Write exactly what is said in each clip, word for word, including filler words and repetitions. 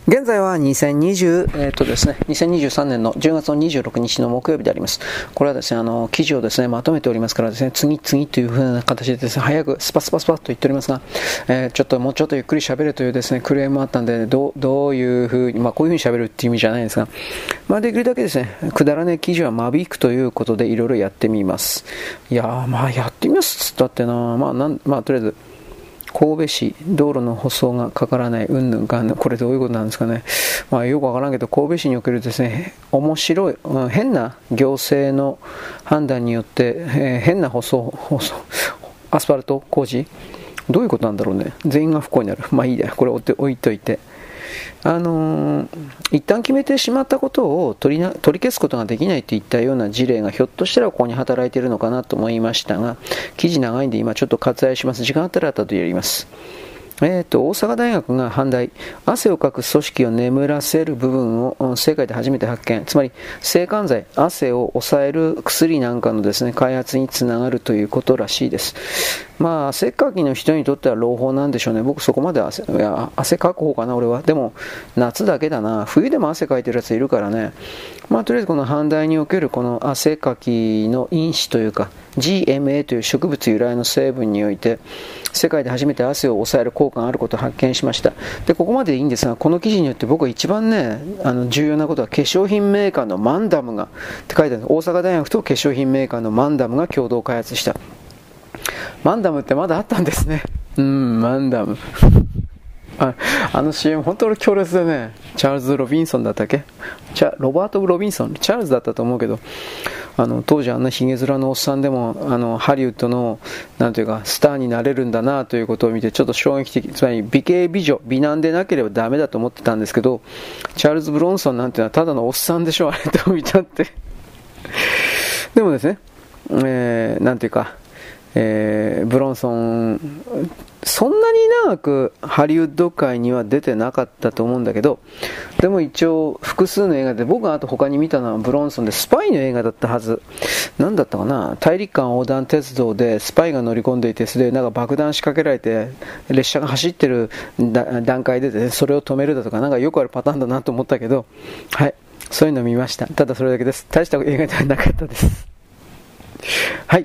現在はにせんにじゅう、えーとですね、にせんにじゅうさんねんのじゅうがつのにじゅうろくにちの木曜日であります。これはですね、あの、記事をですね、まとめておりますからですね、次々という風な形でですね、早くスパスパスパッと言っておりますが、えー、ちょっともうちょっとゆっくり喋るというですね、クレームあったんで、どう、どういう風に、まあこういう風に喋るっていう意味じゃないですが、まあできるだけですね、くだらねえ記事は間引くということでいろいろやってみます。いやー、まあやってみますっつったってな、まあなん、まあとりあえず、神戸市道路の舗装がかからないうんぬんかんぬん、これどういうことなんですかね。まあよくわからんけど、神戸市におけるですね、面白い、うん、変な行政の判断によって、えー、変な舗装舗装アスファルト工事、どういうことなんだろうね。全員が不幸になる。まあいいや、これ置いといて、あのー、一旦決めてしまったことを取りな取り消すことができないといったような事例がひょっとしたらここに働いているのかなと思いましたが、記事長いんで今ちょっと割愛します。時間あったら後でやります。えー、と大阪大学が阪大、汗をかく組織を眠らせる部分を世界で初めて発見。つまり制汗剤、汗を抑える薬なんかのですね、開発につながるということらしいです。まあ汗っかきの人にとっては朗報なんでしょうね。僕そこまで汗、いや汗かく方かな俺は。でも夏だけだな。冬でも汗かいてるやついるからね。まあとりあえずこの阪大におけるこの汗かきの因子というか ジーエムエー という植物由来の成分において世界で初めて汗を抑える効果があることを発見しました。でここまでいいんですが、この記事によって僕は一番ね、あの重要なことは化粧品メーカーのマンダムがって書いてある。大阪大学と化粧品メーカーのマンダムが共同開発した。マンダムってまだあったんですね。うん、マンダムあ, あの シーエム 本当に強烈でね、チャールズ・ロビンソンだったっけ、チャロバート・ロビンソン、チャールズだったと思うけど、あの当時あんなヒゲ面のおっさんでもあのハリウッドのなんていうかスターになれるんだなということを見てちょっと衝撃的。つまり美形美女美男でなければダメだと思ってたんですけど、チャールズ・ブロンソンなんていうのはただのおっさんでしょあれと見たってでもですね、えー、なんていうか、えー、ブロンソンそんなに長くハリウッド界には出てなかったと思うんだけど、でも一応複数の映画で、僕があと他に見たのはブロンソンでスパイの映画だったはず。何だったかな、大陸間横断鉄道でスパイが乗り込んでいて、それでなんか爆弾仕掛けられて列車が走ってる段階で、ね、それを止めるだとか、なんかよくあるパターンだなと思ったけど、はい、そういうのを見ました。ただそれだけです。大した映画ではなかったですはい。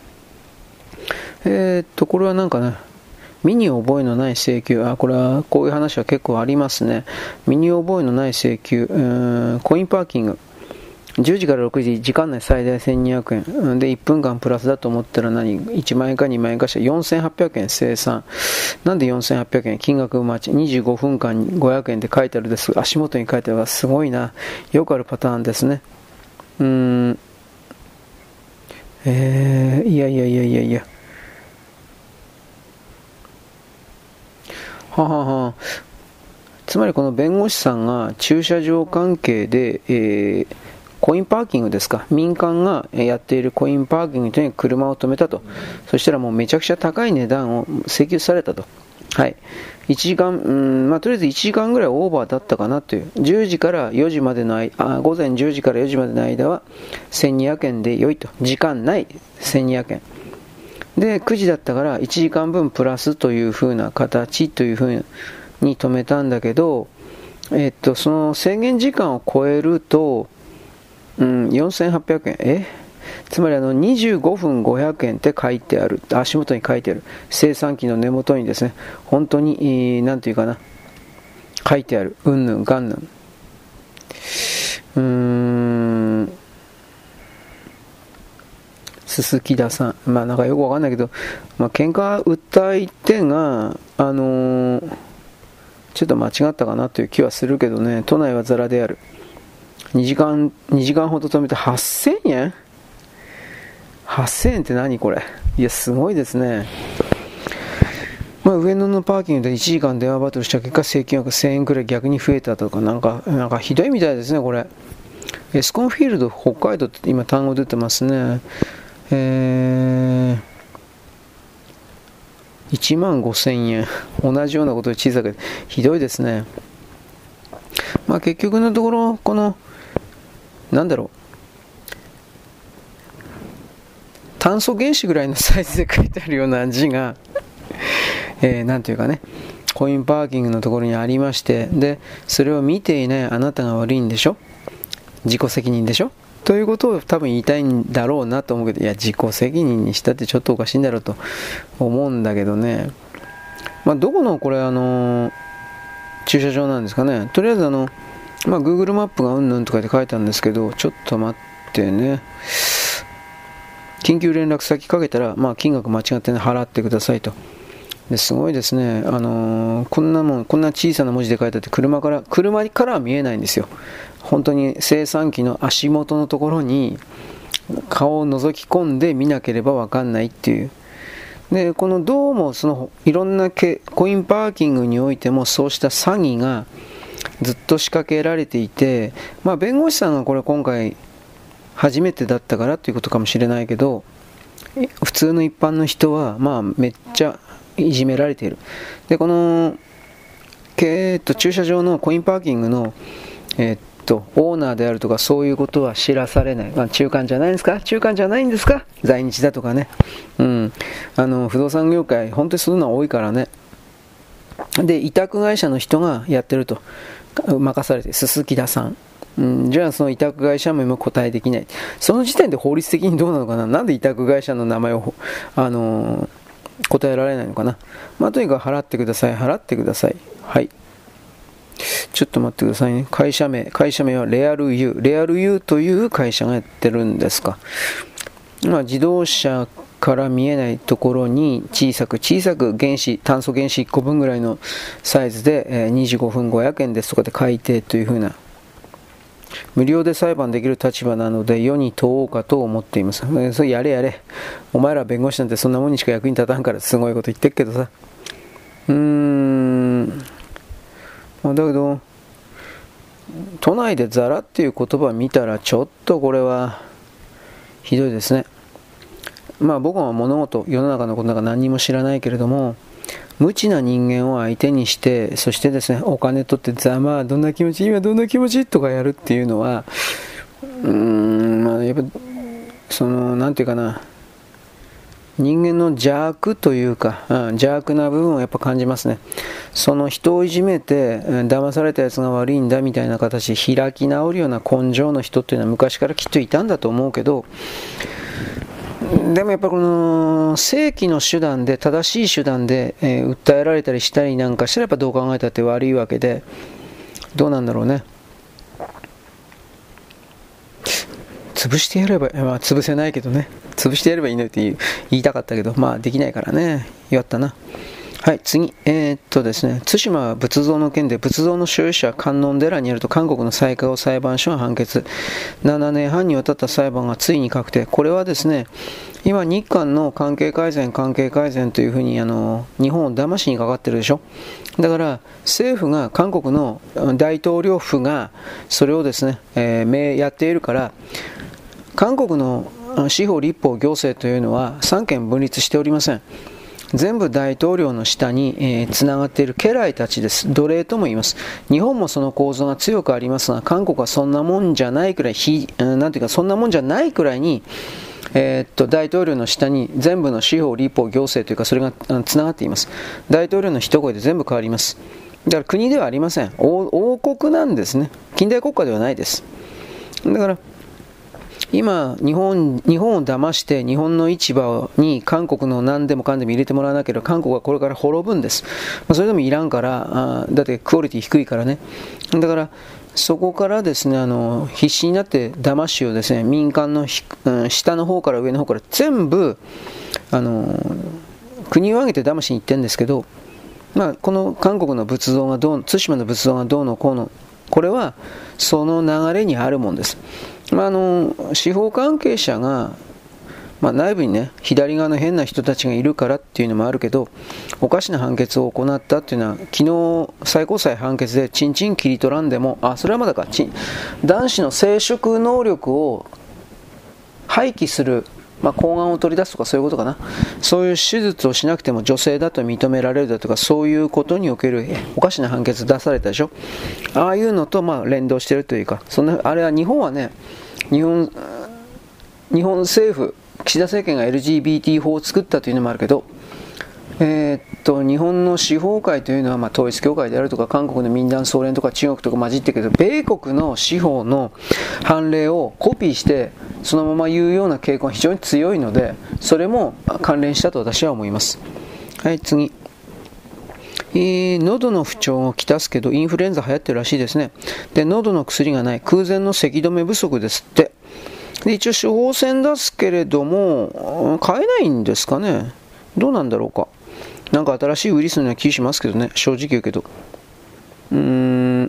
えー、っとこれはなんかね、身に覚えのない請求、あ、これはこういう話は結構ありますね。身に覚えのない請求、コインパーキングじゅうじからろくじ、時間内最大せんにひゃくえんでいっぷんかんプラスだと思ったら何いちまんえんかにまんえんかしてよんせんはっぴゃくえん生産。なんでよんせんはっぴゃくえん、金額待ちにじゅうごふんかんにごひゃくえんって書いてあるです。足元に書いてあるがすごいな。よくあるパターンですね。うーんえー、いやいやいやいやいやははは。つまりこの弁護士さんが駐車場関係で、えー、コインパーキングですか、民間がやっているコインパーキングに車を止めたと。そしたらもうめちゃくちゃ高い値段を請求されたと。はい、いちじかん、うん、まあ、とりあえずいちじかんぐらいオーバーだったかなという。じゅうじからよじまでの間、あ、午前じゅうじからよじまでの間はせんにひゃくえんで良いと。時間内せんにひゃくえんで、くじだったからいちじかんぶんプラスという風な形という風に止めたんだけど、えっと、その制限時間を超えると、うん、よんせんはっぴゃくえん、えつまりあのにじゅうごふんごひゃくえんって書いてある、足元に書いてある、精算機の根元にですね、本当に、なんていうかな、書いてある、うんぬんかんぬん。うーん、鈴木田さん、まあなんかよくわかんないけど、まあ喧嘩訴い手が、あのー、ちょっと間違ったかなという気はするけどね。都内はザラである。にじかん、にじかんほど止めてはっせんえん ?はっせんえんって何これ。いや、すごいですね。まあ、上野のパーキングでいちじかん電話バトルした結果、請求額せんえんくらい逆に増えたとか、なんか、なんかひどいみたいですね、これ。エスコンフィールド北海道って今単語出てますね。えー、いちまんごせんえん。同じようなことで小さく、ひどいですね。まあ結局のところ、この、なんだろう、炭素原子ぐらいのサイズで書いてあるような字が、えー、なんていうかね、 コインパーキングのところにありまして、でそれを見ていないあなたが悪いんでしょ、自己責任でしょということを多分言いたいんだろうなと思うけど、いや自己責任にしたってちょっとおかしいんだろうと思うんだけどね。まあ、どこのこれあの駐車場なんですかね。とりあえずあの、まあ、Google マップがうんぬんとかで書いたんですけど、ちょっと待ってね、緊急連絡先かけたら、まあ、金額間違って、ね、払ってくださいと。ですごいですね、あのー、こんなもん、こんな小さな文字で書いてあって、車から車からは見えないんですよ。本当に精算機の足元のところに顔を覗き込んで見なければ分かんないっていう。でこのどうもそのいろんなコインパーキングにおいてもそうした詐欺がずっと仕掛けられていて、まあ、弁護士さんがこれ今回初めてだったからということかもしれないけど、普通の一般の人はまあめっちゃいじめられている。でこの、えー、っと駐車場のコインパーキングの、えー、っとオーナーであるとかそういうことは知らされない、まあ、中間じゃないんですか中間じゃないんですか在日だとかね、うん、あの不動産業界本当にそういうのは多いからね。で委託会社の人がやってると任されて、鈴木田さん、うん、じゃあその委託会社も今答えできない。その時点で法律的にどうなのかな。なんで委託会社の名前をあのー答えられないのかな。まあ、とにかく払ってください、払ってください。はい。ちょっと待ってくださいね。会社名、会社名はレアル U。レアル U という会社がやってるんですか。まあ、自動車から見えないところに小さく小さく原子、炭素原子いっこぶんぐらいのサイズでにじゅうごふんごひゃくえんですとかで書いてというふうな。無料で裁判できる立場なので世に問おうかと思っています。それやれやれ。お前ら弁護士なんてそんなもんにしか役に立たんからすごいこと言ってるけどさ。うーん。だけど、都内でザラっていう言葉を見たらちょっとこれはひどいですね。まあ僕は物事、世の中のことなんか何にも知らないけれども、無知な人間を相手にして、そしてですね、お金取ってざまあどんな気持ち、今どんな気持ちとかやるっていうのは、うーん、まあやっぱそのなんていうかな、人間の邪悪というか、うん、邪悪な部分をやっぱ感じますね。その人をいじめて、うん、騙されたやつが悪いんだみたいな形で開き直るような根性の人っていうのは昔からきっといたんだと思うけど、でもやっぱこの正規の手段で正しい手段で、えー、訴えられたりしたりなんかしたらやっぱどう考えたって悪いわけで、どうなんだろうね。潰してやれば、まあ、潰せないけどね、潰してやればいいのって言い、言いたかったけど、まあできないからね。やったな。はい、次。えー、っとですね、対馬仏像の件で仏像の所有者観音寺によると韓国の最高裁判所が判決。ななねんはんにわたった裁判がついに確定。これはですね、今日韓の関係改善、関係改善というふうにあの日本を騙しにかかってるでしょ。だから政府が、韓国の大統領府がそれをですね、えー、やっているから、韓国の司法立法行政というのは三権分立しておりません。全部大統領の下に、えー、つながっている家来たちです。奴隷とも言います。日本もその構造が強くありますが、韓国はそんなもんじゃないくらい、ひなんていうかそんなもんじゃないくらいに、えー、っと大統領の下に全部の司法立法行政というかそれがつながっています。大統領の一声で全部変わります。だから国ではありません。王、王国なんですね。近代国家ではないです。だから今日本、日本を騙して日本の市場に韓国の何でもかんでも入れてもらわなければ韓国はこれから滅ぶんです。まあ、それでもいらんから、あだってクオリティ低いからね。だからそこからですね、あの必死になって騙しをですね、民間の、うん、下の方から上の方から全部あの国を挙げて騙しに行ってるんですけど、まあ、この韓国の仏像がどう、対馬の仏像がどうのこうの、これはその流れにあるもんです。まあ、あの司法関係者が、まあ、内部にね左側の変な人たちがいるからっていうのもあるけど、おかしな判決を行ったっていうのは昨日最高裁判決でチンチン切り取らんでも、あそれはまだか、チン男子の生殖能力を廃棄する、まあ、睾丸を取り出すとかそういうことかな、そういう手術をしなくても女性だと認められるだとか、そういうことにおけるおかしな判決出されたでしょ。ああいうのとまあ連動しているというか、そんなあれは日本はね、日本日本政府岸田政権が エルジービーティー 法を作ったというのもあるけど、 えーっと日本の司法界というのは、まあ、統一教会であるとか韓国の民団総連とか中国とか混じってるけど、米国の司法の判例をコピーしてそのまま言うような傾向が非常に強いので、それも関連したと私は思います。はい、次。えー、喉の不調をきたすけどインフルエンザ流行ってるらしいですね。で、喉の薬がない、空前の咳止め不足ですって。で、一応処方箋出すけれども買えないんですかね。どうなんだろうか。なんか新しいウイルスのような気しますけどね、正直言うけど。うーん、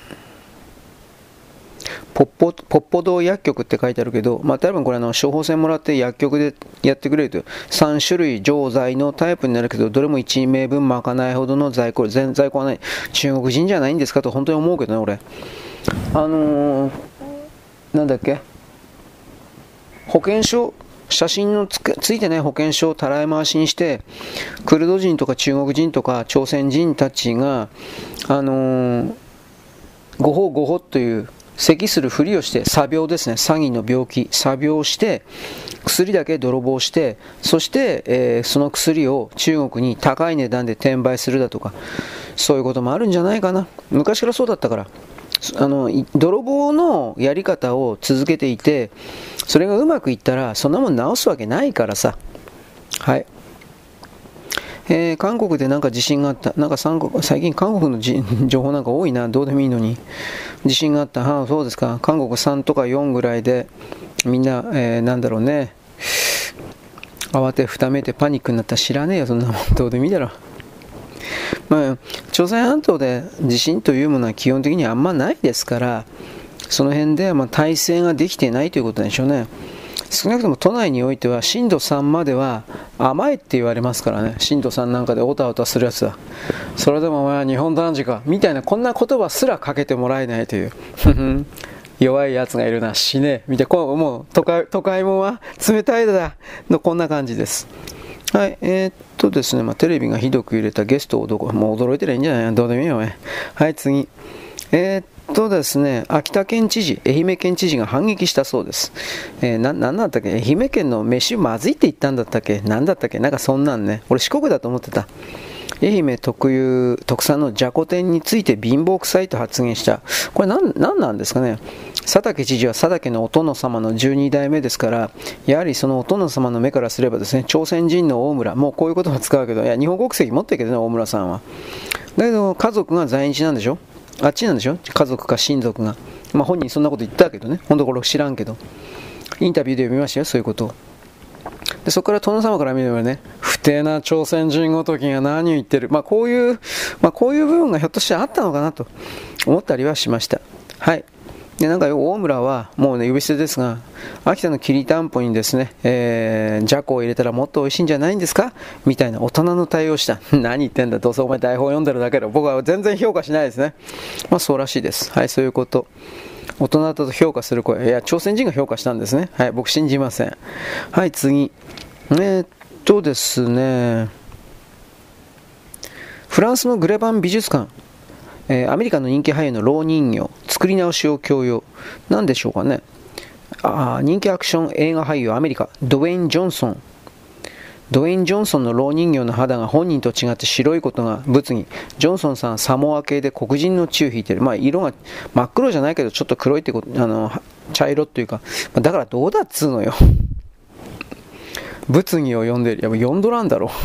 ポッポポッポ堂薬局って書いてあるけど、まあ、多分これあの処方箋もらって薬局でやってくれるとさん種類錠剤のタイプになるけど、どれもいちめいぶんまかないほどの在庫、全在庫はない。中国人じゃないんですかと本当に思うけどね、俺。あのー、なんだっけ、保険証、写真の つ, ついてない保険証をたらい回しにして、クルド人とか中国人とか朝鮮人たちが、あのー、ごほごほという咳するふりをして、詐病ですね、詐欺の病気、詐病して、薬だけ泥棒して、そして、えー、その薬を中国に高い値段で転売するだとか、そういうこともあるんじゃないかな。昔からそうだったから。あの泥棒のやり方を続けていて、それがうまくいったらそんなもん直すわけないからさ。はい。えー、韓国でなんか地震があった。なんか最近韓国のじ情報なんか多いな。どうでもいいのに。地震があった。はあ、そうですか。韓国さんとかよんぐらいでみんな、えー、なんだろうね、慌てふためいてパニックになったら知らねえよ、そんなもん。どうでもいいだろ。まあ、朝鮮半島で地震というものは基本的にはあんまないですから、その辺ではまあ体制ができていないということでしょうね。少なくとも都内においては震度さんまでは甘いって言われますからね。震度さんなんかでオタオタするやつだ。それでもお前は日本男児かみたいな、こんな言葉すらかけてもらえないという弱いやつがいるな、死ねみたいな、こうもう都会、都会もは冷たいだの、こんな感じです。はい、えー、っとですね、まあ、テレビがひどく揺れたゲストをどこ、もう驚いてりゃいいんじゃないの、どうでもいいよね。はい、次。えー、っとですね、秋田県知事、愛媛県知事が反撃したそうです。えー、な、なんだったっけ、愛媛県の飯まずいって言ったんだったっけ、なんだったっけ、なんかそんなんね、俺四国だと思ってた。愛媛特有、特産のじゃこ天について貧乏臭いと発言した。これなん、なんなんですかね。佐竹知事は佐竹のお殿様のじゅうにだいめですから、やはりそのお殿様の目からすればですね、朝鮮人の大村、もうこういうことは使うけど、いや、日本国籍持ってるけどね、大村さんは。だけど、家族が在日なんでしょ、あっちなんでしょ、家族か親族が。まあ本人そんなこと言ったけどね、本当これ知らんけど。インタビューで読みましたよ、そういうことを。でそこから殿様から見ればね、不定な朝鮮人ごときが何を言ってる、まあこういう、まあこういう部分がひょっとしてあったのかなと思ったりはしました。はい。でなんか大村はもうね呼び捨てですが、秋田のきりたんぽにですね、えー、じゃこを入れたらもっと美味しいんじゃないんですかみたいな大人の対応をした。何言ってんだ、どうせお前台本読んでるだけだ。僕は全然評価しないですね。まあそうらしいです。はい、そういうこと。大人だと評価する声、いや朝鮮人が評価したんですね。はい、僕信じません。はい、次。えー、っとですね、フランスのグレバン美術館、えー、アメリカの人気俳優の老人形作り直しを強要、なんでしょうかね。あ、人気アクション映画俳優アメリカドウェイン・ジョンソンドウェイン・ジョンソンの老人形の肌が本人と違って白いことが物議。ジョンソンさんはサモア系で黒人の血を引いている。まあ色が真っ黒じゃないけどちょっと黒いってこと、あの茶色っていうか、だからどうだっつうのよ物議を読んでいる。いやもう読んどらんだろ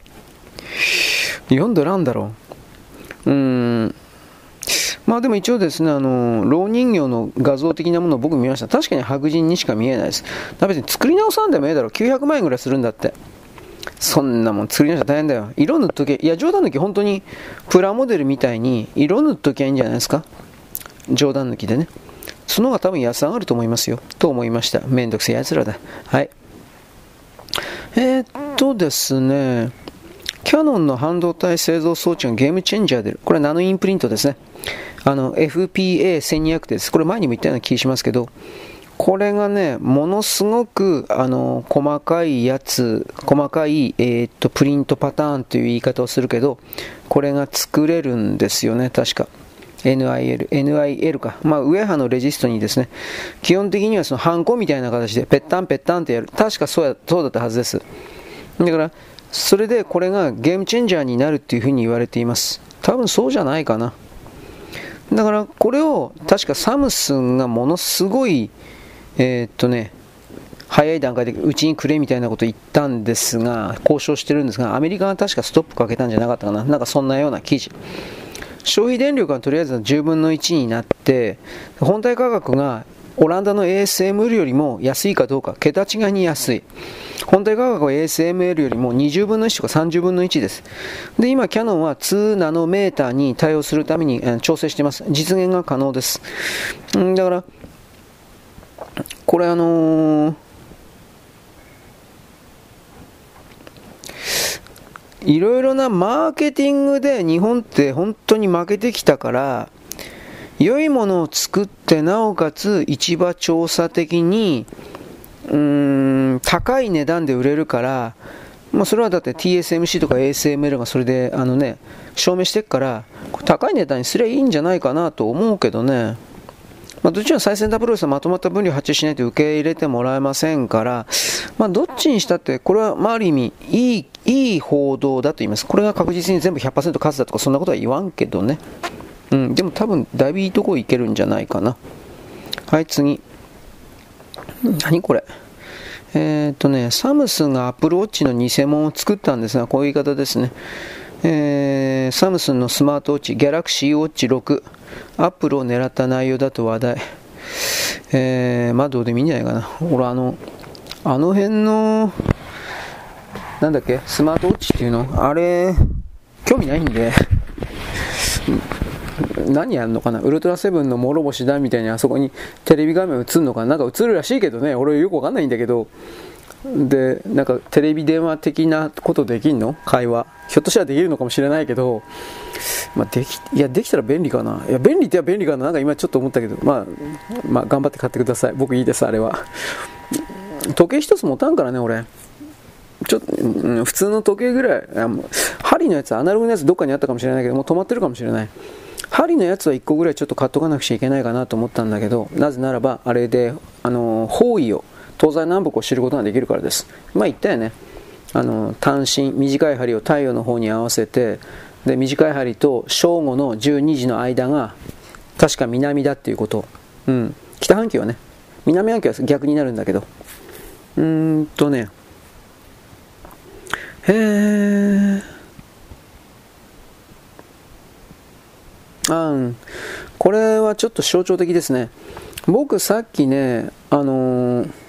読んどらんだろう。うーん、まあでも一応ですね、あの老人形の画像的なものを僕見ました。確かに白人にしか見えないです。別に作り直さんでもええだろ。きゅうひゃくまんえんぐらいするんだって。そんなもん作り直したら大変だよ。色塗っとけ、いや冗談抜き本当にプラモデルみたいに色塗っときゃいいんじゃないですか。冗談抜きでね。その方が多分安上がると思いますよ。と思いました。めんどくせえやつらだ。はい。えー、っとですね、キヤノンの半導体製造装置がゲームチェンジャーで出る。これはナノインプリントですね。あの エフピーエーせんにひゃく です。これ前にも言ったような気がしますけど、これがね、ものすごくあの細かいやつ、細かい、えー、っとプリントパターンという言い方をするけど、これが作れるんですよね、確か。エヌアイエル、エヌアイエル か。まあ、ウェハのレジストにですね、基本的にはそのハンコみたいな形でペッタンペッタンってやる。確かそうや、そうだったはずです。だから、 それでこれがゲームチェンジャーになるっていうふうに言われています。多分そうじゃないかな。だからこれを確かサムスンがものすごいえー、っとね早い段階でうちにくれみたいなことを言ったんですが、交渉してるんですが、アメリカが確かストップかけたんじゃなかったかな。なんかそんなような記事。消費電力がとりあえずじゅうぶんのいちになって、本体価格がオランダの エーエスエムエル よりも安いかどうか、桁違いに安い。本体価格は エーエスエムエル よりもにじゅうぶんのいちとかさんじゅうぶんのいちです。で、今、キヤノンはにナノメーターに対応するために調整しています。実現が可能です。んだから、これあのー、いろいろなマーケティングで日本って本当に負けてきたから、良いものを作ってなおかつ市場調査的にうーん高い値段で売れるから、まあ、それはだって ティーエスエムシー とか エーエスエムエル がそれであの、ね、証明してるから高い値段にすればいいんじゃないかなと思うけどね。まあ、どっちの最先端プロレスはまとまった分量を発注しないと受け入れてもらえませんから、まあ、どっちにしたってこれはまあある意味いい、いい報道だと言います。これが確実に全部 ひゃくパーセント 勝つだとかそんなことは言わんけどね、うん、でも多分だいぶいいとこいけるんじゃないかな。はい、次何これ、えーっとねサムスンがアップルウォッチの偽物を作ったんですが、こういう言い方ですね。えー、サムスンのスマートウォッチギャラクシーウォッチろく、アップルを狙った内容だと話題。えー、まあどうでもいいんじゃないかな。俺あのあの辺のなんだっけスマートウォッチっていうのあれ興味ないんで何やるのかな。ウルトラセブンの諸星だみたいにあそこにテレビ画面映るのかな。なんか映るらしいけどね、俺よくわかんないんだけど、でなんかテレビ電話的なことできんの会話、ひょっとしたらできるのかもしれないけど、まあ、できいやできたら便利かな。いや便利っては便利かな、なんか今ちょっと思ったけど、まあ、まあ頑張って買ってください。僕いいです。あれは時計一つ持たんからね俺。ちょっと、うん、普通の時計ぐらい、針のやつ、アナログのやつどっかにあったかもしれないけどもう止まってるかもしれない。針のやつはいっこぐらいちょっと買っとかなくちゃいけないかなと思ったんだけど、なぜならばあれであの方位を東西南北を知ることができるからです。まあ言ったよね、あの単身短い針を太陽の方に合わせて、で短い針と正午のじゅうにじの間が確か南だっていうこと、うん、北半球はね、南半球は逆になるんだけど、うーんとねへーあ、うん、これはちょっと象徴的ですね。僕さっきね、あのー、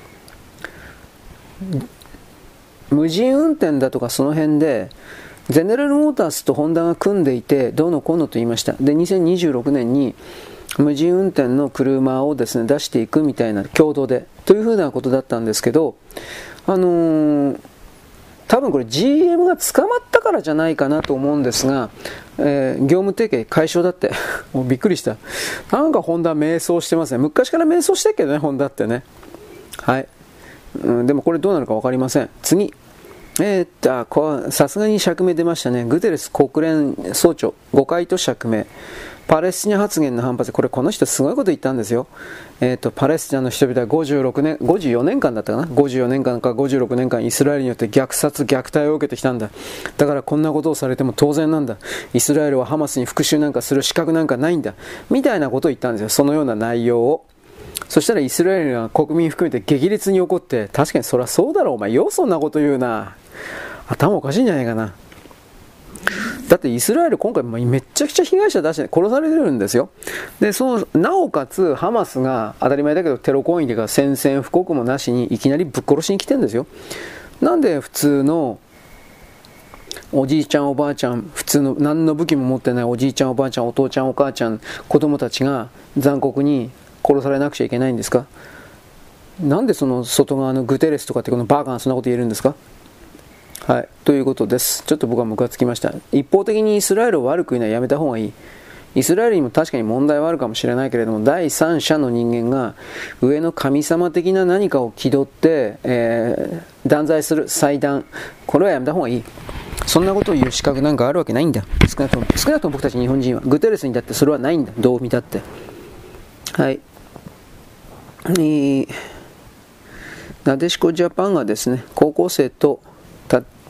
無人運転だとかその辺でゼネラルモータースとホンダが組んでいてどうのこうのと言いました。でにせんにじゅうろくねんに無人運転の車をですね出していくみたいな共同でというふうなことだったんですけど、あのー多分これ ジーエム が捕まったからじゃないかなと思うんですが、えー、業務提携解消だってもうびっくりした。なんかホンダ迷走してますね。昔から迷走してるけどね、ホンダってね。はい、うん、でもこれどうなるか分かりません。次、えー、っとさすがに釈明出ましたね。グテレス国連総長誤解と釈明。パレスチナ発言の反発、これこの人すごいこと言ったんですよ。えー、とパレスチナの人々はごじゅうろくねん、ごじゅうよねんかんだったかな、ごじゅうよねんかんかごじゅうろくねんかんイスラエルによって虐殺虐待を受けてきたんだ。だからこんなことをされても当然なんだ。イスラエルはハマスに復讐なんかする資格なんかないんだみたいなことを言ったんですよ。そのような内容を。そしたらイスラエルが国民含めて激烈に怒って、確かにそりゃそうだろうお前よそんなこと言うな、頭おかしいんじゃないかな。だってイスラエル今回めっちゃくちゃ被害者出して殺されてるんですよ。でそのなおかつハマスが当たり前だけどテロ行為でか宣戦布告もなしにいきなりぶっ殺しに来てるんですよ。なんで普通のおじいちゃんおばあちゃん、普通の何の武器も持ってないおじいちゃんおばあちゃん、お父ちゃんお母ちゃん、子供たちが残酷に殺されなくちゃいけないんですか。なんでその外側のグテレスとかってこのバーカンそんなこと言えるんですか。はい、ということです。ちょっと僕はムカつきました。一方的にイスラエルを悪く言うのはやめた方がいい。イスラエルにも確かに問題はあるかもしれないけれども、第三者の人間が上の神様的な何かを気取って、えー、断罪する祭壇、これはやめた方がいい。そんなことを言う資格なんかあるわけないんだ。少なくとも少なくとも僕たち日本人は、グテレスにだってそれはないんだ。どう見たって。はい、えー、なでしこジャパンがですね高校生と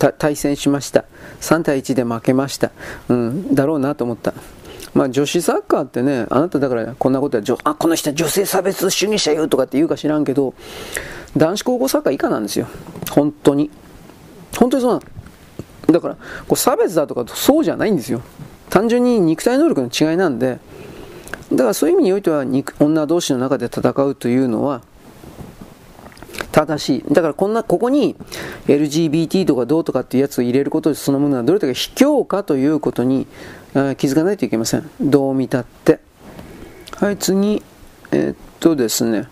対戦しました。さんたいいちで負けました。うん、だろうなと思った。まあ女子サッカーってね、あなただからこんなことは、あ、この人は女性差別主義者よとかって言うか知らんけど、男子高校サッカー以下なんですよ。本当に。本当にそうなの。だから、こう差別だとかそうじゃないんですよ。単純に肉体能力の違いなんで、だからそういう意味においては女同士の中で戦うというのは正しい。だからこんなここに エルジービーティー とかどうとかっていうやつを入れることそのものがどれだけ卑怯かということに気づかないといけません。どう見たって。はい、次えー、っとですね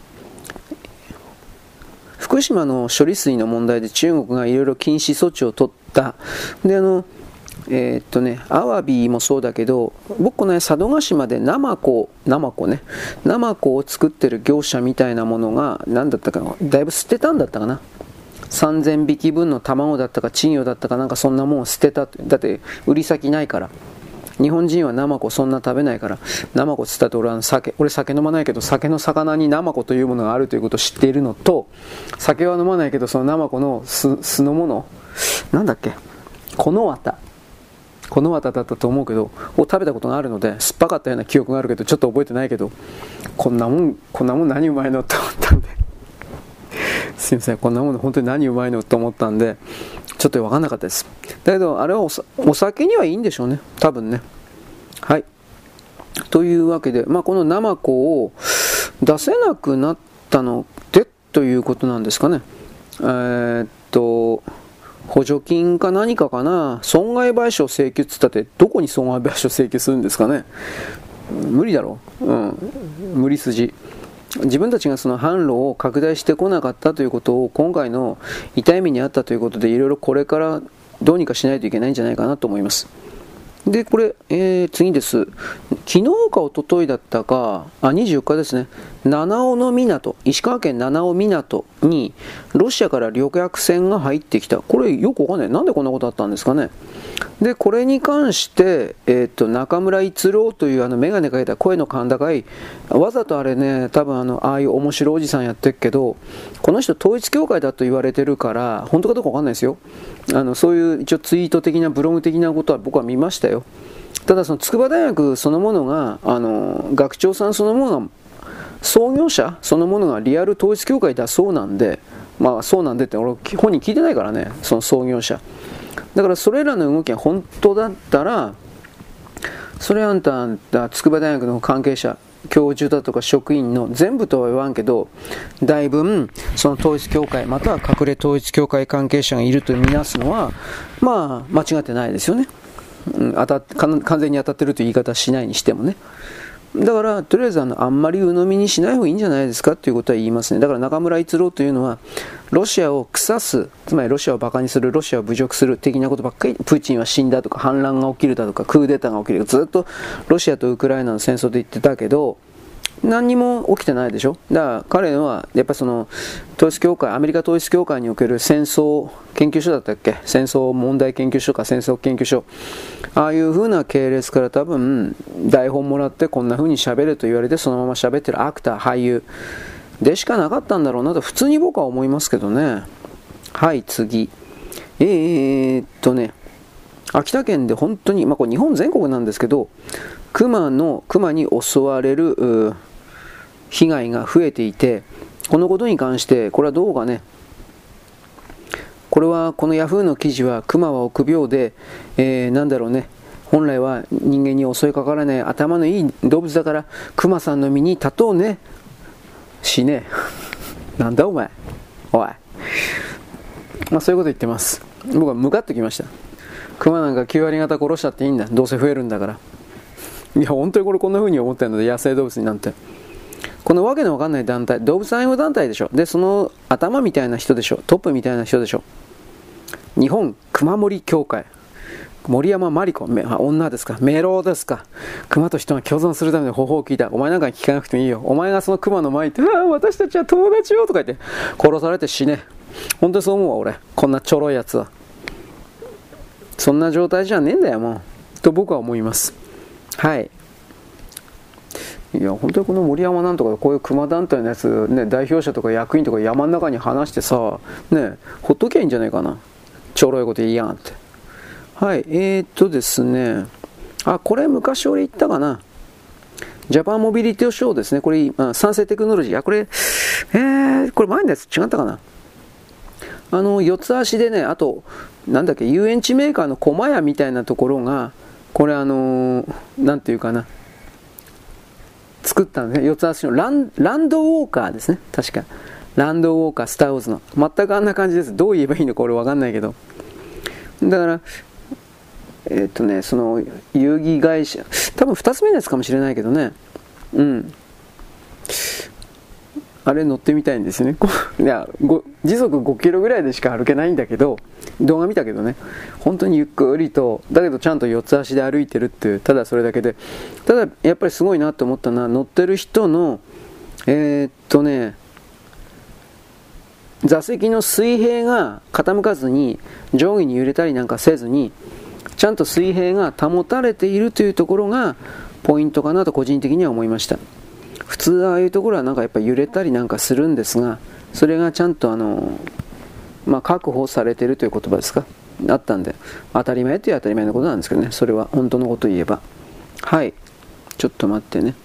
福島の処理水の問題で中国がいろいろ禁止措置を取った。であのえー、っとね、アワビもそうだけど、僕このね、佐渡島でナマコ、ナマコね、ナマコを作ってる業者みたいなものが、何だったかな、だいぶ捨てたんだったかな。さんぜんびきぶんの卵だったか、稚魚だったかなんかそんなもん捨てたって。だって、売り先ないから。日本人はナマコそんな食べないから、ナマコつったって俺は酒、俺酒飲まないけど、酒の魚にナマコというものがあるということを知っているのと、酒は飲まないけど、そのナマコの巣、巣のもの、なんだっけ、この綿。この綿だったと思うけどを食べたことがあるので酸っぱかったような記憶があるけどちょっと覚えてないけどこんなもんこんなもん何うまいのって思ったんですいませんこんなもん本当に何うまいのと思ったんでちょっと分かんなかったです。だけどあれは お, お酒にはいいんでしょうね多分ね。はいというわけで、まあ、このナマコを出せなくなったのでということなんですかね。えー、っと補助金か何かかな、損害賠償請求って言ったってどこに損害賠償請求するんですかね。無理だろう、うん、無理筋。自分たちがその販路を拡大してこなかったということを今回の痛い目にあったということでいろいろこれからどうにかしないといけないんじゃないかなと思います。でこれ、えー、次です。昨日か一昨日だったかあにじゅうよっかですね。七尾の港、石川県七尾港にロシアから旅客船が入ってきた。これよくわかんない。なんでこんなことあったんですかね。でこれに関して、えー、と中村逸郎というあの眼鏡かけた声の甲高いわざとあれね多分あのああいう面白いおじさんやってるけどこの人統一教会だと言われてるから本当かどうかわかんないですよ。あのそういう一応ツイート的なブログ的なことは僕は見ましたよ。ただその筑波大学そのものがあの学長さんそのものが創業者そのものがリアル統一教会だそうなんでまあそうなんでって俺本人聞いてないからねその創業者だからそれらの動きが本当だったらそれあんた筑波大学の関係者教授だとか職員の全部とは言わんけどだいぶその統一教会または隠れ統一教会関係者がいると見なすのはまあ間違ってないですよね。うん、当たっ完全に当たってるという言い方はしないにしてもね。だからとりあえずあのあんまり鵜呑みにしない方がいいんじゃないですかということは言いますね。だから中村逸郎というのはロシアを腐すつまりロシアをバカにするロシアを侮辱する的なことばっかりプーチンは死んだとか反乱が起きるだとかクーデターが起きるずっとロシアとウクライナの戦争で言ってたけど何にも起きてないでしょ。だから彼はやっぱりその統一教会アメリカ統一教会における戦争研究所だったっけ戦争問題研究所か戦争研究所ああいう風な系列から多分台本もらってこんな風に喋れと言われてそのまま喋ってるアクター俳優でしかなかったんだろうなと普通に僕は思いますけどね。はい次えー、っとね秋田県で本当にまあこれ日本全国なんですけど熊の熊に襲われる被害が増えていてこのことに関してこれはどうかねこれはこのヤフーの記事は熊は臆病で、えー、なんだろうね本来は人間に襲いかからない頭のいい動物だから熊さんの身に立とうね死ねなんだお前おいまあそういうこと言ってます。僕はムカッときました。熊なんかきゅうわり方殺したっていいんだどうせ増えるんだからいや本当にこれこんな風に思ってるので野生動物になんてこのわけのわかんない団体動物愛護団体でしょ。でその頭みたいな人でしょトップみたいな人でしょ。日本熊森協会森山真理子女ですかメロですか熊と人が共存するための方法を聞いた。お前なんかに聞かなくてもいいよ。お前がその熊の前に行ってああ私たちは友達よとか言って殺されて死ね。本当にそう思うわ俺こんなちょろいやつはそんな状態じゃねえんだよもうと僕は思います。はいいや本当にこの森山なんとかこういう熊団体のやつ、ね、代表者とか役員とか山の中に話してさ、ね、ほっときゃいいんじゃないかな。 ちょろいこと言いやがって。はい、えー、っとですね、あ、これ昔俺言ったかな。ジャパンモビリティショーですね。これ、まあ、産生テクノロジー。あ、これ、えー、これ前のやつ違ったかな。あの、四つ足でね、あと、なんだっけ、遊園地メーカーの駒屋みたいなところが、これあのー、なんていうかな、作ったんですね。四つ足のラン、ランドウォーカーですね。確か。ランドウォーカー、スターウォーズの。全くあんな感じです。どう言えばいいのか俺わかんないけど。だから、えーっとね、その、遊戯会社、多分二つ目のやつかもしれないけどね。うん。あれ乗ってみたいんですよね。いや、時速ごキロぐらいでしか歩けないんだけど、動画見たけどね、本当にゆっくりと、だけどちゃんと四つ足で歩いてるっていう、ただそれだけで、ただやっぱりすごいなと思ったのは、乗ってる人の、えー、っとね、座席の水平が傾かずに、上下に揺れたりなんかせずに、ちゃんと水平が保たれているというところがポイントかなと個人的には思いました。普通ああいうところはなんかやっぱり揺れたりなんかするんですが、それがちゃんとあの、まあ、確保されているという言葉ですか、あったんで、当たり前という当たり前のことなんですけどね、それは本当のことを言えば。はい、ちょっと待ってね。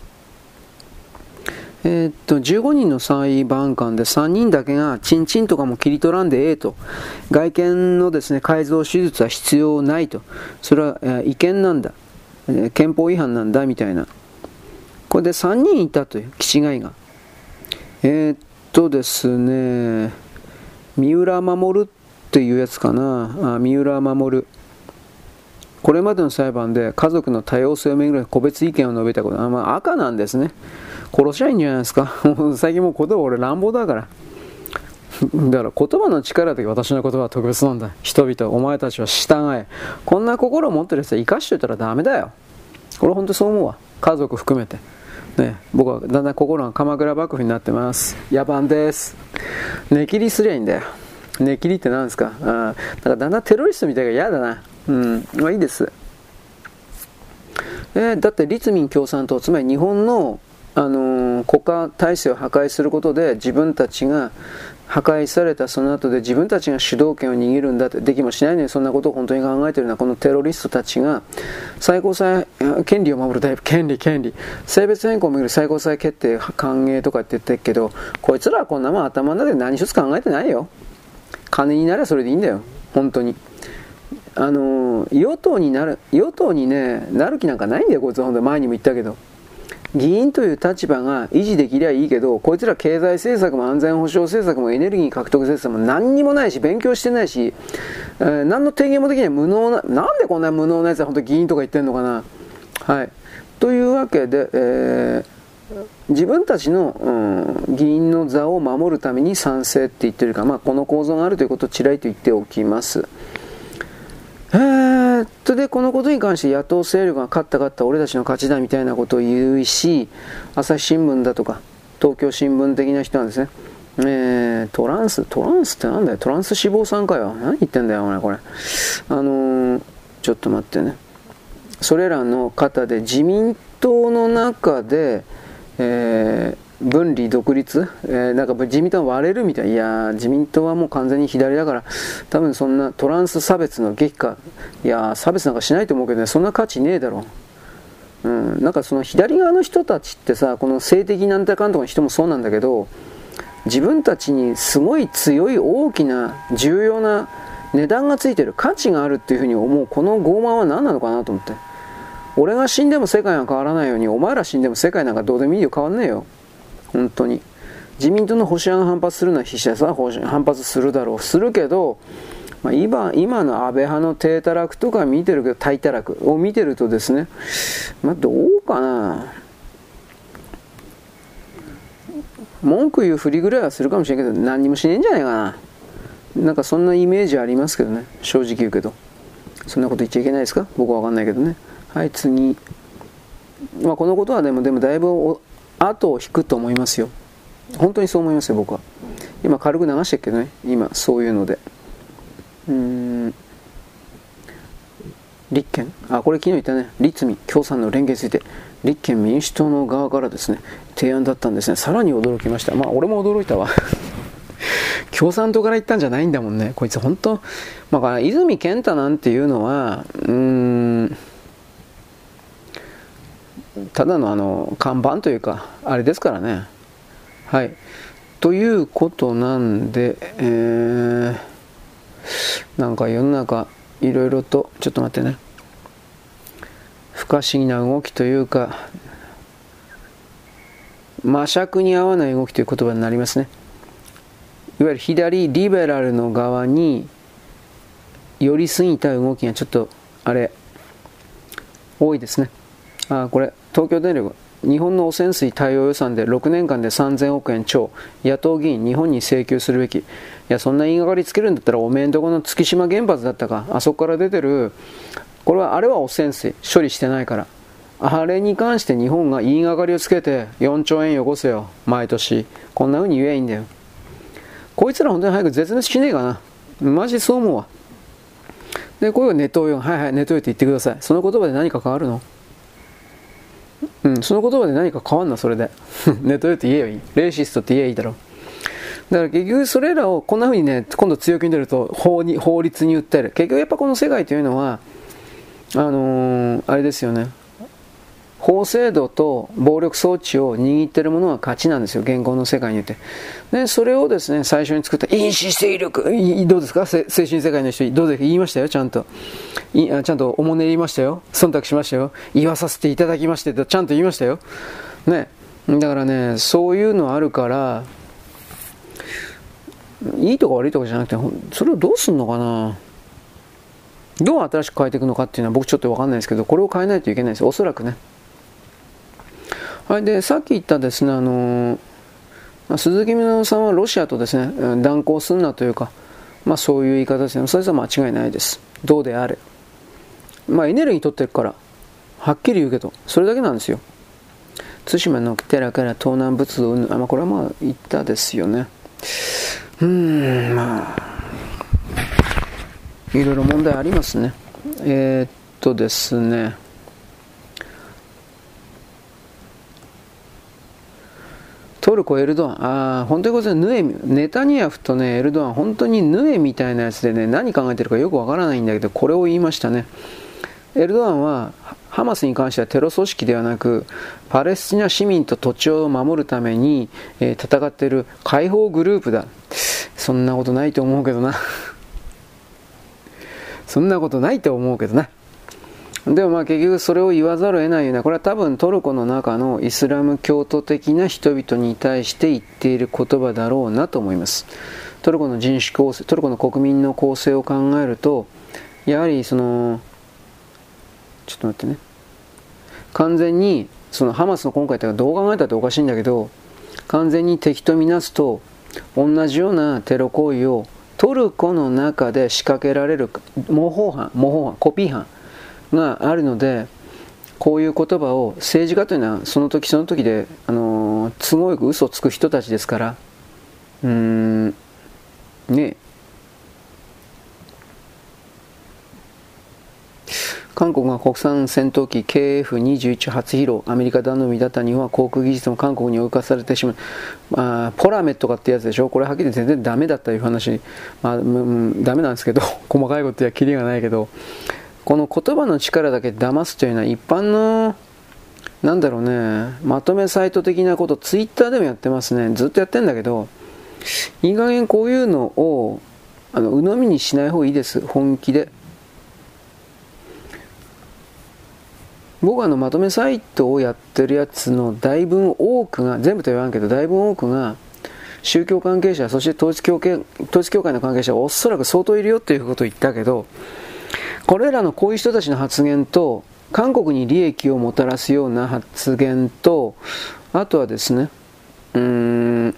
えー、っとじゅうごにんの裁判官でさんにんだけがチンチンとかも切り取らんでええと、外見のですね改造手術は必要ないと、それは、えー、違憲なんだ、えー、憲法違反なんだみたいな、これでさんにんいたという気違いが、えー、っとですね三浦守っていうやつかな、あ三浦守、これまでの裁判で家族の多様性をめぐる個別意見を述べたこと、あ、まあ、赤なんですね。殺しゃいいんじゃないですか。最近もう言葉俺乱暴だから。だから言葉の力で私の言葉は特別なんだ。人々、お前たちは従え。こんな心を持ってるやつは生かしておいたらダメだよ。これ本当にそう思うわ。家族含めて。ね、僕はだんだん心が鎌倉幕府になってます。野蛮です。寝切りすりゃいいんだよ。寝切りって何ですか。あ、だからだんだんテロリストみたいが嫌だな。うん、まあいいです。えー、だって立民共産党、つまり日本のあのー、国家体制を破壊することで自分たちが破壊されたその後で自分たちが主導権を握るんだって、できもしないのにそんなことを本当に考えているのはこのテロリストたちが最高裁権利を守るタイプ、権利権利性別変更をめぐる最高裁決定歓迎とかって言ってるけど、こいつらはこんなもん頭の中で何一つ考えてないよ。金になればそれでいいんだよ本当に。あのー、与党になる与党にねなる気なんかないんだよこいつは。本当に前にも言ったけど、議員という立場が維持できりゃいいけど、こいつら経済政策も安全保障政策もエネルギー獲得政策も何にもないし、勉強してないし、えー、何の提言もできない無能な、なんでこんな無能なやつは本当に議員とか言ってんのかな。はい。というわけで、えー、自分たちの、うん、議員の座を守るために賛成って言ってるか、まあ、この構造があるということをちらりと言っておきます。えーっとでこのことに関して野党勢力が勝った勝った俺たちの勝ちだみたいなことを言うし、朝日新聞だとか東京新聞的な人なんですね。えー、トランストランスってなんだよ、トランス脂肪酸かよ、何言ってんだよ俺これ。あのー、ちょっと待ってね、それらの方で自民党の中で、えー分離独立、えー、なんか自民党は割れるみたいな。いやー自民党はもう完全に左だから、多分そんなトランス差別の激化、いやー差別なんかしないと思うけどね、そんな価値ねえだろう。うん、なんかその左側の人たちってさ、この性的なんたかんとかの人もそうなんだけど、自分たちにすごい強い大きな重要な値段がついてる、価値があるっていうふうに思うこの傲慢は何なのかなと思って。俺が死んでも世界が変わらないように、お前ら死んでも世界なんかどうでもいいよ、変わんねえよ本当に。自民党の保守派が反発するのは必死でさ、反発するだろう、するけど、まあ、今, 今の安倍派の低たらくとか見てるけど、大たらくを見てるとですね、まあ、どうかな、文句言うふりぐらいはするかもしれんけど何にもしねえんじゃないかな、なんかそんなイメージありますけどね、正直言うけど。そんなこと言っちゃいけないですか、僕は分かんないけどね。はい、次、まあ、このことはでもでもだいぶ後を引くと思いますよ。本当にそう思いますよ僕は。今軽く流してるけどね、今そういうので、うーん、立憲、あ、これ昨日言ったね、立民共産の連携について立憲民主党の側からですね提案だったんですね。さらに驚きました。まあ俺も驚いたわ共産党から言ったんじゃないんだもんね、こいつ本当。まあ、泉健太なんていうのは、うーん、ただのあの看板というか、あれですからね。はい。ということなんで、えー、なんか世の中、いろいろと、ちょっと待ってね。不可思議な動きというか、魔尺に合わない動きという言葉になりますね。いわゆる左リベラルの側に寄りすぎた動きがちょっとあれ多いですね。あ、これ東京電力、日本の汚染水対応予算でろくねんかんでさんぜんおくえん超、野党議員日本に請求するべき。いや、そんな言いがかりつけるんだったらおめえんとこの月島原発だったか、あそこから出てる、これはあれは汚染水処理してないから、あれに関して日本が言いがかりをつけてよんちょうえんよこせよ毎年、こんな風に言えばいいんだよ。こいつら本当に早く絶滅しねえかな、マジそう思うわ。で、こういうネトウヨン、はいはい、ネトウヨンって言ってください。その言葉で何か変わるの？うん、その言葉で何か変わんな、それで。ネトウヨンって言えばいい。レイシストって言えばいいだろう。だから結局それらをこんな風にね、今度強気に出ると法に、法律に訴える。結局やっぱこの世界というのは、あのー、あれですよね。法制度と暴力装置を握っているものが勝ちなんですよ、現行の世界において。で、それをですね、最初に作った因子勢力、どうですか、精神世界の人、どうですか、言いましたよ、ちゃんと。いちゃんとおもね言いましたよ、忖度しましたよ、言わさせていただきましてとちゃんと言いましたよ。ね。だからね、そういうのあるから、いいとか悪いとかじゃなくて、それをどうすんのかな。どう新しく変えていくのかっていうのは僕ちょっと分かんないですけど、これを変えないといけないです、おそらくね。はい、でさっき言ったですね、あの鈴木みのるさんはロシアとですね断交すんなというか、まあ、そういう言い方ですね。それは間違いないです。どうであれ、まあ、エネルギー取ってるからはっきり言うけど、それだけなんですよ。対馬の寺から東南仏道、まあ、これはまあ言ったですよね。うーん、まあいろいろ問題ありますね。えー、っとですねトルコ、エルドアン、ああ、本当にこれヌエ、ネタニヤフとね、エルドアン、本当にヌエみたいなやつでね、何考えてるかよくわからないんだけど、これを言いましたね。エルドアンは、ハマスに関してはテロ組織ではなく、パレスチナ市民と土地を守るために、えー、戦っている解放グループだ。そんなことないと思うけどな。そんなことないと思うけどな。でもまあ結局それを言わざるを得ないような、これは多分トルコの中のイスラム教徒的な人々に対して言っている言葉だろうなと思います。トルコの人種構成、トルコの国民の構成を考えると、やはりその、ちょっと待ってね、完全にそのハマスの今回ってどう考えたっておかしいんだけど、完全に敵とみなすと同じようなテロ行為をトルコの中で仕掛けられる模倣犯、模倣犯、コピー犯があるので、こういう言葉を政治家というのはその時その時で、あのー、都合よく嘘をつく人たちですから、うーんね、韓国が国産戦闘機 ケーエフにじゅういち 初披露、アメリカ頼みだった日本は航空技術も韓国に追い越されてしまう、まあ、ポラメットかってやつでしょ。これはっきり全然ダメだったいう話、まあ、うん、ダメなんですけど、細かいことはキリがないけど、この言葉の力だけ騙すというのは一般のなんだろうね、まとめサイト的なことツイッターでもやってますね。ずっとやってんだけど、いい加減こういうのをあの鵜呑みにしない方がいいです。本気で。僕はあのまとめサイトをやってるやつの大分多くが、全部とは言わんけど大分多くが宗教関係者、そして統一教会、統一教会の関係者はおそらく相当いるよっていうことを言ったけど、これらのこういう人たちの発言と、韓国に利益をもたらすような発言と、あとはですね、うーん、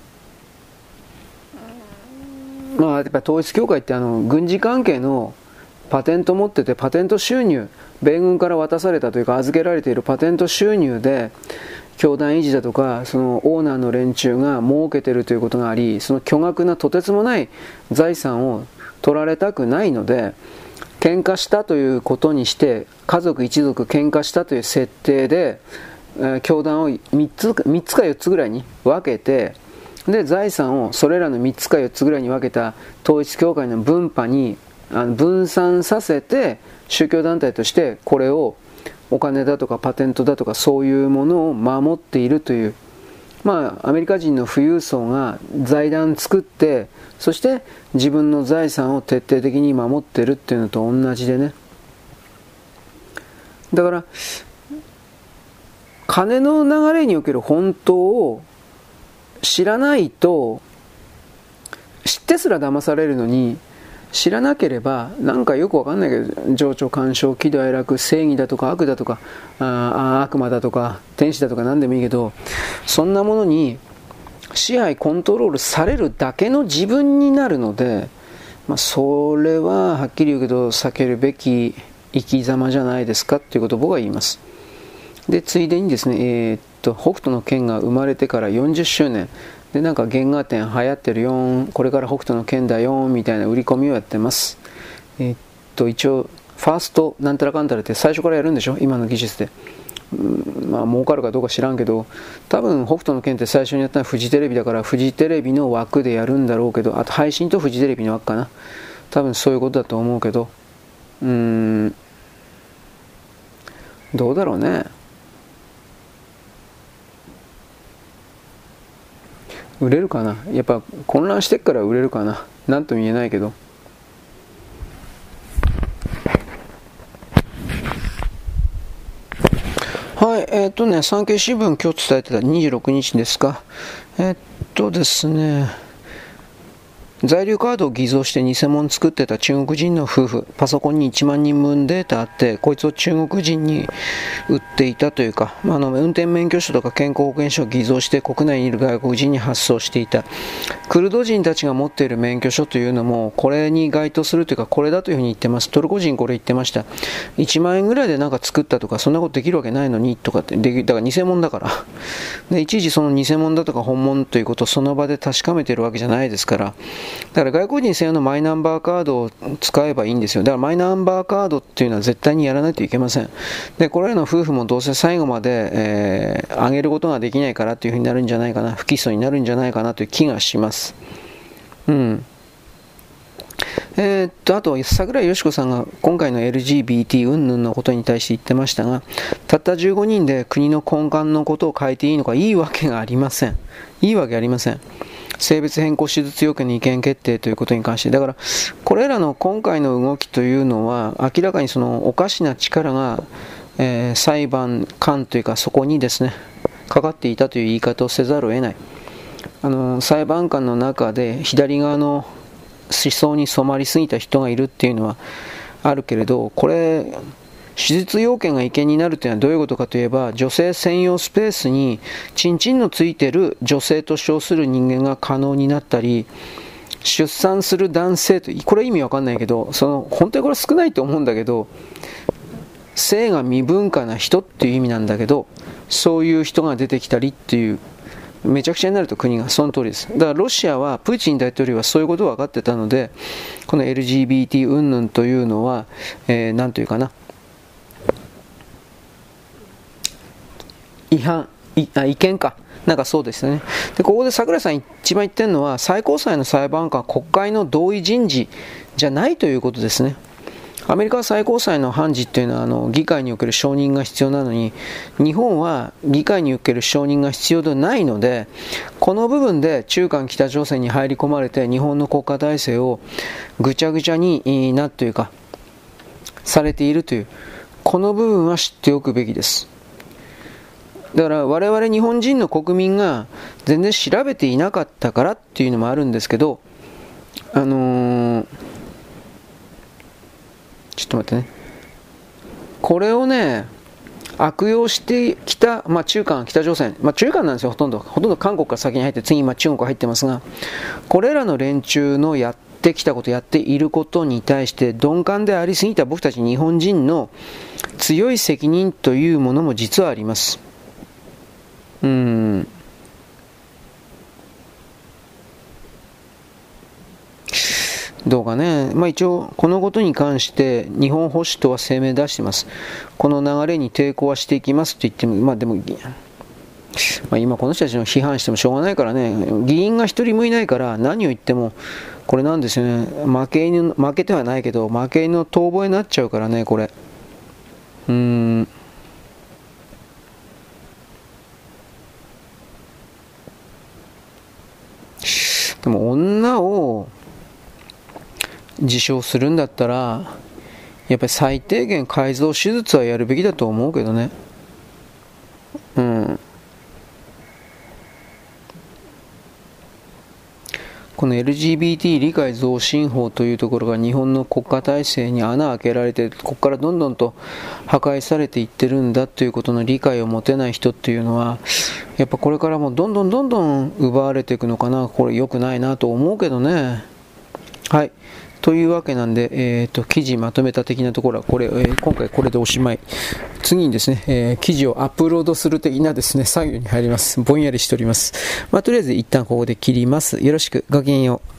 まあやっぱ統一教会ってあの軍事関係のパテント持ってて、パテント収入、米軍から渡されたというか預けられているパテント収入で教団維持だとか、そのオーナーの連中が儲けているということがあり、その巨額なとてつもない財産を取られたくないので、喧嘩したということにして、家族一族喧嘩したという設定で、えー、教団をみっつ、みっつかよっつぐらいに分けて、 で財産をそれらのみっつかよっつぐらいに分けた統一教会の分派にあの分散させて、宗教団体としてこれをお金だとかパテントだとかそういうものを守っているという、まあアメリカ人の富裕層が財団作って、そして自分の財産を徹底的に守っているっていうのと同じでね。だから金の流れにおける本当を知らないと、知ってすら騙されるのに、知らなければなんかよくわかんないけど、情緒干渉、喜怒哀楽、正義だとか悪だとか、あ悪魔だとか天使だとか何でもいいけど、そんなものに支配コントロールされるだけの自分になるので、まあ、それははっきり言うけど避けるべき生き様じゃないですかということを僕は言います。でついでにですね、えー、っと北斗の拳が生まれてからよんじゅっしゅうねんで、なんか原画展流行ってるよ、これから北斗の拳だよみたいな売り込みをやってます。えー、っと一応ファーストなんたらかんたらって最初からやるんでしょ、今の技術で。うん、まあ儲かるかどうか知らんけど、多分北斗の拳って最初にやったのはフジテレビだから、フジテレビの枠でやるんだろうけど、あと配信とフジテレビの枠かな、多分そういうことだと思うけど、うーんどうだろうね。売れるかな、やっぱ混乱してっから売れるかな、なんとも言えないけど。はい、えっとね、産経新聞今日伝えてたにじゅうろくにちですか。えっとですね、在留カードを偽造して偽物作ってた中国人の夫婦、パソコンにいちまんにんぶんデータあって、こいつを中国人に売っていたというか、あの運転免許証とか健康保険証を偽造して国内にいる外国人に発送していた。クルド人たちが持っている免許証というのもこれに該当するというか、これだというふうに言ってます。トルコ人これ言ってました。いちまんえんぐらいでなんか作ったとか、そんなことできるわけないのにとかって、でだから偽物だから。でいちいちその偽物だとか本物ということをその場で確かめてるわけじゃないですから。だから外国人専用のマイナンバーカードを使えばいいんですよ。だからマイナンバーカードっていうのは絶対にやらないといけません。でこれらの夫婦もどうせ最後まで、えー、上げることができないからというふうになるんじゃないかな、不起訴になるんじゃないかなという気がします。うん。えー、っとあと櫻井よし子さんが今回の エルジービーティー 云々のことに対して言ってましたが、たったじゅうごにんで国の根幹のことを変えていいのか、いいわけがありません。いいわけありません。性別変更手術要件の意見決定ということに関して、だからこれらの今回の動きというのは明らかにそのおかしな力が、えー、裁判官というかそこにですねかかっていたという言い方をせざるを得ない。あの裁判官の中で左側の思想に染まりすぎた人がいるっていうのはあるけれど、これ手術要件が違憲になるというのはどういうことかといえば、女性専用スペースにチンチンのついている女性と称する人間が可能になったり、出産する男性と、これ意味わかんないけど、その本当にこれ少ないと思うんだけど、性が未文化な人っていう意味なんだけど、そういう人が出てきたりっていう、めちゃくちゃになると国がその通りです。だからロシアはプーチン大統領はそういうことを分かってたので、この エルジービーティー 云々というのは、えー、なんというかな、違反、いあ違憲か、なんかそうですね。でここで櫻井さん一番言ってるのは、最高裁の裁判官は国会の同意人事じゃないということですね。アメリカ最高裁の判事っていうのはあの議会における承認が必要なのに、日本は議会における承認が必要ではないので、この部分で中韓北朝鮮に入り込まれて日本の国家体制をぐちゃぐちゃになというかされているという、この部分は知っておくべきです。だから我々日本人の国民が全然調べていなかったからっていうのもあるんですけど、あのー、ちょっと待ってね、これをね悪用してきた、まあ、中韓北朝鮮、まあ、中韓なんですよ、ほとんどほとんど韓国が先に入って次今中国が入ってますが、これらの連中のやってきたこと、やっていることに対して鈍感でありすぎた僕たち日本人の強い責任というものも実はあります。うーんどうかね、まあ、一応このことに関して日本保守党は声明出しています。この流れに抵抗はしていきますと言っても、まあでもまあ、今この人たちの批判してもしょうがないからね、議員が一人もいないから何を言ってもこれなんですよね、負け犬、負けてはないけど負け犬の遠吠えになっちゃうからね、これ。うーんでも女を自称するんだったらやっぱり最低限改造手術はやるべきだと思うけどね。うん。この エルジービーティー 理解増進法というところが日本の国家体制に穴を開けられて、ここからどんどんと破壊されていってるんだということの理解を持てない人っていうのは、やっぱこれからもどんどんどんどん奪われていくのかな。これ良くないなと思うけどね。はい。というわけなんで、えーと、記事まとめた的なところはこれ、えー、今回これでおしまい。次にですね、えー、記事をアップロードする的なですね、作業に入ります。ぼんやりしております。まあ、とりあえず一旦ここで切ります。よろしく、ごきげんよう。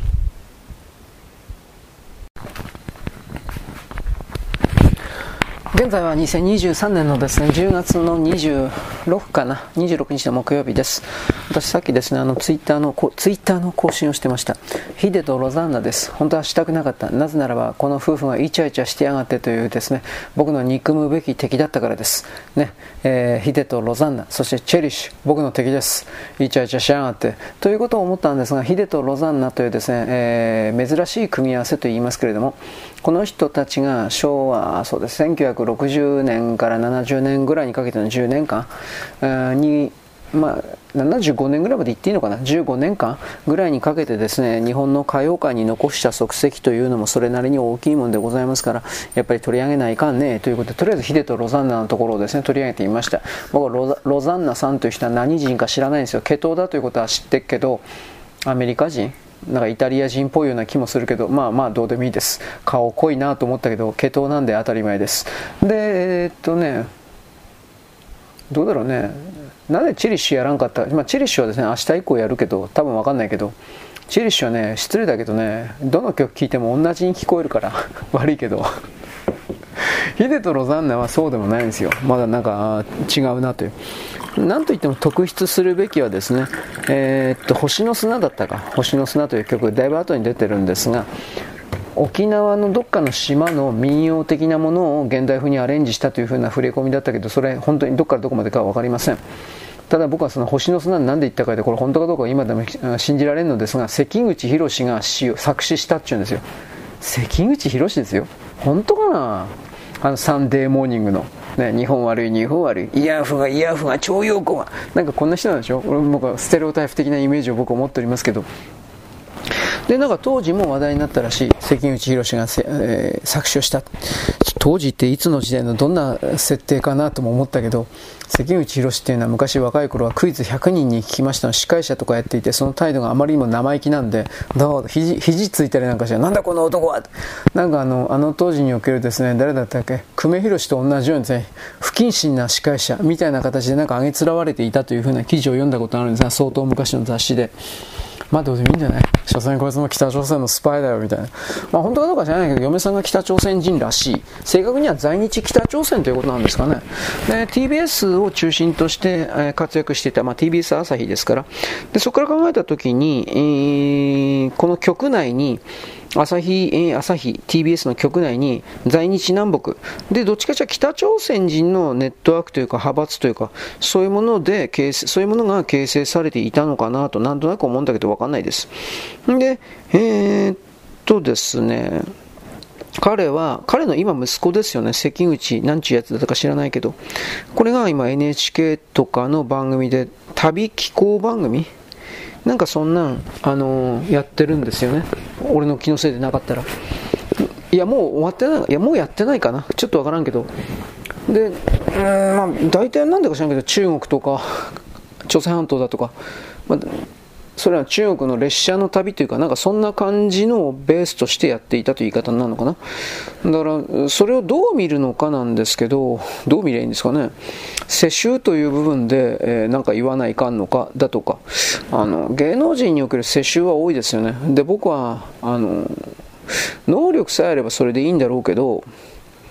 現在はにせんにじゅうさんねんのですね、じゅうがつのにじゅうろくかな、にじゅうろくにちの木曜日です。私さっきですね、あのツイッターのツイッターの更新をしてました。ヒデとロザンナです。本当はしたくなかった。なぜならばこの夫婦がイチャイチャしてやがってというですね、僕の憎むべき敵だったからです。ね、えー、ヒデとロザンナ、そしてチェリッシュ、僕の敵です。イチャイチャしやがってということを思ったんですが、ヒデとロザンナというですね、えー、珍しい組み合わせと言いますけれども、この人たちが昭和、そうです、せんきゅうひゃくろくじゅうねんからななじゅうねんぐらいにかけてのじゅうねんかんに、まあ、ななじゅうごねんぐらいまで言っていいのかな、じゅうごねんかんぐらいにかけてですね、日本の歌謡界に残した足跡というのもそれなりに大きいものでございますから、やっぱり取り上げないかんねということで、とりあえずヒデとロザンナのところをですね取り上げてみました。僕は ロザ、ロザンナさんという人は何人か知らないんですよ。ケトウだということは知ってるけど、アメリカ人なんかイタリア人っぽいような気もするけど、まあまあどうでもいいです。顔濃いなと思ったけど、ケトウなんで当たり前です。で、えー、っとね、どうだろうね、なぜチェリッシュやらんかった、まあ、チェリッシュはですね、明日以降やるけど、多分わかんないけど、チェリッシュはね、失礼だけどね、どの曲聴いても同じに聞こえるから悪いけどヒデとロザンナはそうでもないんですよ。まだなんか違うなという。なんといっても特筆するべきはですね、えー、っと星の砂だったか、星の砂という曲、だいぶ後に出てるんですが、沖縄のどっかの島の民謡的なものを現代風にアレンジしたという風な触れ込みだったけど、それ本当にどっからどこまでかは分かりません。ただ僕はその星の砂に何で言ったかで、これ本当かどうかは今でも信じられるのですが、関口宏が詩を作詞したっていうんですよ。関口宏ですよ。本当かな、あのサンデーモーニングのね、日本悪い日本悪いイヤフがイヤフが徴用工がなんかこんな人なんでしょ。俺僕はステレオタイプ的なイメージを僕は持っておりますけど、でなんか当時も話題になったらしい。関口宏が、えー、作詞をした。当時っていつの時代のどんな設定かなとも思ったけど、関口宏っていうのは昔若い頃はクイズひゃくにんに聞きましたの司会者とかやっていて、その態度があまりにも生意気なんで、だから肘肘ついたりなんかして、なんだこの男は、なんかあのあの当時におけるですね、誰だったっけ、久米宏と同じようにですね、不謹慎な司会者みたいな形でなんかあげつらわれていたというふうな記事を読んだことがあるんですが、相当昔の雑誌で。まあどうでもいいんじゃない、所詮こいつも北朝鮮のスパイだよみたいな。まあ本当かどうか知らないけど、嫁さんが北朝鮮人らしい。正確には在日北朝鮮ということなんですかね。で ティービーエス を中心として活躍していた、まあ、ティービーエス 朝日ですから。でそこから考えたときに、えー、この局内に朝日、えー、朝日 ティービーエス の局内に在日南北で、どっちかというと北朝鮮人のネットワークというか派閥というか、そういうもので形成、そういうものが形成されていたのかなとなんとなく思うんだけど分かんないです。で、えー、っとですね彼は、彼の今息子ですよね、関口なんちゅうやつだったか知らないけど、これが今 エヌエイチケー とかの番組で旅気候番組なんかそんなん、あのー、やってるんですよね。俺の気のせいでなかったら。いやもう終わってない、いやもうやってないかな、ちょっとわからんけど。で、うーん、まあ大体なんでか知らんけど、中国とか朝鮮半島だとか、まあ、それは中国の列車の旅というか、なんかそんな感じのをベースとしてやっていたという言い方になるのかな。だからそれをどう見るのかなんですけど、どう見ればいいんですかね。世襲という部分で、えー、なんか言わないかんのかだとか、あの芸能人における世襲は多いですよね。で僕はあの能力さえあればそれでいいんだろうけど、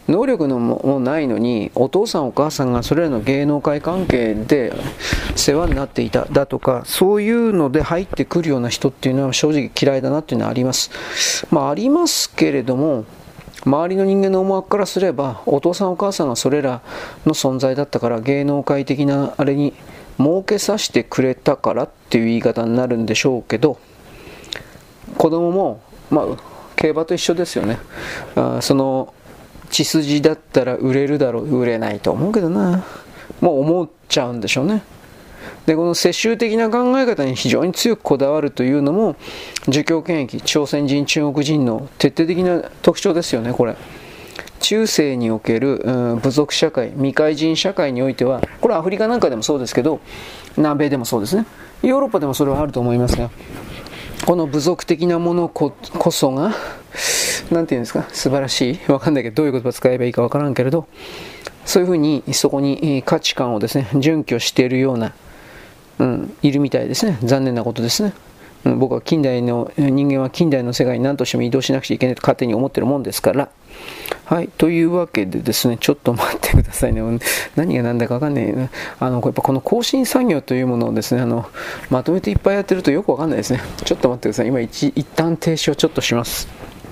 能力のもないのにお父さんお母さんがそれらの芸能界関係で世話になっていただとか、そういうので入ってくるような人っていうのは正直嫌いだなっていうのはあります。まあありますけれども、周りの人間の思惑からすればお父さんお母さんがそれらの存在だったから芸能界的なあれに儲けさせてくれたからっていう言い方になるんでしょうけど、子供もまあ競馬と一緒ですよね。あその血筋だったら売れるだろう、売れないと思うけどな、もう思っちゃうんでしょうね。でこの世襲的な考え方に非常に強くこだわるというのも儒教権益、朝鮮人中国人の徹底的な特徴ですよね。これ中世における、うん、部族社会、未開人社会においては、これはアフリカなんかでもそうですけど、南米でもそうですね、ヨーロッパでもそれはあると思いますが、この部族的なもの こ, こそがなんていうんですか、素晴らしい、わかんないけどどういう言葉使えばいいかわからんけれど、そういうふうにそこに価値観をですね準拠しているような、うん、いるみたいですね。残念なことですね。うん、僕は近代の人間は近代の世界に何としても移動しなくちゃいけないと勝手に思ってるもんですから。はい、というわけでですね、ちょっと待ってくださいね。何が何だか分かんないな。あのやっぱこの更新作業というものをですね、あのまとめていっぱいやってるとよく分かんないですね。ちょっと待ってください。今一一旦停止をちょっとします。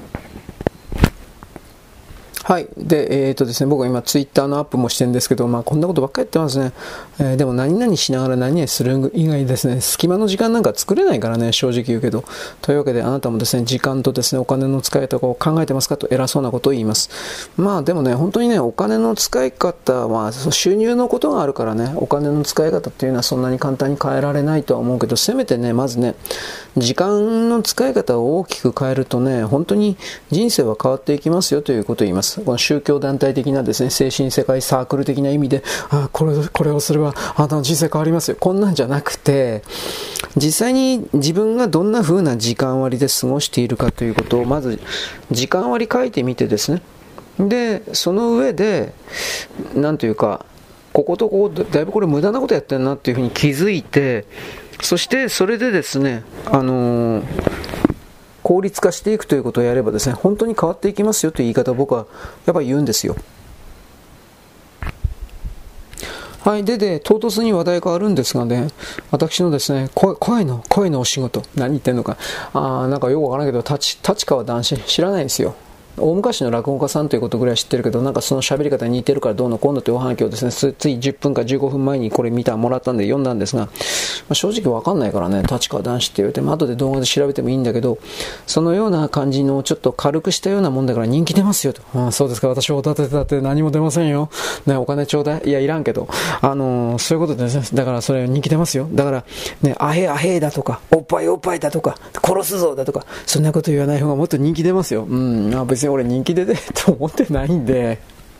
はい。で、えーとですね、僕は今ツイッターのアップもしてるんですけど、まあこんなことばっかりやってますね。えー、でも何々しながら何々する以外ですね、隙間の時間なんか作れないからね、正直言うけど。というわけであなたもですね、時間とですね、お金の使い方を考えてますかと偉そうなことを言います。まあでもね、本当にね、お金の使い方は収入のことがあるからね、お金の使い方っていうのはそんなに簡単に変えられないとは思うけど、せめてね、まずね、時間の使い方を大きく変えるとね、本当に人生は変わっていきますよということを言います。この宗教団体的なですね、精神世界サークル的な意味で、あこれ、これをすればあなたの人生変わりますよ。こんなんじゃなくて、実際に自分がどんな風な時間割で過ごしているかということを、まず時間割書いてみてですね。で、その上で、なんというか、こことここ、だいぶこれ無駄なことやってるなっていうふうに気づいて、そしてそれでですね、あのー、効率化していくということをやればですね、本当に変わっていきますよという言い方を僕はやっぱり言うんですよ。はい。で、で、唐突に話題変わるんですがね、私のですね、声、声の、声のお仕事、何言ってんのか、あーなんかよくわからないけど、立川談志知らないですよ。大昔の落語家さんということぐらい知ってるけど、なんかその喋り方に似てるからどうのこうのというおはがきをですね、つ, ついじゅっぷんかじゅうごふんまえにこれ見たもらったんで読んだんですが、まあ、正直わかんないからね、立川談志って言われて、まあ、後で動画で調べてもいいんだけど、そのような感じのちょっと軽くしたようなもんだから人気出ますよと。ああそうですか、私を立ててたって何も出ませんよ。ね、お金ちょうだい。いや、いらんけど。あのー、そういうことですね。だからそれ人気出ますよ。だから、ね、あへあへだとか、おっぱいおっぱいだとか、殺すぞだとか、そんなこと言わない方がもっと人気出ますよ。うん、まあ、別に俺人気出てと思ってないんで、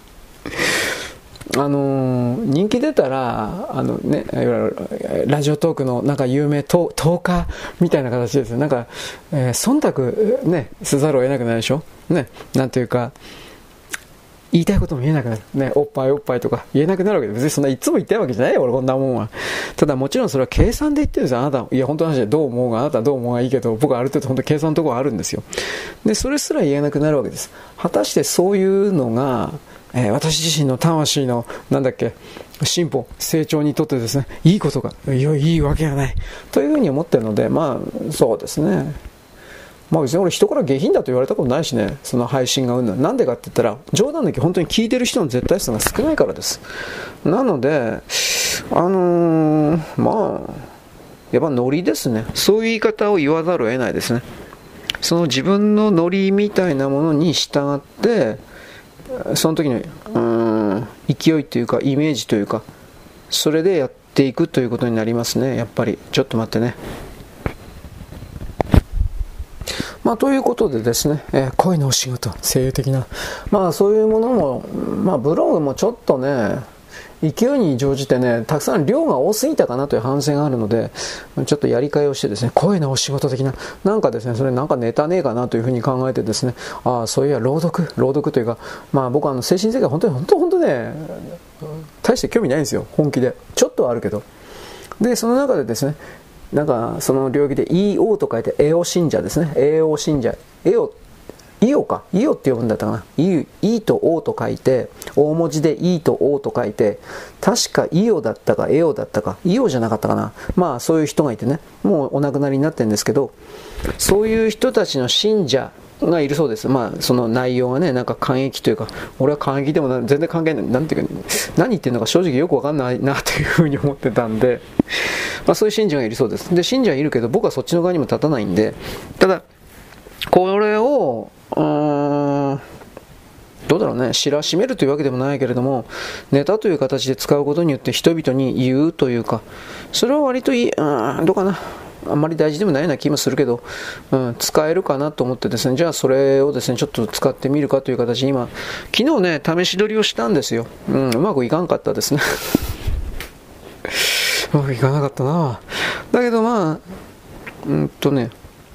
あのー、人気出たらあの、ね、いわゆるラジオトークのなんか有名トーカーみたいな形ですよ。なんか、えー、忖度、ね、せざるを得なくなるでしょ、ね、なんていうか言いたいことも言えなくなる、ね、おっぱいおっぱいとか言えなくなるわけで、別にそんないつも言ったいわけじゃないよ俺こんなもんは。ただもちろんそれは計算で言ってるんですよ。あなたいや本当の話でどう思うがあなたはどう思うがいいけど、僕はある程度本当計算のところはあるんですよ。でそれすら言えなくなるわけです。果たしてそういうのが、えー、私自身の魂のなんだっけ進歩成長にとってですね、いいことがいやいいわけがないというふうに思ってるので、まあそうですね、まあ別に俺人から下品だと言われたことないしね、その配信がうんぬん。なんでかって言ったら、冗談だけ本当に聞いてる人の絶対数が少ないからです。なので、あのー、まあ、やっぱノリですね。そういう言い方を言わざるを得ないですね。その自分のノリみたいなものに従って、その時のうーん勢いというかイメージというか、それでやっていくということになりますね。やっぱり。ちょっと待ってね。まあ、ということでですね、えー、声のお仕事、声優的な、まあそういうものも、まあブログもちょっとね、勢いに乗じてね、たくさん量が多すぎたかなという反省があるので、ちょっとやり替えをしてですね、声のお仕事的な、なんかですね、それなんかネタねえかなというふうに考えてですね、ああ、そういや、朗読、朗読というか、まあ僕はあの精神世界本当に本当本当ね、大して興味ないんですよ、本気で。ちょっとはあるけど。で、その中でですね、なんかその領域で イーオー と書いてエオ信者ですね。エオ信者。エオ、 イオか。イオって呼ぶんだったかな。イ、イとオと書いて、大文字でイとオと書いて、確かイオだったかエオだったか、イオじゃなかったかな。まあそういう人がいてね、もうお亡くなりになってるんですけど、そういう人たちの信者がいるそうです。まあその内容がね、なんか感激というか、俺は感激でも全然関係ない。なんていうか、何言ってるのか正直よくわかんないなというふうに思ってたんで、まあそういう信者がいるそうです。で、信者いるけど、僕はそっちの側にも立たないんで、ただ、これを、うーんどうだろうね、知らしめるというわけでもないけれども、ネタという形で使うことによって人々に言うというか、それは割といい、うん、どうかな、あんまり大事でもないような気もするけど、うん、使えるかなと思ってですね、じゃあそれをですね、ちょっと使ってみるかという形に今、昨日ね、試し撮りをしたんですよ。うん、うまくいかんかったですね。うまくいかなかったな。だけどまあ、うんとね、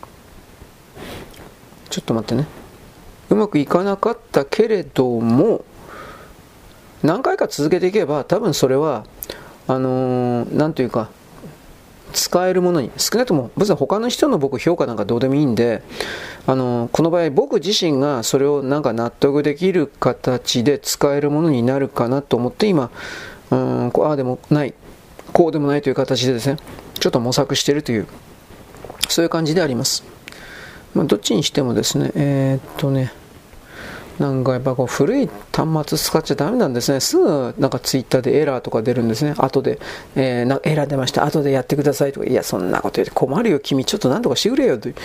ちょっと待ってね。うまくいかなかったけれども、何回か続けていけば、多分それは、あのー、なんというか、使えるものに、少なくとも、別に他の人の僕評価なんかどうでもいいんで、あのー、この場合僕自身がそれをなんか納得できる形で使えるものになるかなと思って、今、うーん、こう、ああでもない、こうでもないという形でですね、ちょっと模索しているという、そういう感じであります。まあ、どっちにしてもですね、えー、っとね、なんかやっぱこう古い端末使っちゃダメなんですね。すぐなんかツイッターでエラーとか出るんですね。後で、えー、なエラー出ました。後でやってくださいとか、いやそんなこと言って困るよ君、ちょっとなんとかしてくれよという。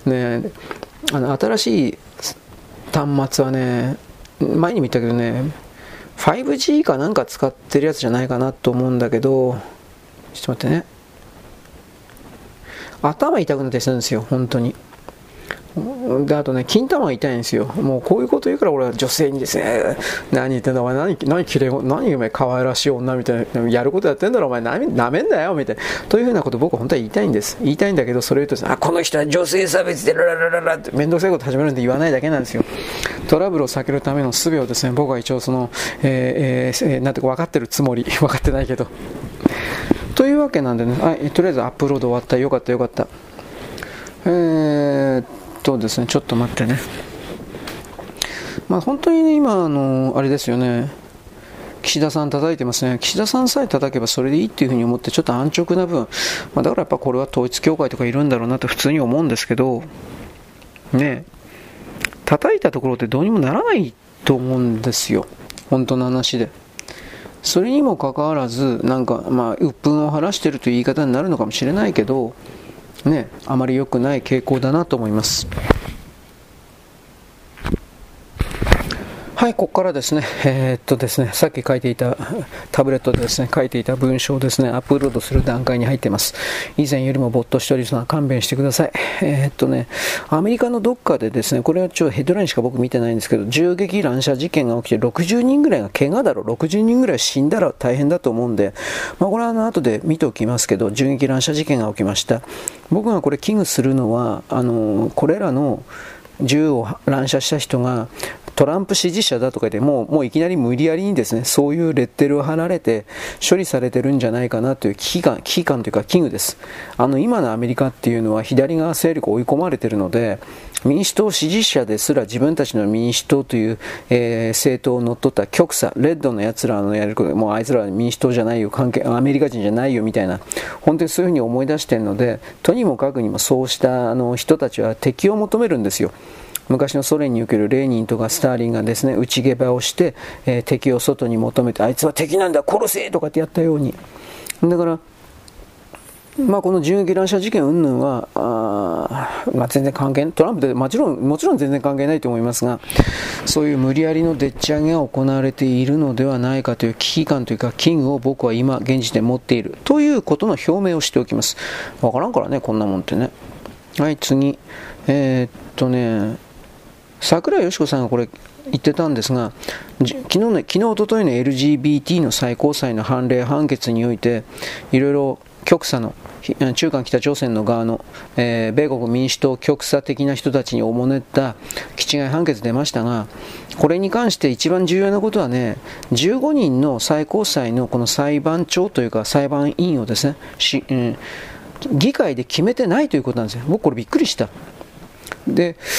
ね、あの新しい端末はね、前にも言ったけどね、ファイブジー かなんか使ってるやつじゃないかなと思うんだけど、ちょっと待ってね。頭痛くなってするんですよ、本当に。であとね、金玉が痛いんですよ。もうこういうこと言うから俺は女性にですね、何言ってんだお前、何何きれい、何お前可愛らしい女みたいな、やることやってんだろお前、なめなめんだよみたいな、というふうなこと僕は本当は言いたいんです。言いたいんだけど、それを言うと、あ、この人は女性差別でラララララって面倒くさいこと始めるんで言わないだけなんですよ。トラブルを避けるための術をですね、僕は一応その、えーえー、なんていうか分かってるつもり、分かってないけど。というわけなんでね、はい、とりあえずアップロード終わった。よかったよかった。えーそうですね、ちょっと待ってね。まあ本当にね、今あのあれですよね、岸田さん叩いてますね。岸田さんさえ叩けばそれでいいっていうふうに思って、ちょっと安直な分、まあ、だからやっぱこれは統一教会とかいるんだろうなと普通に思うんですけどね、叩いたところってどうにもならないと思うんですよ、本当の話で。それにもかかわらず、なんかまあ鬱憤を晴らしているという言い方になるのかもしれないけどね、あまり良くない傾向だなと思います。はい、ここからですね、えー、っとですね、さっき書いていたタブレットでですね、書いていた文章をですね、アップロードする段階に入っています。以前よりも没頭しておりますのは勘弁してください。えー、っとね、アメリカのどっかでですね、これはちょっとヘッドラインしか僕見てないんですけど、銃撃乱射事件が起きてろくじゅうにんぐらいが怪我だろう、ろくじゅうにんぐらい死んだら大変だと思うんで、まあ、これはあの後で見ておきますけど、銃撃乱射事件が起きました。僕がこれ危惧するのは、あのこれらの銃を乱射した人がトランプ支持者だとかでもう、もういきなり無理やりにですね、そういうレッテルを貼られて処理されてるんじゃないかなという危機感、危機感というか危惧です。あの今のアメリカっていうのは左側勢力追い込まれているので、民主党支持者ですら自分たちの民主党という、えー、政党を乗っ取った極左、レッドのやつらのやること、もうあいつらは民主党じゃないよ、関係、アメリカ人じゃないよみたいな、本当にそういうふうに思い出しているので、とにもかくにもそうしたあの人たちは敵を求めるんですよ。昔のソ連におけるレーニンとかスターリンがですね、内下馬をして、えー、敵を外に求めて、あいつは敵なんだ殺せとかってやったように。だからまあ、この銃撃乱射事件云々はあ、まあ、全然関係ない、トランプでもちろんもちろん全然関係ないと思いますが、そういう無理やりのでっち上げが行われているのではないかという危機感というか危惧を僕は今現時点で持っているということの表明をしておきます。わからんからね、こんなもんってね。はい、次、えー、っとね桜井よし子さんがこれ言ってたんですが、昨日の、昨日おとといの エルジービーティー の最高裁の判例判決において、いろいろ極左の中韓北朝鮮の側の、えー、米国民主党極左的な人たちにおもねった気違い判決出ましたが、これに関して一番重要なことはね、じゅうごにんの最高裁のこの裁判長というか裁判員をですね、し、うん、議会で決めてないということなんですよ。僕これびっくりした。で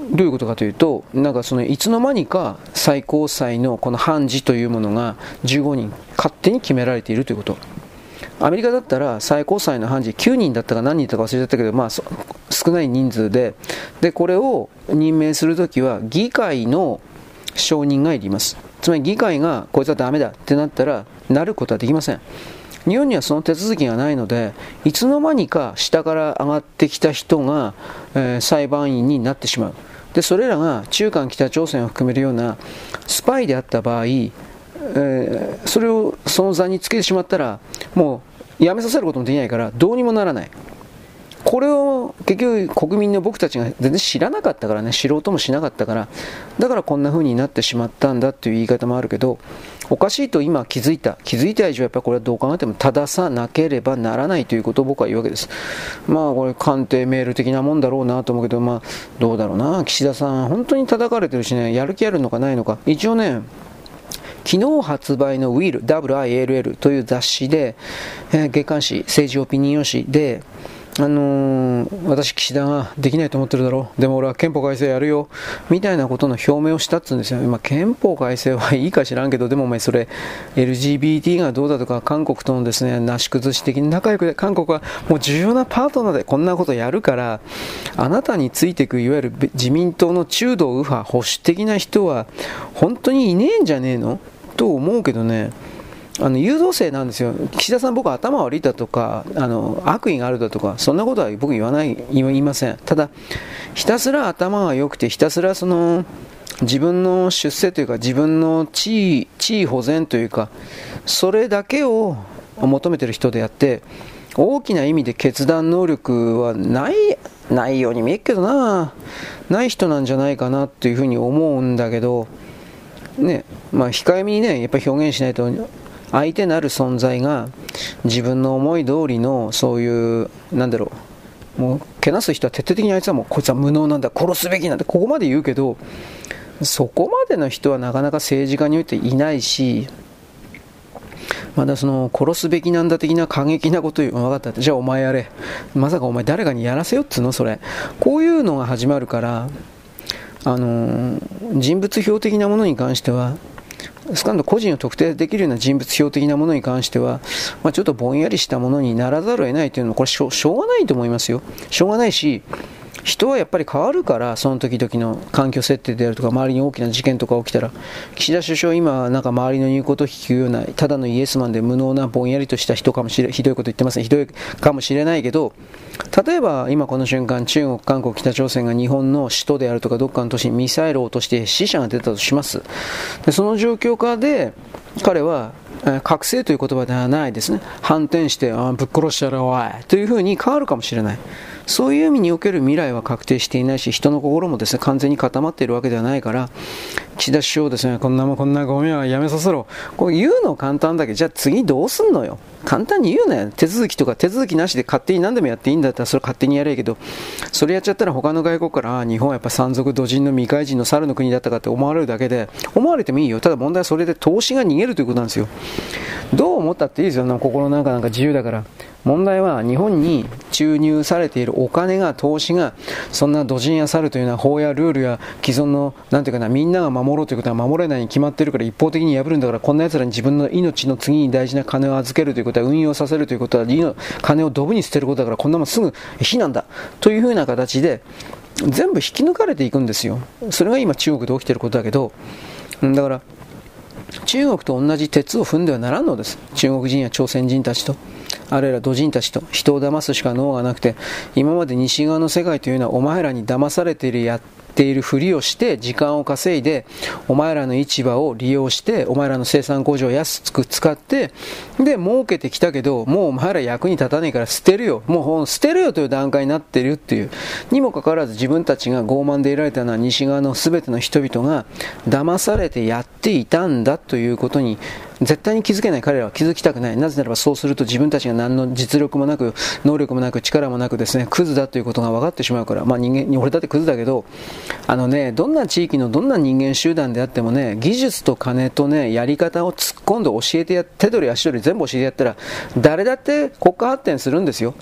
どういうことかというと、なんかそのいつの間にか最高裁のこの判事というものがじゅうごにん勝手に決められているということ。アメリカだったら最高裁の判事きゅうにんだったか何人だったか忘れちゃったけど、まあ、少ない人数で、でこれを任命するときは議会の承認がいります。つまり議会がこいつはダメだってなったらなることはできません。日本にはその手続きがないので、いつの間にか下から上がってきた人が、えー、裁判員になってしまう。でそれらが中韓北朝鮮を含めるようなスパイであった場合、えー、それをその座につけてしまったらもう辞めさせることもできないからどうにもならない。これを結局国民の僕たちが全然知らなかったからね、知ろうともしなかったから、だからこんな風になってしまったんだという言い方もあるけど、おかしいと今気づいた気づいた以上やっぱりこれはどう考えても正さなければならないということを僕は言うわけです。まあこれ官邸メール的なもんだろうなと思うけど、まあどうだろうな、岸田さん本当に叩かれてるしね、やる気あるのかないのか。一応ね、昨日発売の ウィル ダブリューアイエルエル という雑誌で、えー、月刊誌政治オピニオン誌で、あのー、私岸田ができないと思ってるだろう、でも俺は憲法改正やるよみたいなことの表明をしたっつうんですよ。今憲法改正はいいか知らんけど、でもお前それ エルジービーティー がどうだとか、韓国とのですねなし崩し的に仲良くで、韓国はもう重要なパートナーでこんなことやるから、あなたについていくいわゆる自民党の中道右派保守的な人は本当にいねえんじゃねえのと思うけどね。あの誘導性なんですよ。岸田さん、僕は頭悪いだとかあの悪意があるだとかそんなことは僕言わない言いません。ただひたすら頭が良くて、ひたすらその自分の出世というか自分の地位、地位保全というかそれだけを求めてる人であって、大きな意味で決断能力はないないように見えるけどな、ない人なんじゃないかなというふうに思うんだけどね。まあ控えめにねやっぱり表現しないと、相手なる存在が自分の思い通りのそういうなんだろう、もうけなす人は徹底的にあいつはもうこいつは無能なんだ、殺すべきなんだ、ここまで言うけど、そこまでの人はなかなか政治家においていないし、まだその殺すべきなんだ的な過激なこと言う、分かった、じゃあお前やれ、まさかお前誰かにやらせよっつうのそれ、こういうのが始まるから、あの人物標的なものに関しては、少なくとも個人を特定できるような人物標的なものに関しては、まあ、ちょっとぼんやりしたものにならざるを得ないというのはこれしょう、しょうがないと思いますよ。しょうがないし、人はやっぱり変わるから、その時々の環境設定であるとか、周りに大きな事件とか起きたら、岸田首相、今、なんか周りの言うことを聞くような、ただのイエスマンで無能なぼんやりとした人かもしれ、ひどいこと言ってますね、ひどいかもしれないけど、例えば今この瞬間、中国、韓国、北朝鮮が日本の首都であるとか、どっかの都市にミサイルを落として死者が出たとします。でその状況下で、彼は、覚醒という言葉ではないですね、反転して、あぶっ殺したらおいというふうに変わるかもしれない。そういう意味における未来は確定していないし、人の心もですね完全に固まっているわけではないから、岸田首相ですね、こんなもんこんなゴミはやめさせろ、こう言うの簡単だけど、じゃあ次どうすんのよ、簡単に言うなよ。手続きとか手続きなしで勝手に何でもやっていいんだったらそれ勝手にやれやけど、それやっちゃったら他の外国から、あ日本はやっぱ山賊土人の未開人の猿の国だったかって思われるだけで、思われてもいいよ。ただ問題はそれで投資が逃げるということなんですよ。どう思ったっていいですよ、心の中なんか自由だから。問題は日本に注入されているお金が、投資が、そんな土人や猿というような法やルールや既存のなんていうかな、みんなが守ろうということは守れないに決まっているから一方的に破るんだから、こんな奴らに自分の命の次に大事な金を預けるということは、運用させるということは、金をドブに捨てることだから、こんなもんすぐ非難だというふうな形で全部引き抜かれていくんですよ。それが今中国で起きていることだけど、だから中国と同じ鉄を踏んではならんのです。中国人や朝鮮人たちと、あるいは土人たちと、人を騙すしか能がなくて、今まで西側の世界というのはお前らに騙されている、やっているふりをして時間を稼いで、お前らの市場を利用して、お前らの生産工場を安く使ってで儲けてきたけど、もうお前ら役に立たないから捨てるよ、もう捨てるよという段階になっているっていう、にもかかわらず自分たちが傲慢でいられたのは西側の全ての人々が騙されてやっていたんだということに絶対に気づけない。彼らは気づきたくない。なぜならばそうすると自分たちが何の実力もなく、能力もなく、力もなくですね、クズだということが分かってしまうから。まあ人間、俺だってクズだけど、あのね、どんな地域のどんな人間集団であってもね、技術と金とね、やり方を突っ込んで教えてや、手取り足取り全部教えてやったら、誰だって国家発展するんですよ。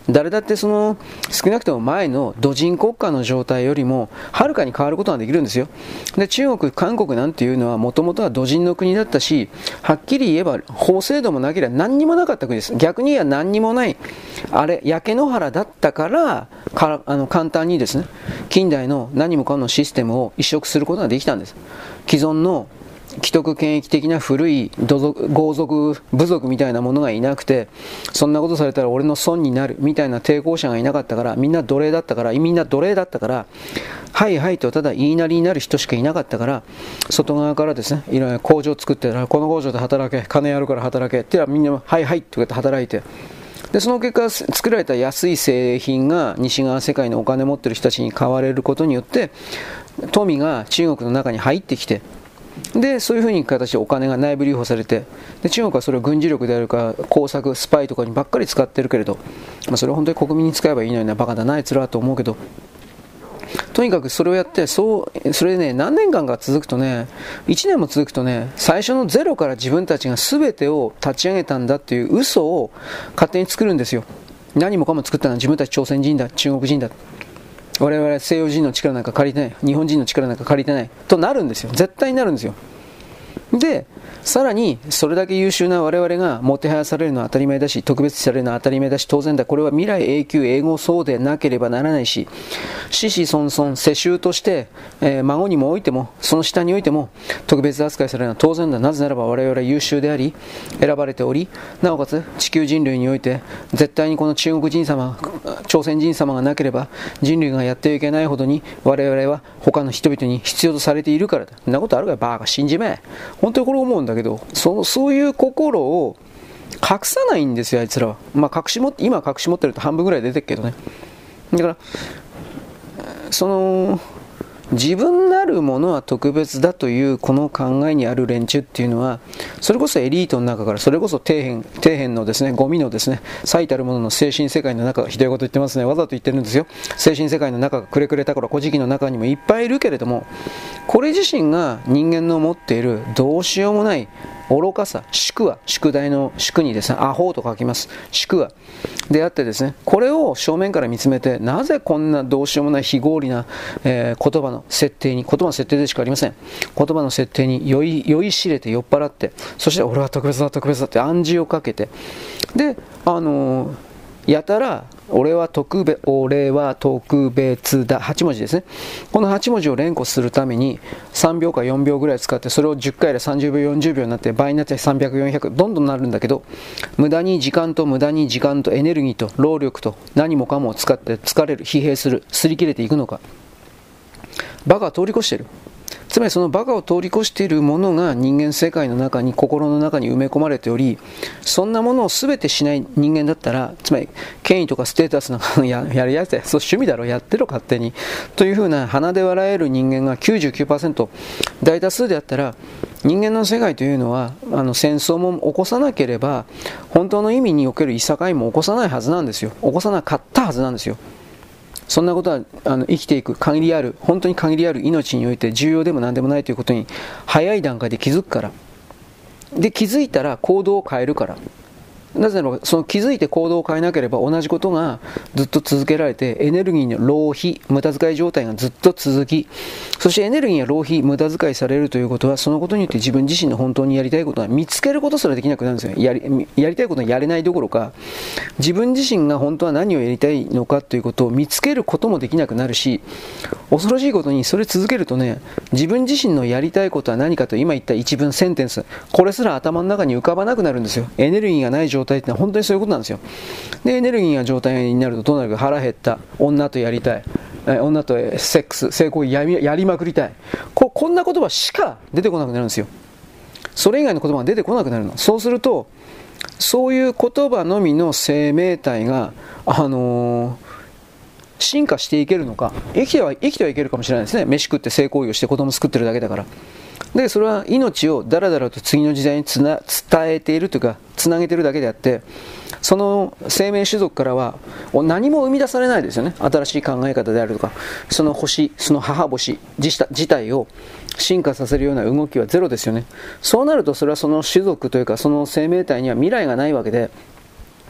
誰だってその少なくとも前の土人国家の状態よりもはるかに変わることができるんですよ。で、中国、韓国なんていうのはもともとは土人の国だったし、はっきり言えば法制度もなければ何にもなかった国です。逆に言えば何にもない、あれ、焼け野原だったから、かあの簡単にですね、近代の何もかのシステムを移植することができたんです。既存の既得権益的な古い土族豪族部族みたいなものがいなくて、そんなことされたら俺の損になるみたいな抵抗者がいなかったから、みんな奴隷だったからみんな奴隷だったからはいはいとただ言いなりになる人しかいなかったから、外側からですね、いろいろ工場を作ってたら、この工場で働け、金やるから働けってみんなはいはいって働いて、でその結果作られた安い製品が西側世界のお金持ってる人たちに買われることによって富が中国の中に入ってきて、でそういうふうに形でお金が内部留保されて、で中国はそれを軍事力であるか工作スパイとかにばっかり使ってるけれど、まあ、それを本当に国民に使えばいいのにな、バカだなあいつらはと思うけど、とにかくそれをやって、そうそれね何年間か続くとね、いちねんも続くとね、最初のゼロから自分たちが全てを立ち上げたんだっていう嘘を勝手に作るんですよ。何もかも作ったのは自分たち朝鮮人だ、中国人だ、我々西洋人の力なんか借りてない、日本人の力なんか借りてないとなるんですよ。絶対になるんですよ。でさらにそれだけ優秀な我々がもてはやされるのは当たり前だし、特別視されるのは当たり前だし当然だ。これは未来永久永劫そうでなければならないし、子々孫々世襲として、えー、孫にもおいてもその下においても特別扱いされるのは当然だ。なぜならば我々は優秀であり選ばれており、なおかつ地球人類において絶対にこの中国人様、朝鮮人様がなければ人類がやってはいけないほどに我々は他の人々に必要とされているからだ。そんなことあるかバーカ信じめえ。本当にこれ思うんだけど、そ, そういう心を隠さないんですよ、あいつらは。まあ、隠し持って今隠し持ってると半分ぐらい出てるけどね。だからその自分なるものは特別だというこの考えにある連中っていうのは、それこそエリートの中から、それこそ底辺、底辺のですね、ゴミのですね、最たるものの精神世界の中、ひどいこと言ってますね、わざと言ってるんですよ。精神世界の中がくれくれた頃、古事記の中にもいっぱいいるけれども、これ自身が人間の持っているどうしようもない愚かさ、宿話、宿題の宿にですね、アホと書きます。宿話であってですね、これを正面から見つめて、なぜこんなどうしようもない非合理な、えー、言葉の設定に、言葉の設定でしかありません。言葉の設定に酔い、酔いしれて酔っ払って、そして俺は特別だ特別だって暗示をかけて、で、あのー、やたら俺は特別、俺は特別だ、はち文字ですね。このはち文字を連呼するためにさんびょうかよんびょうぐらい使って、それをじゅっかいでさんじゅうびょうよんじゅうびょうになって倍になってさんびゃくよんひゃくどんどんなるんだけど、無駄に時間と無駄に時間とエネルギーと労力と何もかもを使って疲れる、疲弊する、擦り切れていくのか。バカは通り越している。つまりそのバカを通り越しているものが人間世界の中に、心の中に埋め込まれており、そんなものを全てしない人間だったら、つまり権威とかステータスなんか や, やるやつや、そう趣味だろ、やってろ勝手にというふうな鼻で笑える人間が きゅうじゅうきゅうパーセント 大多数であったら、人間の世界というのはあの戦争も起こさなければ本当の意味におけるいさかいも起こさないはずなんですよ。起こさなかったはずなんですよ。そんなことはあの生きていく限りある、本当に限りある命において重要でも何でもないということに早い段階で気づくから。で気づいたら行動を変えるから。なぜならその気づいて行動を変えなければ同じことがずっと続けられて、エネルギーの浪費、無駄遣い状態がずっと続き、そしてエネルギーが浪費、無駄遣いされるということは、そのことによって自分自身の本当にやりたいことは見つけることすらできなくなるんですよ。やり、やりたいことはやれないどころか、自分自身が本当は何をやりたいのかということを見つけることもできなくなるし、恐ろしいことにそれ続けるとね、自分自身のやりたいことは何かと今言った一文センテンス、これすら頭の中に浮かばなくなるんですよ。エネルギーがない状態状態ってのは本当にそういうことなんですよ。でエネルギーが状態になるとどうなるか、腹減った、女とやりたい、え女とセックス、性行為 や, やりまくりたい、 こ, こんな言葉しか出てこなくなるんですよ。それ以外の言葉が出てこなくなるの。そうするとそういう言葉のみの生命体が、あのー、進化していけるのか、生きては生きてはいけるかもしれないですね。飯食って性行為をして子供作ってるだけだから。でそれは命をだらだらと次の時代につな伝えているというかつなげているだけであって、その生命種族からは何も生み出されないですよね。新しい考え方であるとか、その星、その母星自体を進化させるような動きはゼロですよね。そうなるとそれはその種族というかその生命体には未来がないわけで、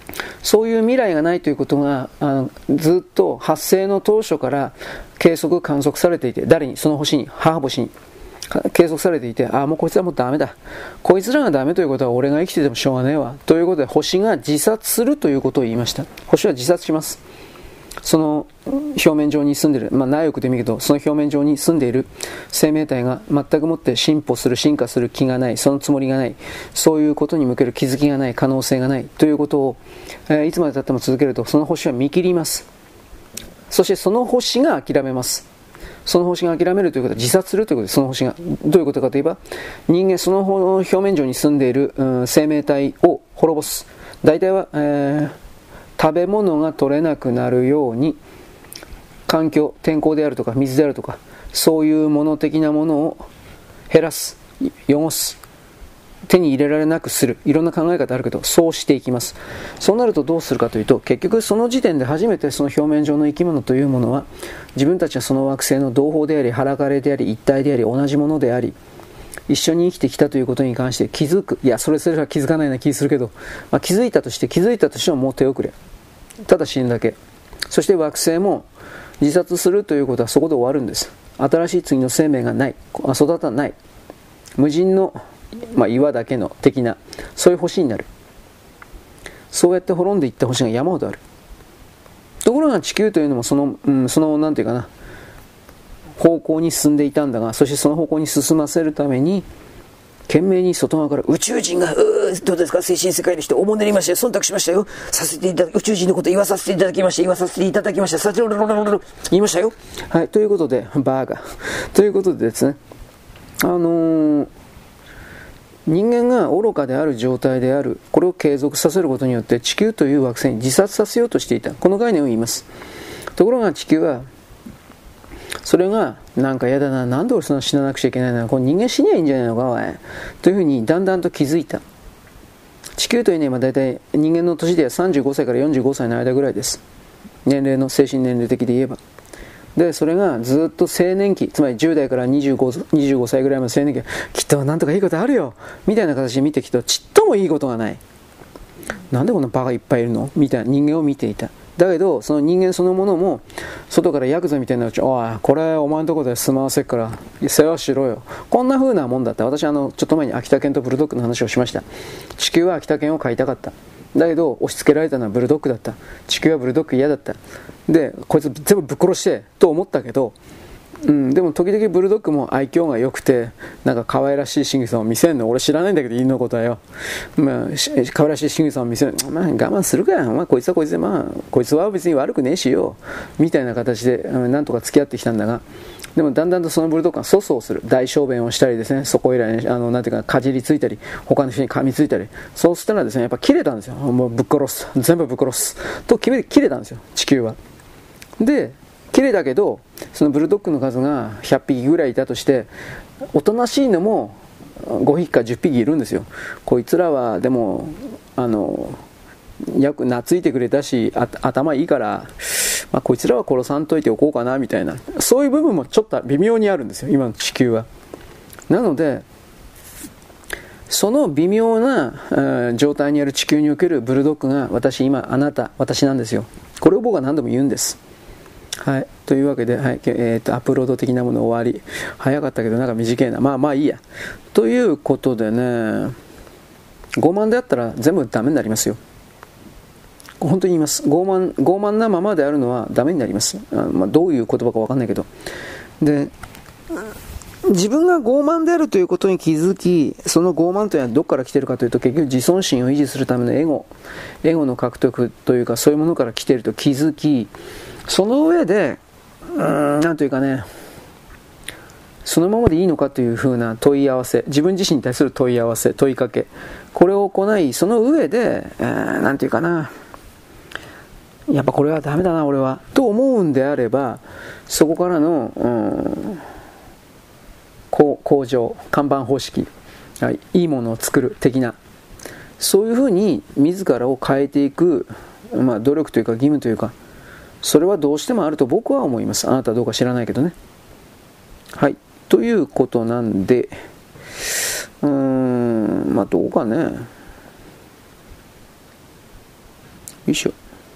そういう未来がないということがあのずっと発生の当初から計測観測されていて、誰に、その星に、母星に計測されていて、ああもうこいつらもうダメだ、こいつらがダメということは俺が生きててもしょうがねえわということで、星が自殺するということを言いました。星は自殺します。その表面上に住んでいる、まあ、内翼で見るとその表面上に住んでいる生命体が全くもって進歩する進化する気がない、そのつもりがない、そういうことに向ける気づきがない、可能性がないということを、えー、いつまでたっても続けるとその星は見切ります。そしてその星が諦めます。その星が諦めるということは自殺するということです。その星がどういうことかといえば、人間その表面上に住んでいる、うん、生命体を滅ぼす。大体は、えー食べ物が取れなくなるように環境、天候であるとか水であるとか、そういうもの的なものを減らす、汚す、手に入れられなくする、いろんな考え方あるけどそうしていきます。そうなるとどうするかというと、結局その時点で初めてその表面上の生き物というものは自分たちはその惑星の同胞であり、腹かれであり、一体であり、同じものであり、一緒に生きてきたということに関して気づく。いや、それすら気づかないような気するけど、まあ、気づいたとして気づいたとしてももう手遅れ。ただ死ぬだけ。そして惑星も自殺するということはそこで終わるんです。新しい次の生命がない、育たない、無人の、まあ、岩だけの的な、そういう星になる。そうやって滅んでいった星が山ほどある。ところが地球というのもその、うん、そのなんていうかな、方向に進んでいたんだが、そしてその方向に進ませるために懸命に外側から宇宙人が、うーどうですか、精神世界の人おもねりましたよ、忖度しましたよ、させていただき、宇宙人のこと言わさせていただきました、言わさせていただきました、させて言いましたよ。はい、ということでバーガーということでですね、あのー、人間が愚かである状態である、これを継続させることによって地球という惑星に自殺させようとしていた、この概念を言います。ところが地球はそれがなんか嫌だな、なんで俺そんな死ななくちゃいけないな、これ人間死にゃいいんじゃないのかおいというふうにだんだんと気づいた。地球というのは今大体人間の年ではさんじゅうごさいからよんじゅうごさいの間ぐらいです、年齢の精神年齢的で言えば。でそれがずっと青年期、つまりじゅう代からにじゅうご、にじゅうごさいぐらいまで青年期、きっとなんとかいいことあるよみたいな形で見てきて、ちっともいいことがない、なんでこんなバカいっぱいいるのみたいな人間を見ていた。だけどその人間そのものも外からヤクザみたいなうち、おいこれお前のとこで住まわせっから世話しろよ、こんな風なもんだった。私あのちょっと前に秋田犬とブルドッグの話をしました。地球は秋田犬を飼いたかった、だけど押し付けられたのはブルドッグだった。地球はブルドッグ嫌だった。でこいつ全部ぶっ殺してと思ったけど、うん、でも時々ブルドッグも愛嬌が良くてなんか可愛らしい仕草を見せるの、俺知らないんだけど犬のことはよ、まあ、可愛らしい仕草を見せる、まあ我慢するか、まあ、こいつはこいつで、まあこいつは別に悪くねえしよみたいな形で、うん、なんとか付き合ってきたんだが、でもだんだんとそのブルドッグが粗相する、大小便をしたりですね、そこいらにあのなんていうかかじりついたり他の人に噛みついたり、そうしたらですねやっぱ切れたんですよ。もうぶっ殺す、全部ぶっ殺すと決めて切れたんですよ地球は。で綺麗だけどそのブルドッグの数がひゃっぴきぐらいいたとして、おとなしいのもごひきかじゅっぴきいるんですよ。こいつらはでもあのよく懐いてくれたし、あ頭いいから、まあ、こいつらは殺さんといておこうかなみたいな、そういう部分もちょっと微妙にあるんですよ今の地球は。なのでその微妙な、えー、状態にある地球におけるブルドッグが私、今あなた、私なんですよ。これを僕は何度も言うんです。はい、というわけで、はい、えーと、アップロード的なもの終わり、早かったけどなんか短いな、まあまあいいやということでね、傲慢であったら全部ダメになりますよ。本当に言います。傲慢、傲慢なままであるのはダメになります。あ、まあ、どういう言葉か分かんないけど、で自分が傲慢であるということに気づき、その傲慢というのはどこから来ているかというと、結局自尊心を維持するためのエゴエゴの獲得というか、そういうものから来ていると気づき、その上でうーんなんというかね、そのままでいいのかというふうな問い合わせ、自分自身に対する問い合わせ、問いかけ、これを行い、その上で、えー、なんていうかな、やっぱこれはダメだな俺はと思うんであれば、そこからの、うん、向上、看板方式、はい、いいものを作る的な、そういうふうに自らを変えていく、まあ、努力というか義務というか、それはどうしてもあると僕は思います。あなたはどうか知らないけどね。はい、ということなんで、うーんまあどうかね、 いしょ。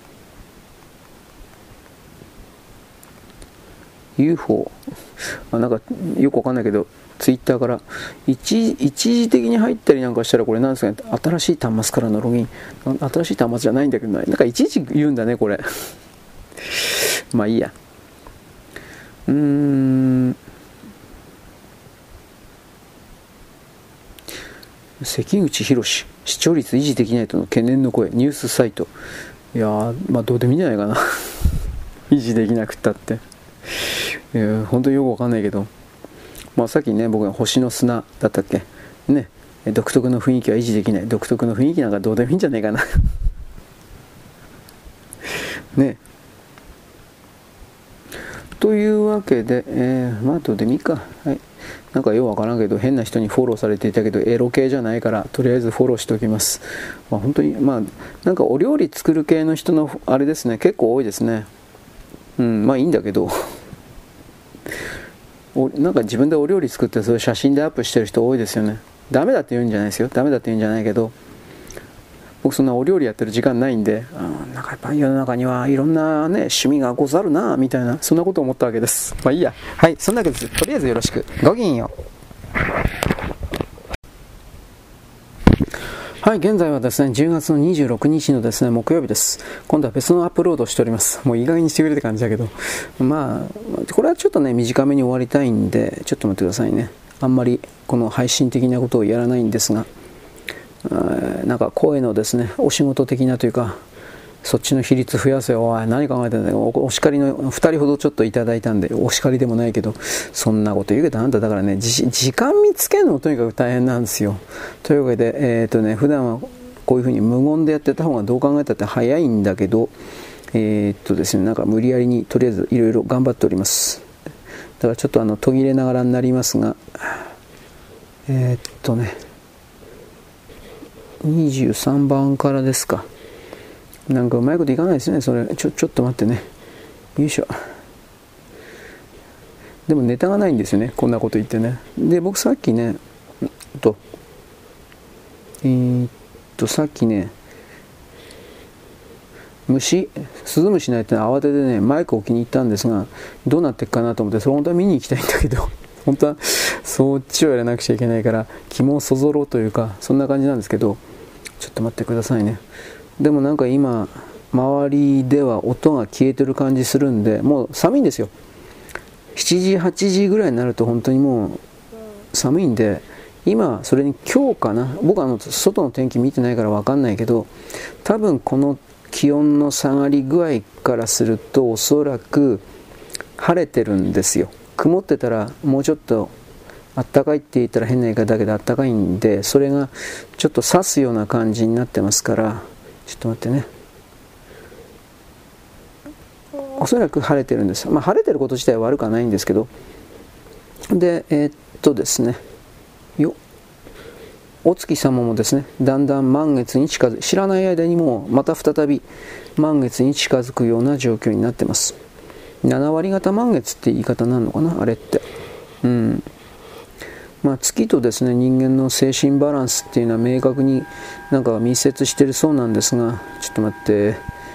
ユーフォー、あ、なんかよくわかんないけど、ツイッターから一一時的に入ったりなんかしたら、これなんですかね、新しい端末からのログイン、新しい端末じゃないんだけどな、なんかいちいち言うんだねこれまあいいや。うーん、関口宏視聴率維持できないとの懸念の声、ニュースサイト。いやー、まあどうでもいいんじゃないかな維持できなくったって、いや本当によくわかんないけど、まあ、さっきね、僕が星の砂だったっけね、独特の雰囲気は維持できない、独特の雰囲気なんかどうでもいいんじゃないかなね。というわけで、えー、まあどうでもいいか。はい、なんかようわからんけど、変な人にフォローされていたけどエロ系じゃないから、とりあえずフォローしておきます。まあ、本当にまあなんかお料理作る系の人のあれですね、結構多いですね。うん、まあいいんだけどおなんか自分でお料理作ってそれ写真でアップしてる人多いですよね。ダメだって言うんじゃないですよ、ダメだって言うんじゃないけど、僕そんなお料理やってる時間ないんで、あ、なんかやっぱり世の中にはいろんなね趣味がござるなみたいな、そんなことを思ったわけです。まあいいや。はい、そんなわけです。とりあえずよろしく。ごきげんよう。はい、現在はですね、じゅうがつのにじゅうろくにちのですね、木曜日です。今度は別のアップロードをしております。もう意外にしてくれって感じだけど、まあ、これはちょっとね、短めに終わりたいんで、ちょっと待ってくださいね。あんまりこの配信的なことをやらないんですが、なんか声のですね、お仕事的なというか、そっちの比率増やせよ、おい何考えてんだよ、お叱りのふたりほどちょっといただいたんで、お叱りでもないけど、そんなこと言うけどあんただからね、じ時間見つけるのもとにかく大変なんですよ。というわけで、えーとね、普段はこういうふうに無言でやってた方がどう考えたって早いんだけど、えーっとですね、なんか無理やりにとりあえずいろいろ頑張っております。だからちょっとあの途切れながらになりますが、えーっとね、にじゅうさんばんからですか。なんかうまいこといかないですね、それ。ちょ、ちょっと待ってね。よいしょ。でもネタがないんですよね、こんなこと言ってね。で、僕さっきね、と、えー、っと、さっきね、虫、スズムシ鳴いて慌ててね、マイクを置きに行ったんですが、どうなっていくかなと思って、それ本当は見に行きたいんだけど、本当はそっちをやらなくちゃいけないから、肝をそぞろうというか、そんな感じなんですけど、ちょっと待ってくださいね。でもなんか今周りでは音が消えてる感じするんで、もう寒いんですよ。しちじはちじぐらいになると本当にもう寒いんで、今それに今日かな、僕はあの外の天気見てないから分かんないけど、多分この気温の下がり具合からするとおそらく晴れてるんですよ。曇ってたらもうちょっとあったかいって言ったら変な言い方だけどあったかいんで、それがちょっと刺すような感じになってますから、ちょっと待ってね。おそらく晴れてるんです。まあ晴れてること自体は悪くはないんですけど。で、えー、っとですね。よお月様もですね、だんだん満月に近づく、知らない間にもまた再び満月に近づくような状況になってます。ななわり型満月って言い方なのかな、あれって。うん。まあ、月とですね、人間の精神バランスっていうのは明確になんか密接しているそうなんですが、ちょっと待って、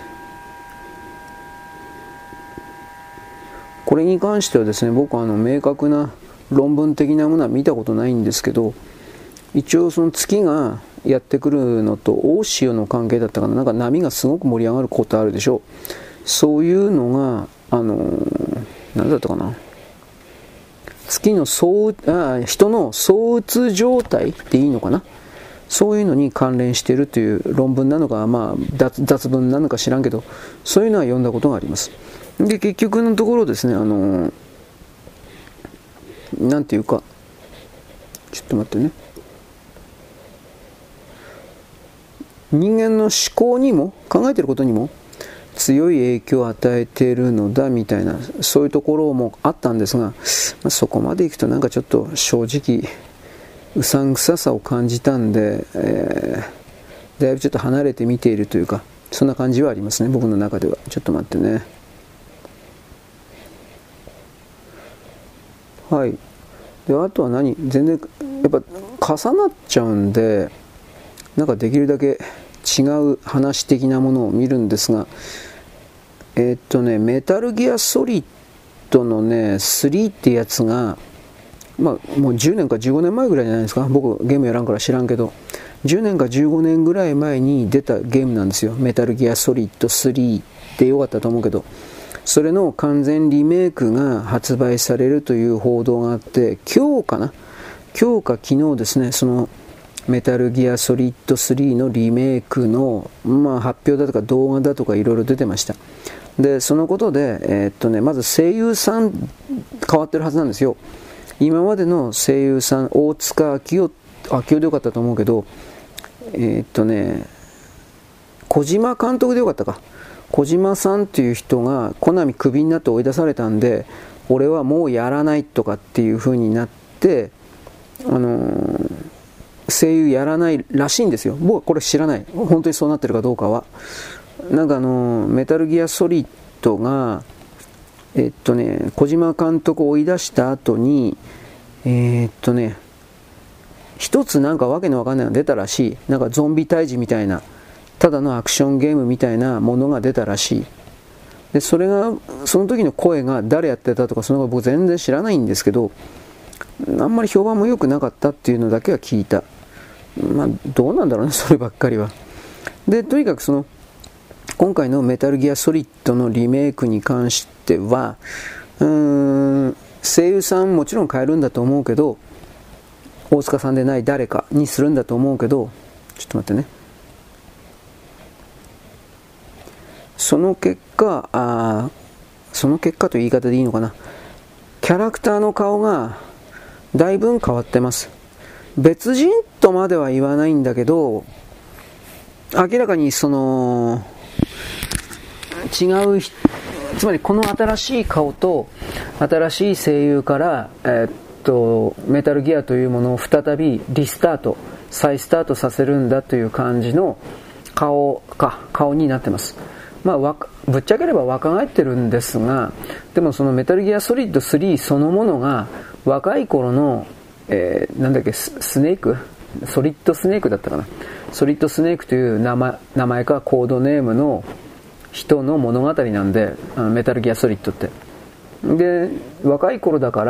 これに関してはですね、僕はあの明確な論文的なものは見たことないんですけど、一応その月がやってくるのと大潮の関係だったかな、なんか波がすごく盛り上がることあるでしょう。そういうのがあの何だったかな、月の相あ人の相うつ状態っていいのかな、そういうのに関連しているという論文なのか、まあ、雑, 雑文なのか知らんけど、そういうのは読んだことがあります。で結局のところですね、あのなんていうか、ちょっと待ってね、人間の思考にも考えていることにも強い影響を与えているのだみたいな、そういうところもあったんですが、まあ、そこまでいくとなんかちょっと正直うさんくささを感じたんで、えー、だいぶちょっと離れて見ているというか、そんな感じはありますね、僕の中では。ちょっと待ってね。はい。であとは何、全然やっぱ重なっちゃうんで、なんかできるだけ違う話的なものを見るんですが、えー、っとねメタルギアソリッドのねスリーってやつが、まあ、もうじゅうねんかじゅうごねんまえぐらいじゃないですか。僕ゲームやらんから知らんけど、じゅうねんかじゅうごねんぐらい前に出たゲームなんですよ。メタルギアソリッドスリーってよかったと思うけど、それの完全リメイクが発売されるという報道があって、今日かな今日か昨日ですね、そのメタルギアソリッドスリーのリメイクの、まあ、発表だとか動画だとかいろいろ出てました。でそのことで、えーっとね、まず声優さん変わってるはずなんですよ。今までの声優さん、大塚明夫、明夫でよかったと思うけど、えーっとね小島監督でよかったか、小島さんっていう人がコナミクビになって追い出されたんで、俺はもうやらないとかっていう風になって、あのー、声優やらないらしいんですよ。僕はこれ知らない、本当にそうなってるかどうかは。なんかあのー、メタルギアソリッドがえっとね小島監督を追い出した後に、えー、っとね一つなんかわけのわかんないのが出たらしい。なんかゾンビ退治みたいな、ただのアクションゲームみたいなものが出たらしい。でそれがその時の声が誰やってたとか、その後僕全然知らないんですけど、あんまり評判も良くなかったっていうのだけは聞いた。まあどうなんだろうね、そればっかりは。でとにかくその今回のメタルギアソリッドのリメイクに関しては、うーん声優さんもちろん変えるんだと思うけど、大塚さんでない誰かにするんだと思うけど、ちょっと待ってね。その結果、あその結果という言い方でいいのかな、キャラクターの顔がだいぶ変わってます。別人とまでは言わないんだけど、明らかにその違う、つまりこの新しい顔と新しい声優から、えー、っとメタルギアというものを再びリスタート、再スタートさせるんだという感じの顔か顔になってます。まあ、わぶっちゃければ若返ってるんですが、でもそのメタルギアソリッドスリーそのものが若い頃の、えー、なんだっけ ス, スネークソリッドスネークだったかな、ソリッドスネークという名 前, 名前かコードネームの人の物語なんで、あのメタルギアソリッドってで若い頃だから、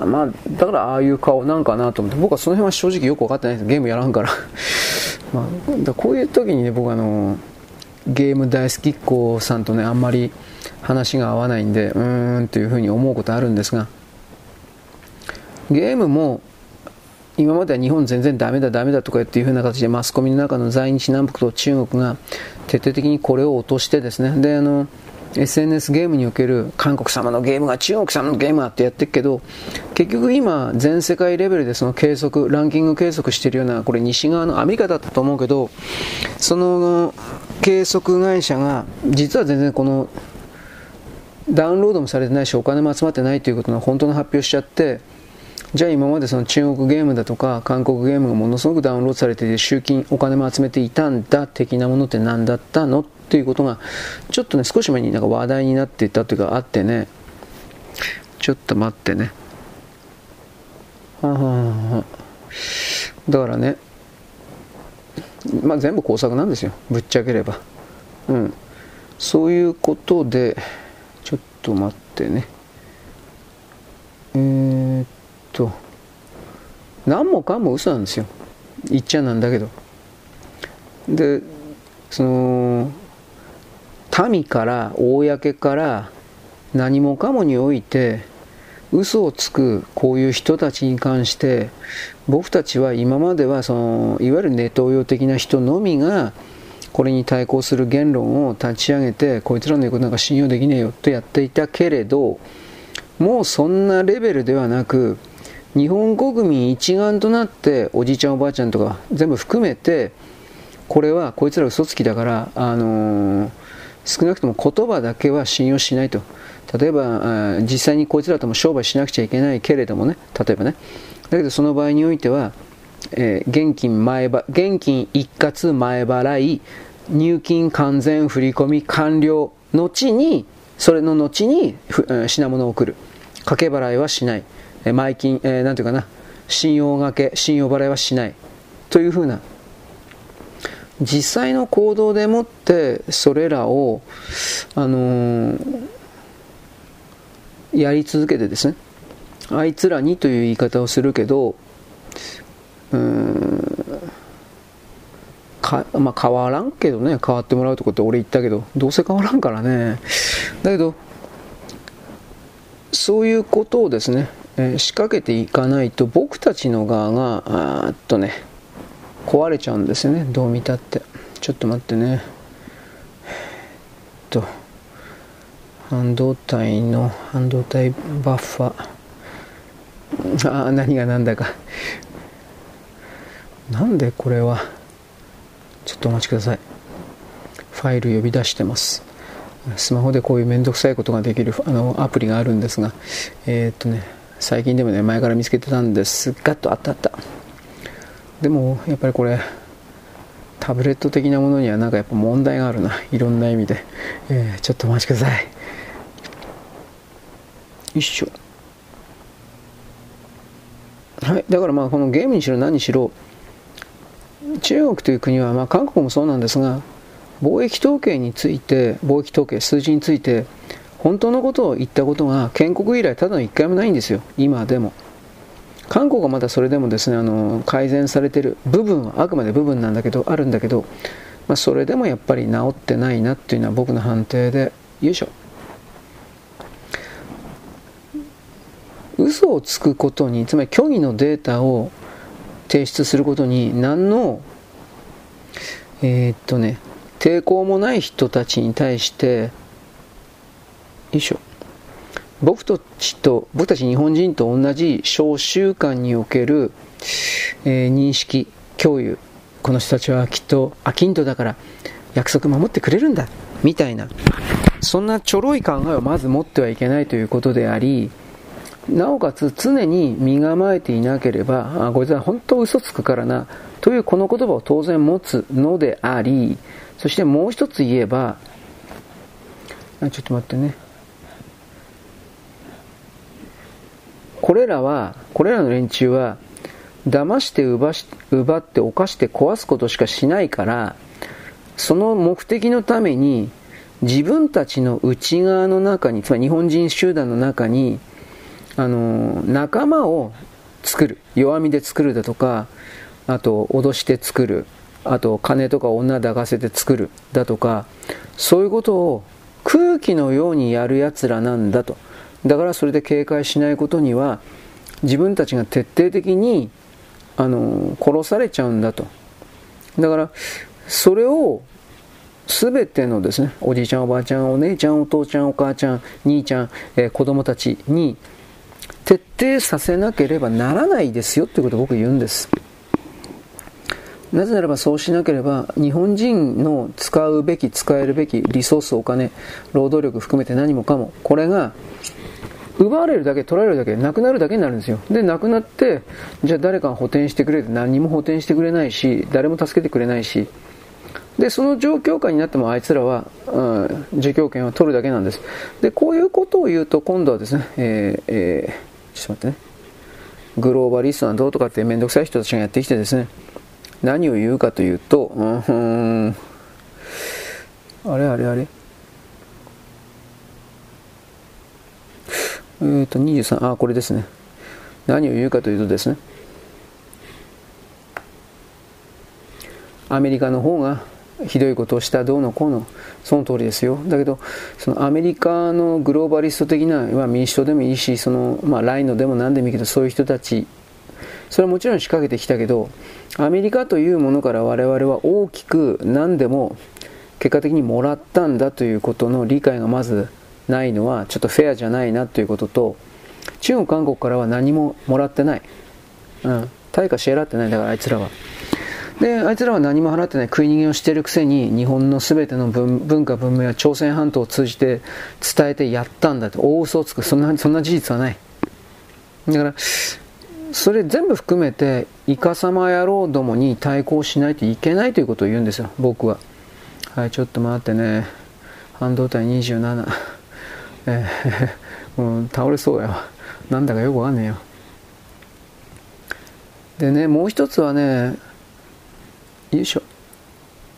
まあ、だからああいう顔なんかなと思って、僕はその辺は正直よく分かってないです、ゲームやらんからまあ、だこういう時にね、僕はあのゲーム大好きっ子さんとねあんまり話が合わないんで、うーんというふうに思うことあるんですが、ゲームも今までは日本全然ダメだダメだとかっていう風な形でマスコミの中の在日南北と中国が徹底的にこれを落としてですね、であの エスエヌエス ゲームにおける韓国様のゲームが中国様のゲームがってやってるけど、結局今全世界レベルでその計測ランキング計測しているような、これ西側のアメリカだったと思うけど、その計測会社が実は全然このダウンロードもされてないしお金も集まってないということの本当の発表しちゃって、じゃあ今までその中国ゲームだとか韓国ゲームがものすごくダウンロードされていて集金お金も集めていたんだ的なものって何だったのっていうことがちょっとね少し前になんか話題になっていたというかあってね、ちょっと待ってね、はははだからね、まあ全部工作なんですよ、ぶっちゃければ。うん、そういうことでちょっと待ってね、えーっと何もかも嘘なんですよ、言っちゃなんだけど。でその民から公から何もかもにおいて嘘をつくこういう人たちに関して、僕たちは今まではそのいわゆるネトウヨ的な人のみがこれに対抗する言論を立ち上げて、こいつらの言うことなんか信用できねえよとやっていたけれど、もうそんなレベルではなく、日本国民一丸となっておじいちゃんおばあちゃんとか全部含めて、これはこいつら嘘つきだから、あのー、少なくとも言葉だけは信用しないと。例えば実際にこいつらとも商売しなくちゃいけないけれどもね、例えばね、だけどその場合においては、えー、現金前ば現金一括前払い、入金完全振り込み完了後に、それの後に品物を送る、掛け払いはしない、前金、えー、なんていうかな、信用掛け信用払いはしないというふうな、 実際の行動でもってそれらを、あのー、やり続けてですね、あいつらにという言い方をするけど、うーんかまあ、変わらんけどね、変わってもらうとこって俺言ったけど、どうせ変わらんからね。だけどそういうことをですね、えー、仕掛けていかないと僕たちの側があーっとね壊れちゃうんですよね、どう見たって。ちょっと待ってね、えっと半導体の半導体バッファー、ああ何が何だか、なんでこれは、ちょっとお待ちください。ファイル呼び出してます。スマホでこういうめんどくさいことができるあのアプリがあるんですが、えー、っとね最近でもね前から見つけてたんですが、とあったあった。でもやっぱりこれタブレット的なものにはなんかやっぱ問題があるな、いろんな意味で、えー、ちょっとお待ちください。よいしょ。はい、だからまあこのゲームにしろ何にしろ、中国という国は、まあ韓国もそうなんですが、貿易統計について、貿易統計、数字について本当のことを言ったことが建国以来ただの一回もないんですよ、今でも。韓国はまだそれでもですね、あの改善されている部分はあくまで部分なんだけど、あるんだけど、まあ、それでもやっぱり治ってないなっていうのは僕の判定で、よいしょ。嘘をつくことに、つまり虚偽のデータを提出することに何のえー、っとね抵抗もない人たちに対して、よいしょ、僕たちと僕たち日本人と同じ小習慣における、えー、認識共有、この人たちはきっとアキントだから約束守ってくれるんだみたいな、そんなちょろい考えをまず持ってはいけないということであり、なおかつ常に身構えていなければ、あこいつは本当嘘つくからなというこの言葉を当然持つのであり、そしてもう一つ言えば、あちょっと待ってね、これらはこれらの連中は騙して奪し奪って犯して壊すことしかしないから、その目的のために自分たちの内側の中に、つまり日本人集団の中にあの仲間を作る、弱みで作るだとか、あと脅して作る、あと金とか女抱かせて作るだとか、そういうことを空気のようにやるやつらなんだと。だからそれで警戒しないことには自分たちが徹底的にあの殺されちゃうんだと。だからそれを全てのですね、おじいちゃんおばあちゃんお姉ちゃんお父ちゃんお母ちゃん兄ちゃん、えー、子供たちに徹底させなければならないですよということを僕言うんです。なぜならばそうしなければ日本人の使うべき使えるべきリソース、お金、労働力含めて何もかもこれが奪われるだけ取られるだけなくなるだけになるんですよ。でなくなって、じゃあ誰かが補填してくれって何も補填してくれないし、誰も助けてくれないし、でその状況下になってもあいつらは、うん、受給権を取るだけなんです。でこういうことを言うと今度はですね、えーえー、ちょっと待ってね、グローバリストはどうとかってめんどくさい人たちがやってきてですね、何を言うかというと、うん、あれあれあれえーとにじゅうさん、あこれですね。何を言うかというとですね、アメリカの方がひどいことをしたどうのこうの、その通りですよ。だけどそのアメリカのグローバリスト的な、まあ、民主党でもいいし、その、まあ、ライノでも何でもいいけど、そういう人たち、それはもちろん仕掛けてきたけど、アメリカというものから我々は大きく何でも結果的にもらったんだということの理解がまずないのはちょっとフェアじゃないなということと、中国韓国からは何ももらってない、うん、対価し払ってない。だからあいつらはであいつらは何も払ってない食い逃げをしているくせに、日本の全ての 文, 文化文明は朝鮮半島を通じて伝えてやったんだと大嘘をつく、そんなそんな事実はない。だからそれ全部含めてイカサマ野郎どもに対抗しないといけないということを言うんですよ、僕は。はい、ちょっと待ってね、半導体にじゅうなな、えー、もう倒れそうやわ、なんだかよくわかんねえよ。でね、もう一つはね、よいしょ、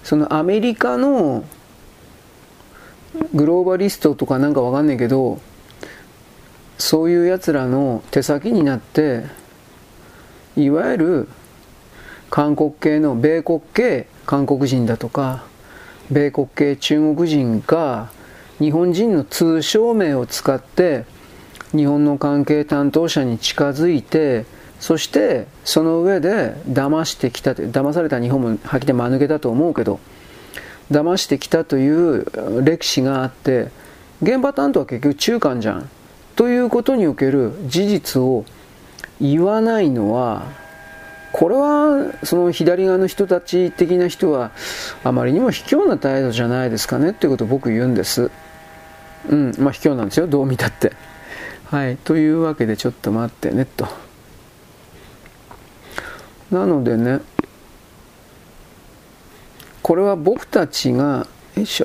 そのアメリカのグローバリストとかなんかわかんないけど、そういうやつらの手先になって、いわゆる韓国系の米国系韓国人だとか、米国系中国人が日本人の通称名を使って日本の関係担当者に近づいて、そしてその上で騙してきたという、騙された日本も吐きで間抜けだと思うけど、騙してきたという歴史があって、現場担当は結局中間じゃんということにおける事実を言わないのは、これはその左側の人たち的な人はあまりにも卑怯な態度じゃないですかねということを僕言うんです。うん、まあ卑怯なんですよ、どう見たって。はい、というわけでちょっと待ってねと。なのでね、これは僕たちが、よいしょ、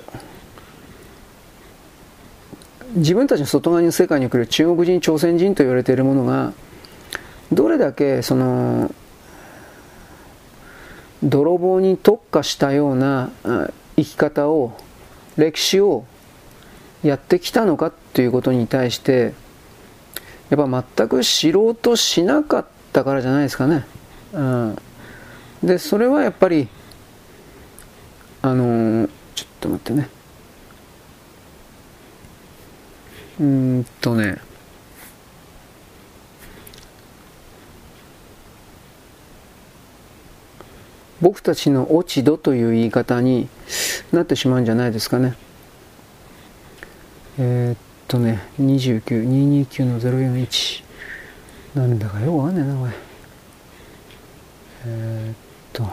自分たちの外側の世界における中国人、朝鮮人と言われているものが、どれだけその泥棒に特化したような生き方を、歴史をやってきたのかということに対して、やっぱ全く知ろうとしなかったからじゃないですかね。うん、でそれはやっぱりあのー、ちょっと待ってね、うーんとね僕たちの落ち度という言い方になってしまうんじゃないですかね。えー、っとねにじゅうきゅう、にひゃくにじゅうきゅうのゼロよんいちなんだかよくわかんねえなこれ。えー、っと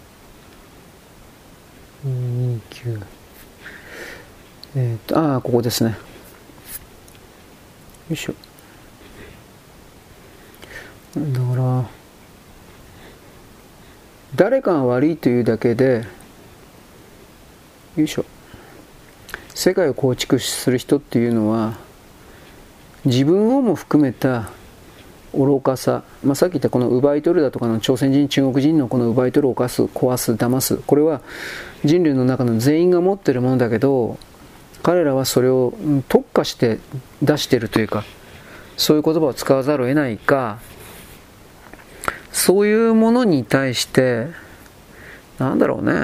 にひゃくにじゅうきゅう、えー、っとああここですね。よいしょ。だから誰かが悪いというだけで、よいしょ、世界を構築する人っていうのは自分をも含めた愚かさ、まあ、さっき言ったこの奪い取るだとかの朝鮮人、中国人のこの奪い取る、犯す、壊す、騙す、これは人類の中の全員が持っているものだけど、彼らはそれを特化して出しているというか、そういう言葉を使わざるを得ないか、そういうものに対してなんだろうね、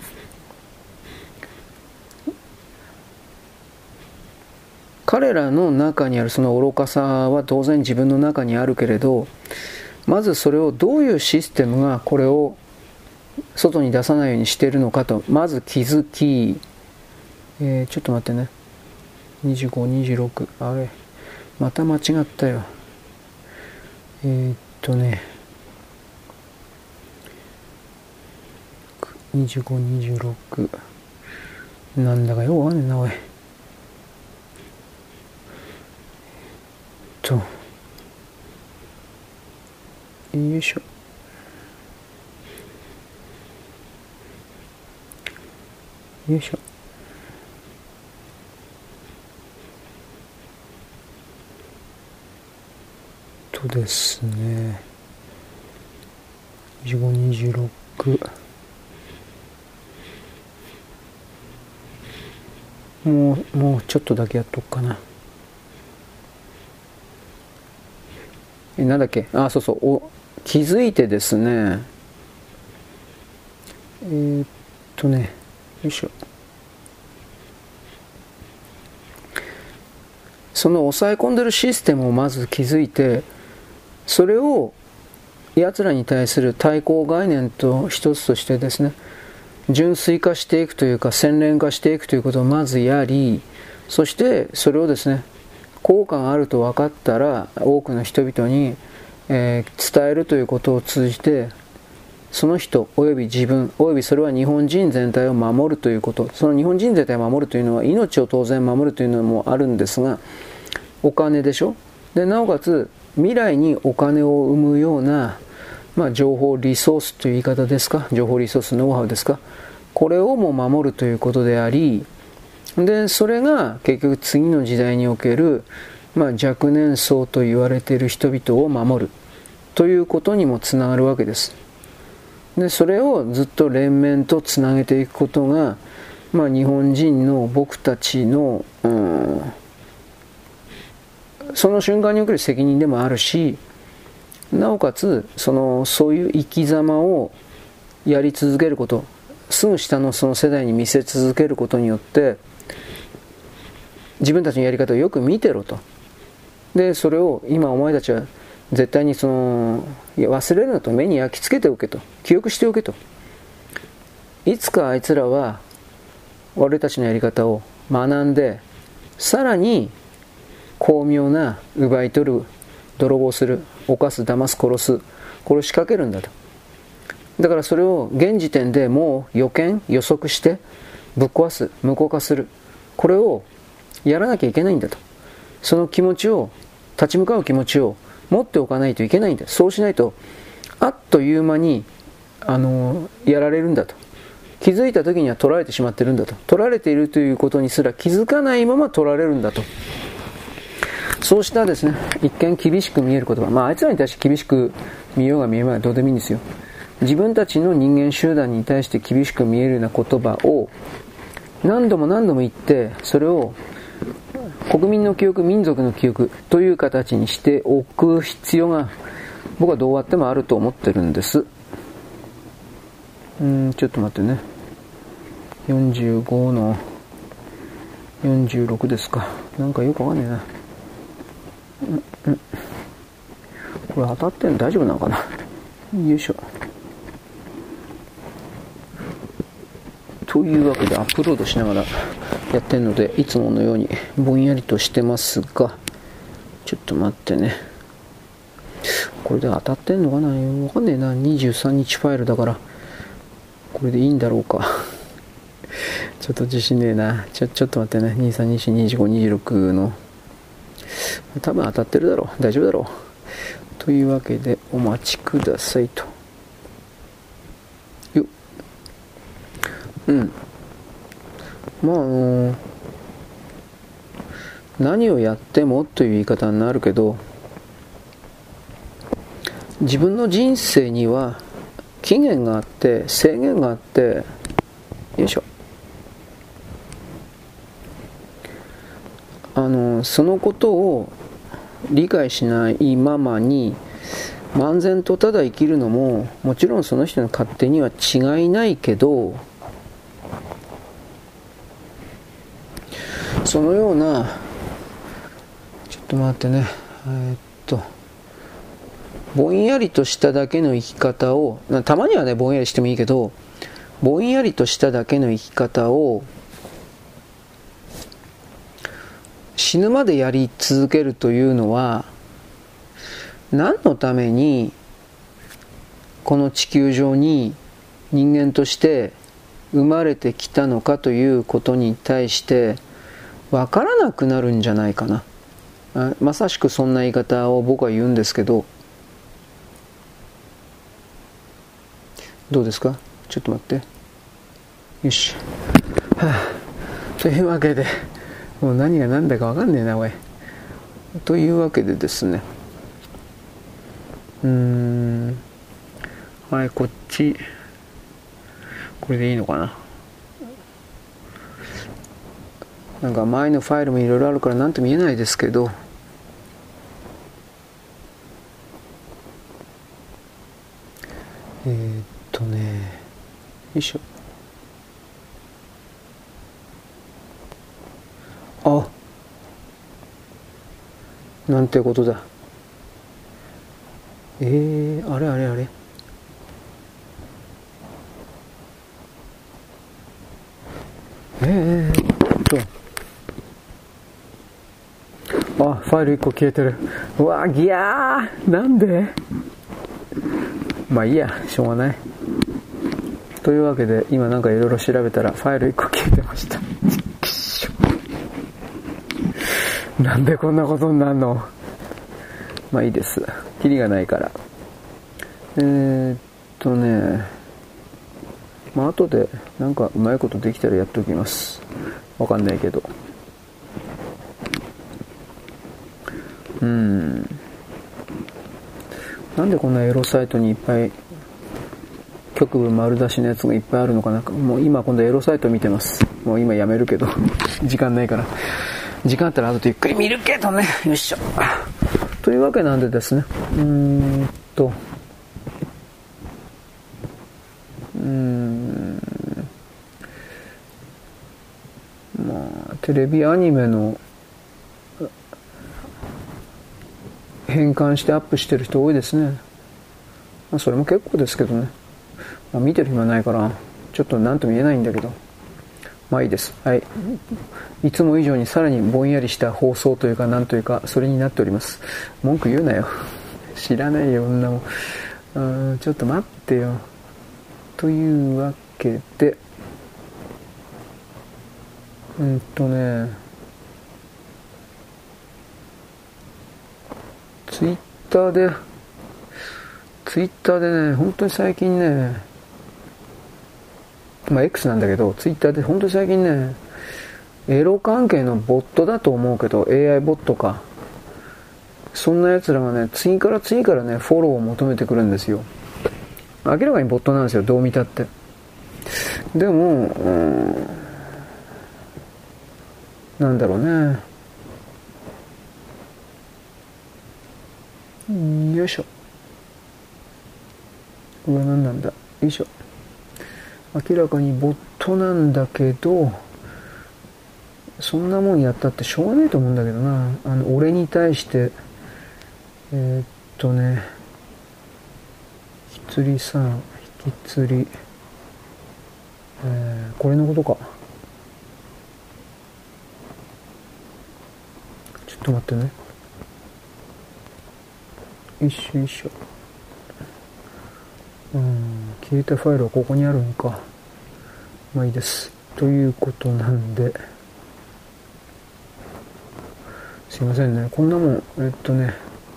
彼らの中にあるその愚かさは当然自分の中にあるけれど、まずそれをどういうシステムがこれを外に出さないようにしているのかとまず気づき、えー、ちょっと待ってね、にじゅうご、にじゅうろく、あれまた間違ったよ。えー、っとねにじゅうご、にじゅうろくなんだかよくわかんねえなおい。とよいしょ、よいしょ、とですねにじゅうご、にじゅうろく、もうもうちょっとだけやっとくかな。えなんだっけ、あそうそう、お気づいてですね、えー、っとねよいしょ、その抑え込んでるシステムをまず気づいて、それを奴らに対する対抗概念と一つとしてですね、純粋化していくというか洗練化していくということをまずやり、そしてそれをですね、効果があると分かったら多くの人々に、えー、伝えるということを通じて、その人および自分およびそれは日本人全体を守るということ、その日本人全体を守るというのは命を当然守るというのもあるんですが、お金でしょ。でなおかつ未来にお金を生むような、まあ、情報リソースという言い方ですか、情報リソースノウハウですか、これをも守るということであり、でそれが結局次の時代における、まあ、若年層と言われている人々を守るということにもつながるわけです。 でそれをずっと連綿とつなげていくことが、まあ、日本人の僕たちの、うん、その瞬間における責任でもあるし、なおかつそのそういう生き様をやり続けること、すぐ下のその世代に見せ続けることによって、自分たちのやり方をよく見てろと。でそれを今お前たちは絶対にそのいや忘れるなと、目に焼き付けておけと、記憶しておけと。いつかあいつらは俺たちのやり方を学んで、さらに巧妙な奪い取る、泥棒する、犯す、騙す、殺す、これを仕掛けるんだと。だからそれを現時点でもう予見予測してぶっ壊す、無効化する、これをやらなきゃいけないんだと。その気持ちを、立ち向かう気持ちを持っておかないといけないんだ。そうしないとあっという間にあのやられるんだと。気づいた時には取られてしまってるんだと。取られているということにすら気づかないまま取られるんだと。そうしたですね、一見厳しく見える言葉、まああいつらに対して厳しく見ようが見えまいがどうでもいいんですよ。自分たちの人間集団に対して厳しく見えるような言葉を何度も何度も言って、それを国民の記憶、民族の記憶という形にしておく必要が僕はどうあってもあると思ってるんです。うーん、ちょっと待ってね。よんじゅうごのよんじゅうろくですか。なんかよくわかんねえな。うんうん、これ当たってんの大丈夫なのかな。よいしょ。というわけでアップロードしながらやってるのでいつものようにぼんやりとしてますが、ちょっと待ってね。これで当たってんのかな、わかんねえな。にじゅうさんにちファイルだからこれでいいんだろうか。ちょっと自信ねえな。ちょちょっと待ってね。にじゅうさん、にじゅうよん、にじゅうご、にじゅうろくの多分当たってるだろう、大丈夫だろうというわけでお待ちくださいと。よっ、うん、まああのー、何をやってもという言い方になるけど、自分の人生には期限があって制限があって、よいしょ、あのそのことを理解しないままに漫然とただ生きるのももちろんその人の勝手には違いないけど、そのような、ちょっと待ってね、えー、っとぼんやりとしただけの生き方を、たまにはねぼんやりしてもいいけど、ぼんやりとしただけの生き方を死ぬまでやり続けるというのは、何のためにこの地球上に人間として生まれてきたのかということに対して分からなくなるんじゃないかな。あ、まさしくそんな言い方を僕は言うんですけど、どうですか。ちょっと待って、よし、はあ、というわけでもう何が何だか分かんねえなおい。というわけでですね、うーん、はい、こっちこれでいいのかな。なんか前のファイルもいろいろあるから何とも言えないですけど、えー、っとね、よいしょ。あ、なんてことだ。えー、あれあれあれ、えーっとあ、ファイルいっこ消えてる。うわ、ギャー、なんで。まあいいや、しょうがない。というわけで今なんかいろいろ調べたらファイルいっこ消えてました。なんでこんなことになるの。まあいいです、キリがないから。えー、っとねまあ後でなんかうまいことできたらやっておきます。わかんないけど、うーん、なんでこんなエロサイトにいっぱい局部丸出しのやつがいっぱいあるのかな。もう今今度エロサイト見てます。もう今やめるけど時間ないから、時間あったら後でゆっくり見るけどね。よいしょ。というわけなんでですね、うーんとうーんまあテレビアニメの変換してアップしてる人多いですね。まあ、それも結構ですけどね、まあ、見てる暇ないからちょっと何とも言えないんだけど、まあいいです。はい、いつも以上にさらにぼんやりした放送というかなんというかそれになっております。文句言うなよ知らないよ女も。うーんちょっと待ってよ。というわけでうんとねツイッターでツイッターでね本当に最近ね、まあ X なんだけどツイッターで本当に最近ねエロ関係のボットだと思うけど エーアイ ボットかそんなやつらがね次から次からねフォローを求めてくるんですよ。明らかにボットなんですよどう見たって。でもうーんなんだろうねよいしょ。これは何なんだ。よいしょ。明らかにボットなんだけどそんなもんやったってしょうがないと思うんだけどな。あの俺に対してえー、っとね引き釣りさん引き釣り、えー、これのことか。ちょっと待ってね。よいしょよいしょ。うん消えたファイルはここにあるのか。まあいいですということなんで、すいませんねこんなもんえっとね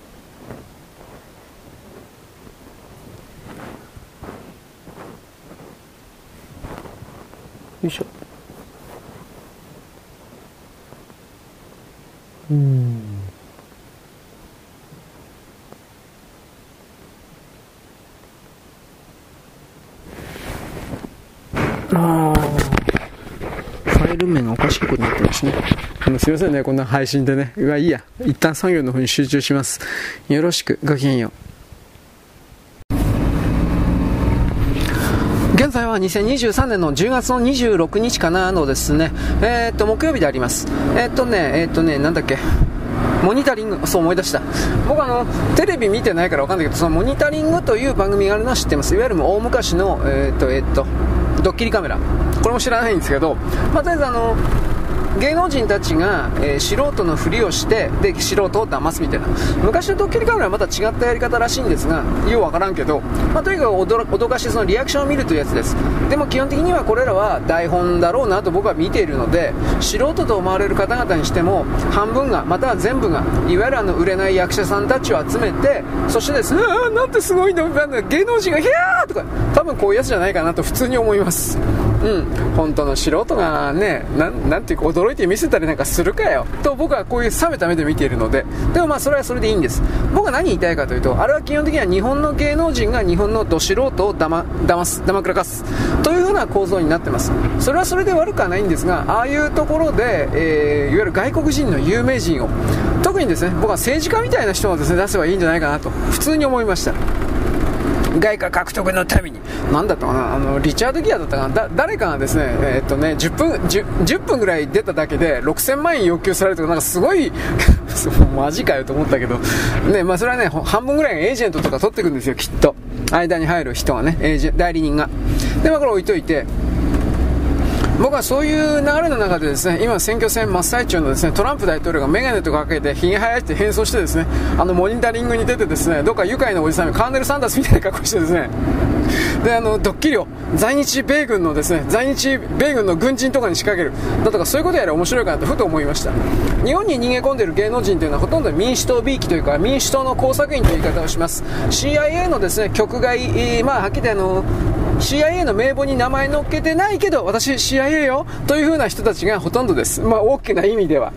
よいしょ。うんあファイル名がおかしいことになってますね。すいませんねこんな配信でね。うわいいや一旦作業の方に集中します。よろしくごきげんよう。現在はにせんにじゅうさんねんのじゅうがつのにじゅうろくにちかなのですね、えー、っと木曜日であります。えー、っとねえー、っとねなんだっけモニタリング、そう思い出した。僕あのテレビ見てないから分かんないけどそのモニタリングという番組があるのは知ってます。いわゆる大昔のえー、っとえー、っとドッキリカメラ、これも知らないんですけど、まあ、とりあえずあの芸能人たちが、えー、素人のふりをしてで素人を騙すみたいな、昔のドッキリカメラはまた違ったやり方らしいんですがようわからんけど、まあ、とにかく驚脅かしそのリアクションを見るというやつです。でも基本的にはこれらは台本だろうなと僕は見ているので、素人と思われる方々にしても半分がまたは全部がいわゆるあの売れない役者さんたちを集めて、そしてですねあなんてすごいの芸能人がヒャーとか多分こういうやつじゃないかなと普通に思います。うん、本当の素人がね な, なんていうか驚いて見せたりなんかするかよと僕はこういう冷めた目で見ているので、でもまあそれはそれでいいんです。僕は何言いたいかというと、あれは基本的には日本の芸能人が日本のど素人をだま騙すだまくらかすという風な構造になってます。それはそれで悪くはないんですが、ああいうところで、えー、いわゆる外国人の有名人を特にですね僕は政治家みたいな人をですね出せばいいんじゃないかなと普通に思いました。外貨獲得のために何だったかな、あのリチャード・ギアだったかな、だ誰かがですね、えーっとねじゅっぷん 10, じゅっぷんぐらい出ただけでろくせんまんえん要求されるとかなんかすごいマジかよと思ったけどね、まあそれはね半分ぐらいがエージェントとか取ってくんですよきっと、間に入る人がねエージェ代理人が。でまあこれ置いといて、僕はそういう流れの中でですね今選挙戦真っ最中のですねトランプ大統領がメガネとかかけてひげ生やして変装してですねあのモニタリングに出てですねどっか愉快なおじさんにカーネル・サンダースみたいな格好してですねであのドッキリを在日米軍のですね在日米軍の軍人とかに仕掛けるだとかそういうことやら面白いかなとふと思いました。日本に逃げ込んでいる芸能人というのはほとんど民主党びいきというか民主党の工作員という言い方をします。 シーアイエー のですね局外、えー、まあはっきりあの シーアイエー の名簿に名前載っけてないけど私 シーアイエー よという風な人たちがほとんどです。まあ大きな意味では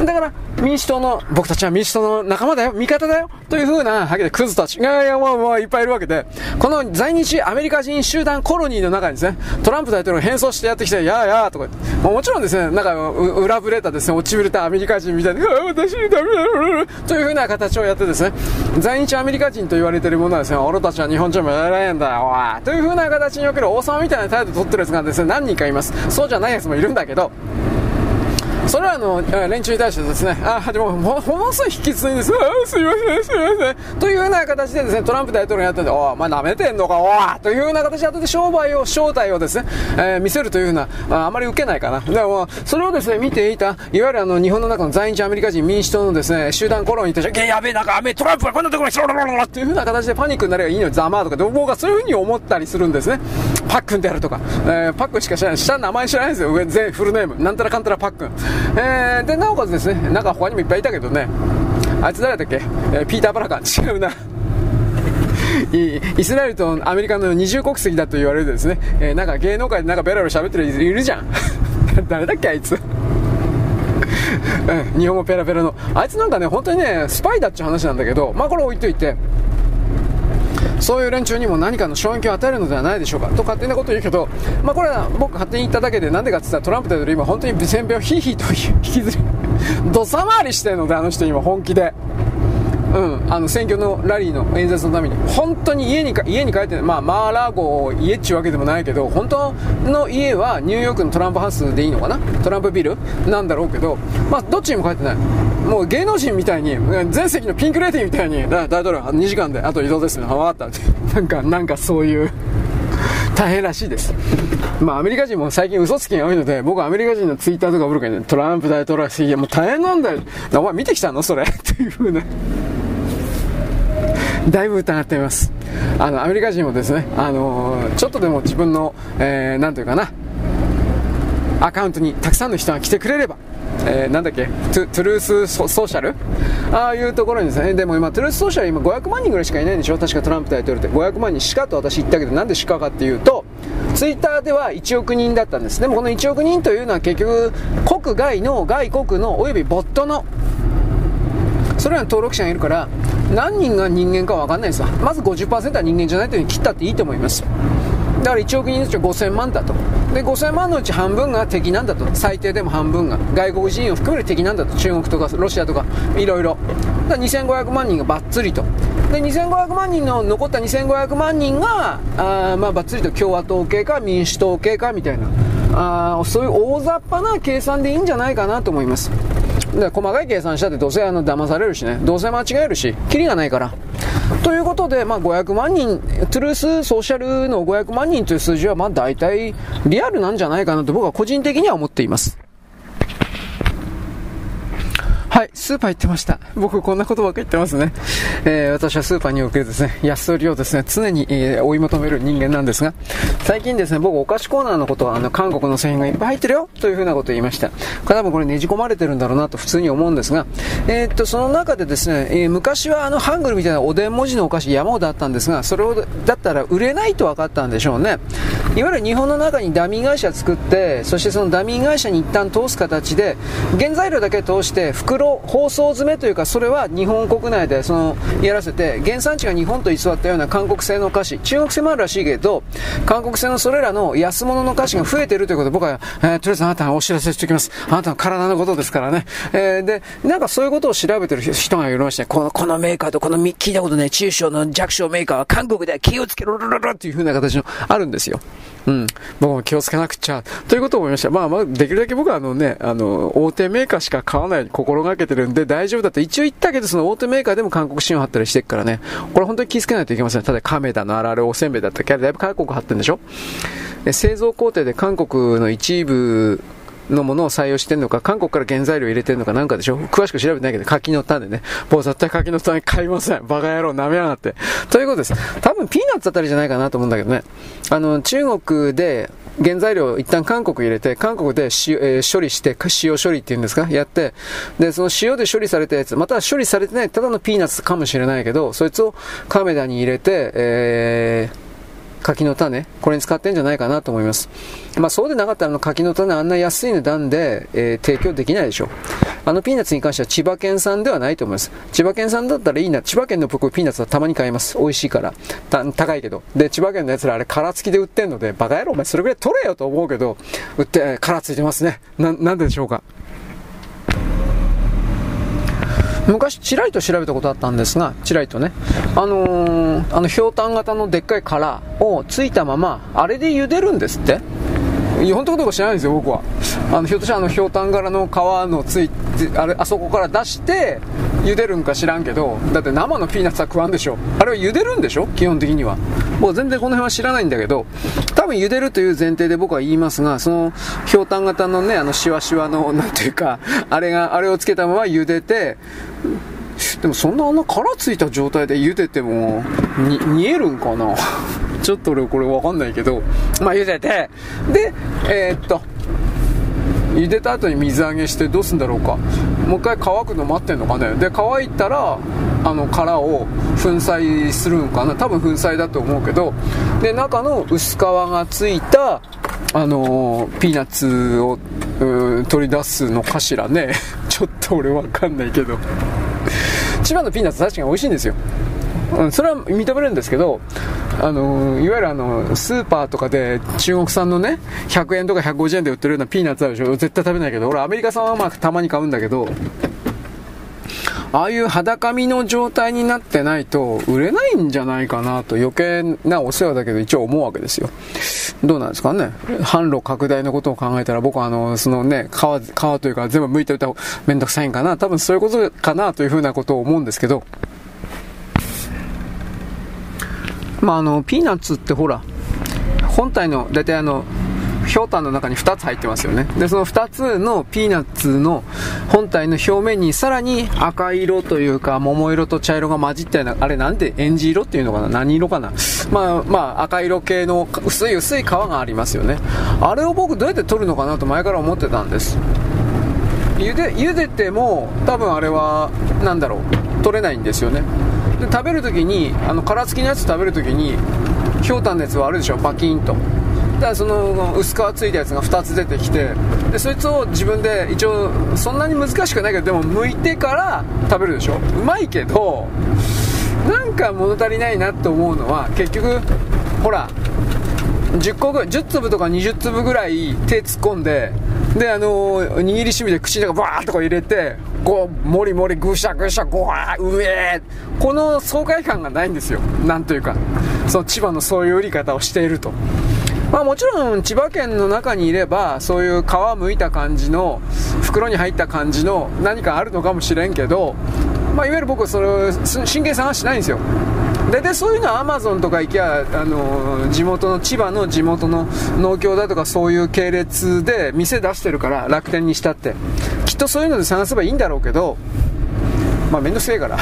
だから民主党の、僕たちは民主党の仲間だよ、味方だよ、という風なわけでクズたちが、いや、もう、もういっぱいいるわけで、この在日アメリカ人集団コロニーの中にですね、トランプ大統領が変装してやってきて、やーやーとか、も, もちろんですね、なんか、裏ぶれたですね、落ちぶれたアメリカ人みたいに、私ダメだという風な形をやってですね、在日アメリカ人と言われているものはですね、俺たちは日本人もやれんだよ、おいという風な形における王様みたいな態度を取ってるやつがですね、何人かいます。そうじゃないやつもいるんだけど、それらの連中に対してですね、あ、でも、ものすごい引き継いです。あ、すいません、すいません。というような形でですね、トランプ大統領やってて、おい、お前舐めてんのか、おいというような形で後で商売を、正体をですね、えー、見せるというふうな、あ, あまり受けないかな。でも、それをですね、見ていた、いわゆるあの、日本の中の在日アメリカ人民主党のですね、集団コロニーとして、やべえ、なんか、トランプがこんなところにしろろろろというふうな形でパニックになればいいのにざまーとか、僕はそういうふうに思ったりするんですね。パックンであるとか、えー、パックンしか知らない。下の名前知らないんですよ。上、全フルネーム。なんたらかんたらパックン。えー、で、なおかつですね、なんか他にもいっぱいいたけどね、あいつ誰だっけ、えー、ピーター・バラカン、違うなイ, イスラエルとアメリカの二重国籍だと言われるですね、えー、なんか芸能界でなんかベラベラ喋ってるいるじゃん誰だっけあいつうん、日本語ペラペラのあいつなんかね、本当にねスパイだっちゅう話なんだけど、まあこれ置いといて、そういう連中にも何かの衝撃を与えるのではないでしょうかと勝手なことを言うけど、まあこれは僕勝手に言っただけで、なんでかって言ったらトランプ大統領今本当に選票ヒーヒーと引きずりどさ回りしてるので、あの人今本気で、うん、あの選挙のラリーの演説のために本当に家にか家に帰って、まあマーラーゴ家っちゅうわけでもないけど、本当の家はニューヨークのトランプハウスでいいのかな、トランプビルなんだろうけど、まあどっちにも帰ってない。もう芸能人みたいに全席のピンクレーティみたいに大統領にじかんであと移動ですね、分かったってなんかなんかそういう大変らしいです。まあアメリカ人も最近嘘つきが多いので、僕はアメリカ人のツイッターとかブログに、ね、トランプ大統領はいやもう大変なんだよ、お前見てきたのそれっていう風なだいぶ疑っています。あのアメリカ人もですね、あのー、ちょっとでも自分の、えー、なんていうかな、アカウントにたくさんの人が来てくれれば、えー、なんだっけトゥ、トゥルース ソ, ソーシャルああいうところにですね、でも今トゥルースソーシャル今ごひゃくまんにんぐらいしかいないんでしょ、確かトランプ大統領ってごひゃくまんにんしかと私言ったけど、なんでしかかっていうと、ツイッターではいちおくにんだったんです。でもこのいちおくにんというのは結局国外の外国のおよびボットのそれらの登録者がいるから、何人が人間か分かんないですわ。まず ごじゅっパーセント は人間じゃないというふうに切ったっていいと思います。だからいちおくにんのうちはごせんまんだと。でごせんまんのうち半分が敵なんだと、最低でも半分が外国人を含める敵なんだと、中国とかロシアとかいろいろだからにせんごひゃくまんにんがバッツリと、でにせんごひゃくまんにんの残ったにせんごひゃくまんにんがあまあバッツリと共和党系か民主党系かみたいな、あそういう大雑把な計算でいいんじゃないかなと思います。で細かい計算したってどうせあの騙されるしね、どうせ間違えるしキリがないからということで、まあ、ごひゃくまんにんトゥルースソーシャルのごひゃくまんにんという数字はまあ大体リアルなんじゃないかなと僕は個人的には思っています。はい、スーパー行ってました。僕こんなことばっかり言ってますね。えー、私はスーパーにおけるですね、安売りをですね、常に、えー、追い求める人間なんですが、最近ですね、僕お菓子コーナーのことは、あの、韓国の製品がいっぱい入ってるよというふうなことを言いました。これ多分これねじ込まれてるんだろうなと普通に思うんですが、えー、っと、その中でですね、えー、昔はあの、ハングルみたいなおでん文字のお菓子山ほどあったんですが、それをだったら売れないと分かったんでしょうね。いわゆる日本の中にダミー会社作って、そしてそのダミー会社に一旦通す形で、原材料だけ通して袋包装詰めというか、それは日本国内でそのやらせて、原産地が日本と偽ったような韓国製のお菓子、中国製もあるらしいけど韓国製のそれらの安物のお菓子が増えているということで、僕は、えー、とりあえずあなたにお知らせしておきます。あなたの体のことですからね、えー、でなんかそういうことを調べてる人がいまして、この、このメーカーとこの聞いたことね、中小の弱小メーカーは韓国では気をつけろろろろっていう風な形のあるんですよ。うん、僕も気をつけなくちゃということを思いました。まあまあできるだけ僕はあのね、あの大手メーカーしか買わないように心がけてるんで大丈夫だと一応言ったけど、その大手メーカーでも韓国芯を貼ったりしてるからね、これ本当に気をつけないといけません。ただ亀田のあられおせんべいだったっけ、だいぶ韓国貼ってるんでしょ。製造工程で韓国の一部のものを採用してるのか、韓国から原材料入れてるのかなんかでしょ。詳しく調べてないけど、柿の種ね。僕絶対柿の種買いません。バカ野郎舐めやがって。ということです。多分ピーナッツあたりじゃないかなと思うんだけどね。あの、中国で原材料を一旦韓国入れて、韓国で塩、えー、処理して、塩処理っていうんですか、やって、で、その塩で処理されたやつ、または処理されてない、ただのピーナッツかもしれないけど、そいつをカメラに入れて、えー、柿の種、これに使ってんじゃないかなと思います。まあそうでなかったら柿の種あんな安い値段で、えー、提供できないでしょう。 あのピーナッツに関しては千葉県産ではないと思います。千葉県産だったらいいな。千葉県の僕ピーナッツはたまに買います。美味しいから。た高いけど。で、千葉県のやつらあれ殻付きで売ってんので、バカ野郎お前それぐらい取れよと思うけど、売って、殻付いてますね。な、なんででしょうか。昔ちらりと調べたことあったんですが、ちらりとね、あのー、あのひょうたん型のでっかい殻をついたままあれで茹でるんですって。いや本当かどうか知らないんですよ僕は。あのひょっとしたらあのひょうたん柄の皮のついてあれあそこから出して茹でるんか知らんけど、だって生のピーナッツは食わんでしょ。あれは茹でるんでしょ基本的には。僕全然この辺は知らないんだけど、多分茹でるという前提で僕は言いますが、そのひょうたん型のねあのシワシワのなんていうかあれがあれをつけたまま茹でて、でもそんなあんな殻ついた状態で茹でてもに煮えるんかなちょっと俺これ分かんないけど、まあ茹でてでえー、っと茹でた後に水揚げしてどうすんだろうか。もう一回乾くの待ってんのかね。で乾いたらあの殻を粉砕するんかな。多分粉砕だと思うけど、で中の薄皮がついたあのー、ピーナッツを取り出すのかしらねちょっと俺分かんないけど千葉のピーナッツ確かに美味しいんですよ。うん、それは認めるんですけど、あのいわゆるあのスーパーとかで中国産のねひゃくえんとかひゃくごじゅうえんで売ってるようなピーナッツあるでしょ。絶対食べないけど、俺アメリカ産はまあたまに買うんだけど、ああいう裸身の状態になってないと売れないんじゃないかなと余計なお世話だけど一応思うわけですよ。どうなんですかね。販路拡大のことを考えたら僕はあのそのね皮、皮というか全部剥いておいた方がめんどくさいんかな、多分そういうことかなというふうなことを思うんですけど、まああのピーナッツってほら本体の大体あのひょうたんの中にふたつ入ってますよね。でそのふたつのピーナッツの本体の表面にさらに赤色というか桃色と茶色が混じったような、あれなんでエンジ色っていうのかな、何色かな、まあまあ赤色系の薄い薄い皮がありますよね。あれを僕どうやって取るのかなと前から思ってたんです。茹で茹でても多分あれはなんだろう取れないんですよね。で食べるときにあの殻付きのやつ食べるときにひょうたんのやつはあるでしょ、バキーンと。だからその薄皮ついたやつがふたつ出てきて、でそいつを自分で一応そんなに難しくないけどでも剥いてから食べるでしょ。うまいけどなんか物足りないなと思うのは、結局ほらじゅっこぐらいじゅっつぶとかにじゅっつぶぐらい手突っ込んで、であの握りしみで口の中バーッとか入れてこうもりもりぐしゃぐしゃごわーうえー、この爽快感がないんですよ。なんというかその千葉のそういう売り方をしていると、まあ、もちろん千葉県の中にいればそういう皮むいた感じの袋に入った感じの何かあるのかもしれんけど、まあ、いわゆる僕はそれを真剣探してないんですよ。大体そういうのはアマゾンとか行きゃ、あの地元の千葉の地元の農協だとかそういう系列で店出してるから、楽天にしたってきっとそういうので探せばいいんだろうけど、まあめんどくせえから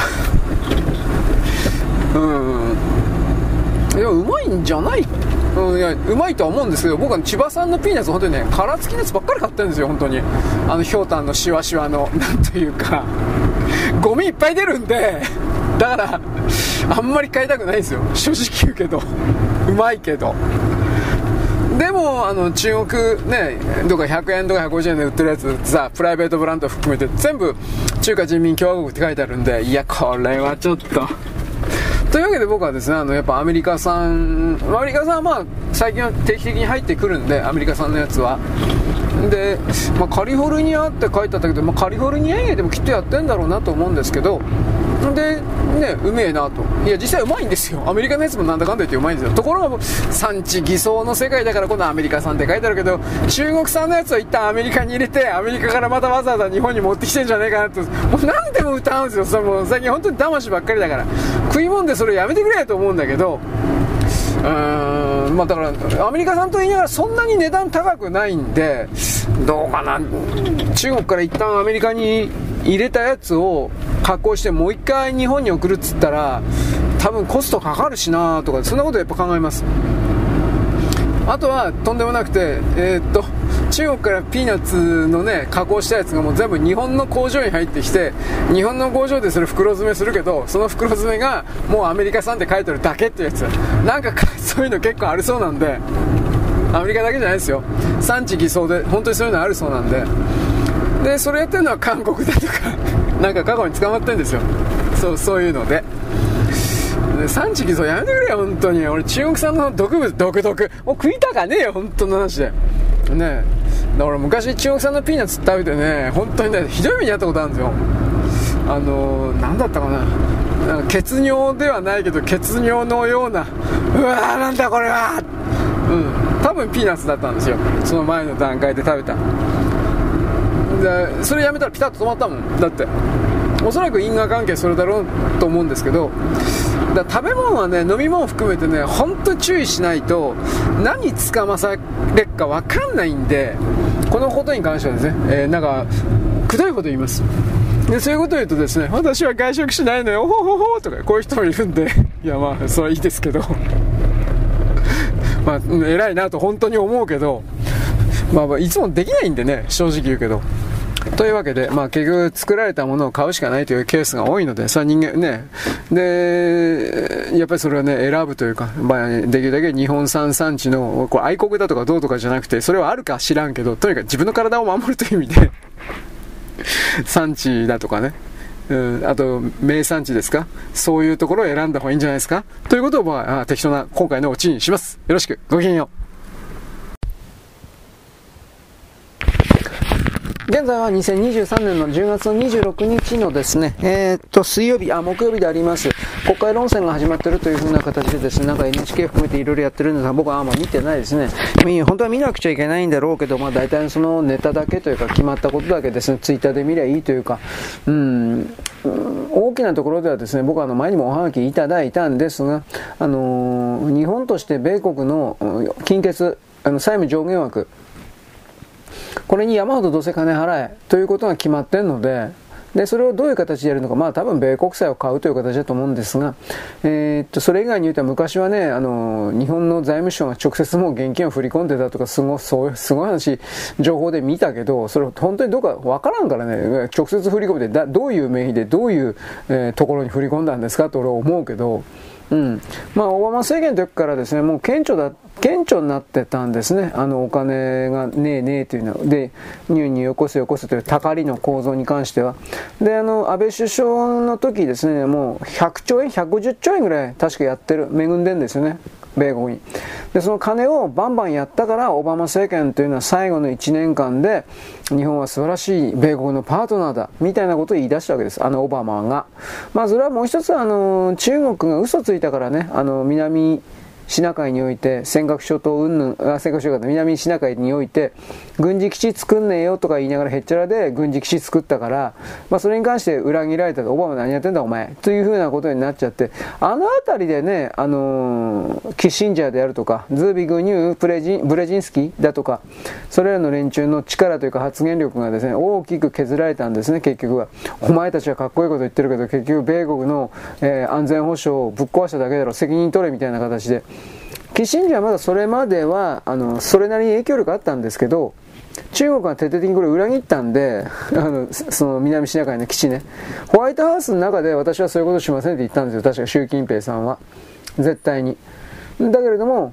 うんいやうまいんじゃない、うん、いやうまいとは思うんですけど、僕は千葉産のピーナッツ本当にね殻付きのやつばっかり買ってるんですよ。本当にあのひょうたんのシワシワのなんというかゴミいっぱい出るんで、だからあんまり買いたくないんですよ正直言うけどうまいけど。でもあの中国ねどこかひゃくえんとかひゃくごじゅうえんで売ってるやつさ、プライベートブランド含めて全部中華人民共和国って書いてあるんで、いやこれはちょっとというわけで僕はですね、あのやっぱアメリカ産アメリカ産はまあ最近は定期的に入ってくるんで、アメリカ産のやつはで、まあ、カリフォルニアって書いてあったけど、まあ、カリフォルニア以外でもきっとやってんだろうなと思うんですけど、でねうめえなと。いや実際うまいんですよ。アメリカのやつもなんだかんだ言ってうまいんですよ。ところが産地偽装の世界だからこのアメリカ産って書いてあるけど、中国産のやつを一旦アメリカに入れてアメリカからまたわざわざ日本に持ってきてんじゃねえかなと、もう何でも歌うんですよ。それもう最近本当に騙しばっかりだから食い物でそれやめてくれと思うんだけど、うーんまあだからアメリカ産と言いながらそんなに値段高くないんで、どうかな、中国から一旦アメリカに入れたやつを加工してもう一回日本に送るっつったら多分コストかかるしなとか、そんなことやっぱ考えます。あとはとんでもなくて、えー、っと中国からピーナッツのね加工したやつがもう全部日本の工場に入ってきて、日本の工場でそれ袋詰めするけど、その袋詰めがもうアメリカ産って書いてあるだけっていうやつ、なんかそういうの結構ありそうなんで、アメリカだけじゃないですよ、産地偽装で本当にそういうのあるそうなんで、 でそれやってるのは韓国だとかなんか過去に捕まってるんですよ。そうそういうので産地偽装やめてくれよ本当に。俺中国産の毒物毒毒もう食いたかねえよ本当の話でね。だから昔中国産のピーナッツ食べてね本当にねひどい目にあったことあるんですよ。あのー、なんだったかな、なんか血尿ではないけど血尿のような、うわーなんだこれは、うん、多分ピーナッツだったんですよ。その前の段階で食べたでそれやめたらピタッと止まったもん。だっておそらく因果関係それだろうと思うんですけど、だ食べ物はね飲み物含めてね本当注意しないと何つかまされっか分かんないんで、このことに関してはですね、えー、なんかくどいこと言います。でそういうことを言うとですね、私は外食しないのよほほほとかこういう人もいるんで、いやまあそれはいいですけどまあ偉いなと本当に思うけど、まあ、まあいつもできないんでね正直言うけど。というわけで、まあ、結局作られたものを買うしかないというケースが多いので、それは人間ね、でやっぱりそれはね選ぶというか、まあ、できるだけ日本産産地のこれ愛国だとかどうとかじゃなくて、それはあるか知らんけど、とにかく自分の体を守るという意味で産地だとかね、うん、あと名産地ですか、そういうところを選んだ方がいいんじゃないですかということを、まあ、適当な今回のオチにします。よろしくごきげんよう。 現在はにせんにじゅうさんねんのじゅうがつのにじゅうろくにちのですね、えー、っと、水曜日、あ、木曜日であります。国会論戦が始まっているという風な形でですね、なんか エヌエイチケー 含めていろいろやってるんですが、僕はあんま見てないですね。本当は見なくちゃいけないんだろうけど、まあ大体そのネタだけというか、決まったことだけですね、ツイッターで見りゃいいというか、うん、大きなところではですね、僕はあの前にもおはがきいただいたんですが、あのー、日本として米国の金欠、あの債務上限枠、これに山ほどどうせ金払えということが決まっているので、でそれをどういう形でやるのか、まあ多分米国債を買うという形だと思うんですが、えー、っとそれ以外に言うと昔はね、あの日本の財務省が直接もう現金を振り込んでたとかすごそうすごい話情報で見たけど、それ本当にどうかわからんからね、直接振り込んでだどういう名義でどういう、えー、ところに振り込んだんですかと俺は思うけど。うん、まあオバマ政権の時からですね、もう顕著だ顕著になってたんですね。あのお金がねえねえというので、ニューによこせよこせというたかりの構造に関しては。で、あの安倍首相の時ですね、もうひゃくちょうえんひゃくごじゅっちょうえんぐらい確かやってる恵んでんですよね、米国に。でその金をバンバンやったからオバマ政権というのは最後のいちねんかんで日本は素晴らしい米国のパートナーだみたいなことを言い出したわけです、あのオバマが。まあそれはもう一つ、あの中国が嘘ついたからね、あの南シナ海において尖閣諸島云々、あ、尖閣諸島、南シナ海において軍事基地作んねえよとか言いながらへっちゃらで軍事基地作ったから、まあそれに関して裏切られたと、オバマ何やってんだお前というふうなことになっちゃって、あのあたりでね、あのー、キッシンジャーであるとかズービグニュープレジンブレジンスキーだとか、それらの連中の力というか発言力がですね大きく削られたんですね。結局はお前たちはかっこいいこと言ってるけど結局米国の、えー、安全保障をぶっ壊しただけだろ、責任取れみたいな形で。キッシンジャーはまだそれまではあのそれなりに影響力あったんですけど、中国が徹底的にこれ裏切ったんで、あのその南シナ海の基地ね、ホワイトハウスの中で私はそういうことしませんって言ったんですよ、確か習近平さんは絶対に。だけれども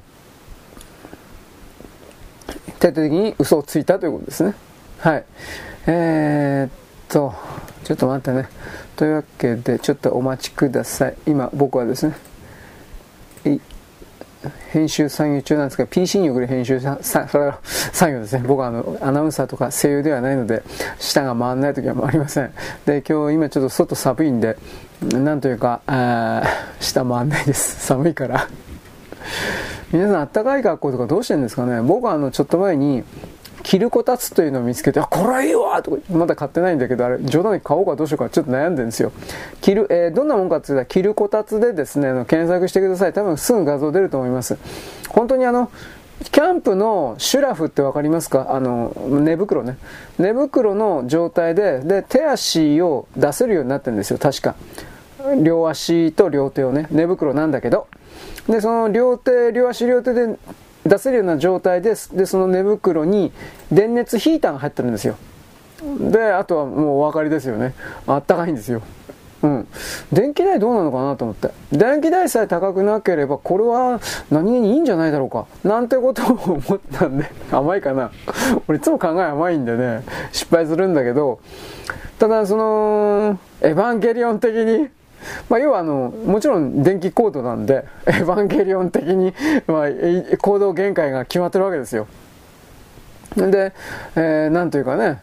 徹底的に嘘をついたということですね。はい、えー、っとちょっと待ってね。というわけでちょっとお待ちください。今僕はですね、編集作業中なんですが、 ピーシー に送る編集作業ですね。僕はあのアナウンサーとか声優ではないので舌が回らない時はありません。で今日今ちょっと外寒いんでなんというかあ舌回らないです、寒いから皆さんあったかい格好とかどうしてるんですかね。僕はあのちょっと前に着るこたつというのを見つけて、あ、これはいいわとか、まだ買ってないんだけど、あれ冗談で買おうかどうしようかちょっと悩んでるんですよ。着る、えー、どんなもんかって言ったら着るこたつでですね、あの検索してください。多分すぐ画像出ると思います。本当にあのキャンプのシュラフってわかりますか？あの寝袋ね、寝袋の状態でで手足を出せるようになってるんですよ、確か。両足と両手をね、寝袋なんだけど、でその両手両足両手で出せるような状態です。でその寝袋に電熱ヒーターが入ってるんですよ。であとはもうお分かりですよね、あったかいんですよ。 うん。電気代どうなのかなと思って。電気代さえ高くなければ、これは何気にいいんじゃないだろうか。なんてことを思ったんで、甘いかな。俺いつも考え甘いんでね、失敗するんだけど、ただその、エヴァンゲリオン的に、まあ、要はあの、もちろん電気コードなんで、エヴァンゲリオン的に、まあ、行動限界が決まってるわけですよ。で、えー、なんというかね、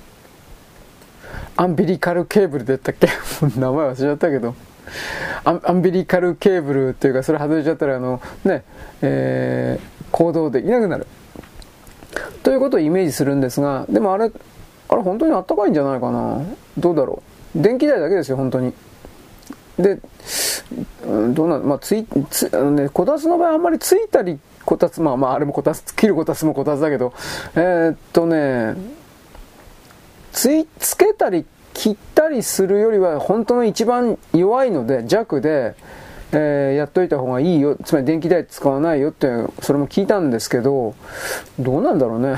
アンビリカルケーブルで言ったっけ名前忘れちゃったけど、アン、アンビリカルケーブルっていうか、それ外れちゃったら、あの、ね、えー、行動できなくなる。ということをイメージするんですが、でもあれ、あれ本当にあったかいんじゃないかな。どうだろう。電気代だけですよ、本当に。で、どうなの、まあ、つい、つ、あのね、こたつの場合あんまりついたり、こたつ、まあまあ、あれもこたつ、切るこたつもこたつだけど、えー、っとね、つい、つけたり切ったりするよりは、本当の一番弱いので、弱で、えー、やっといた方がいいよ、つまり電気代使わないよって、それも聞いたんですけど、どうなんだろうね。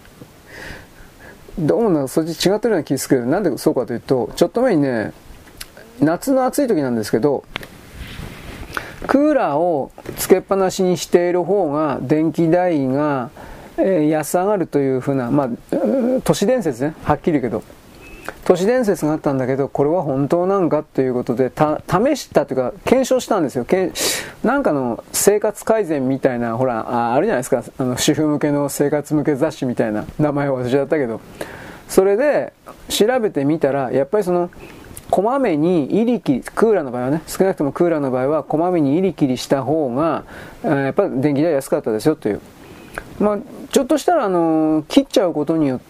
どうもなんかそっち違ってるような気がするけど、なんでそうかというと、ちょっと前にね、夏の暑い時なんですけど、クーラーをつけっぱなしにしている方が電気代が、えー、安上がるというふうな、まあ、都市伝説ね、はっきり言うけど、都市伝説があったんだけど、これは本当なんかということで、た試したというか、検証したんですよ。けなんかの生活改善みたいな、ほら、あ、あるじゃないですか、あの主婦向けの生活向け雑誌みたいな、名前を忘れちゃったけど、それで調べてみたら、やっぱりその、こまめに入り切り、クーラーの場合はね、少なくともクーラーの場合は、こまめに入り切りした方が、えー、やっぱり電気代安かったですよという。まあ、ちょっとしたら、あのー、切っちゃうことによって、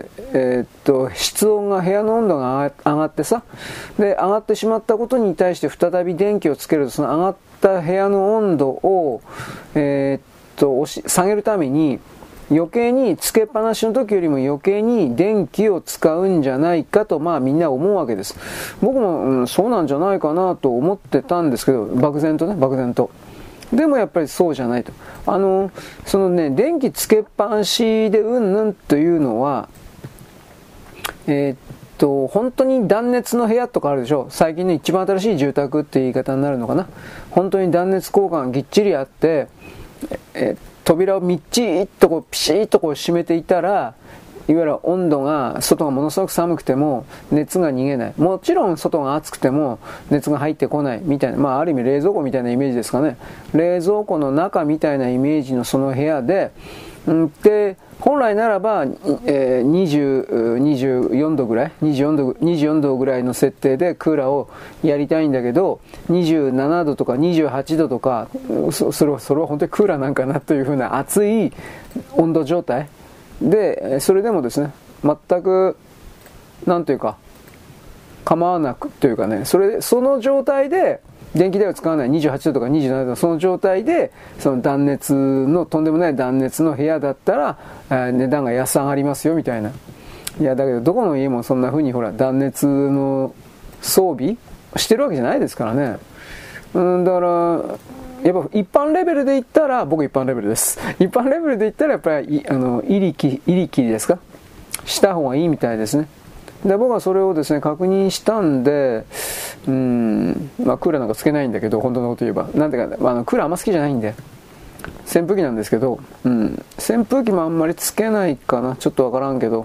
えー、っと、室温が、部屋の温度が上がってさ、で、上がってしまったことに対して再び電気をつけると、その上がった部屋の温度を、えー、っと、押し、下げるために、余計につけっぱなしの時よりも余計に電気を使うんじゃないかと、まあみんな思うわけです。僕も、うん、そうなんじゃないかなと思ってたんですけど、漠然とね、漠然と。でもやっぱりそうじゃないと。あの、そのね、電気つけっぱなしでうんぬんというのは、えー、っと、本当に断熱の部屋とかあるでしょ。最近ね、一番新しい住宅って言い方になるのかな。本当に断熱交換がぎっちりあって、えー扉をみっちりとこうピシッとこう閉めていたら、いわゆる温度が、外がものすごく寒くても熱が逃げない。もちろん外が暑くても熱が入ってこないみたいな、まあある意味冷蔵庫みたいなイメージですかね。冷蔵庫の中みたいなイメージのその部屋で、んで、本来ならば、えー、にじゅう、にじゅうよんどぐらい、にじゅうよんど、にじゅうよんどぐらいの設定でクーラーをやりたいんだけど、にじゅうななどとかにじゅうはちどとか、そ, それはそれは本当にクーラーなんかなというふうな熱い温度状態で、それでもですね、全くなんというか構わなくというかね、それでその状態で電気代を使わないにじゅうはちどとかにじゅうななどその状態でその断熱のとんでもない断熱の部屋だったら、えー、値段が安上がりますよみたいな。いやだけどどこの家もそんな風にほら断熱の装備してるわけじゃないですからね。うんだからやっぱ一般レベルで言ったら、僕一般レベルです。一般レベルで言ったらやっぱりあの入り切り切りですかした方がいいみたいですね。で僕はそれをですね確認したんで、うーんまあクーラーなんかつけないんだけど、本当のこと言えばなんていうか、まあ、あのクーラーあんま好きじゃないんで扇風機なんですけど、うん、扇風機もあんまりつけないかな、ちょっとわからんけど、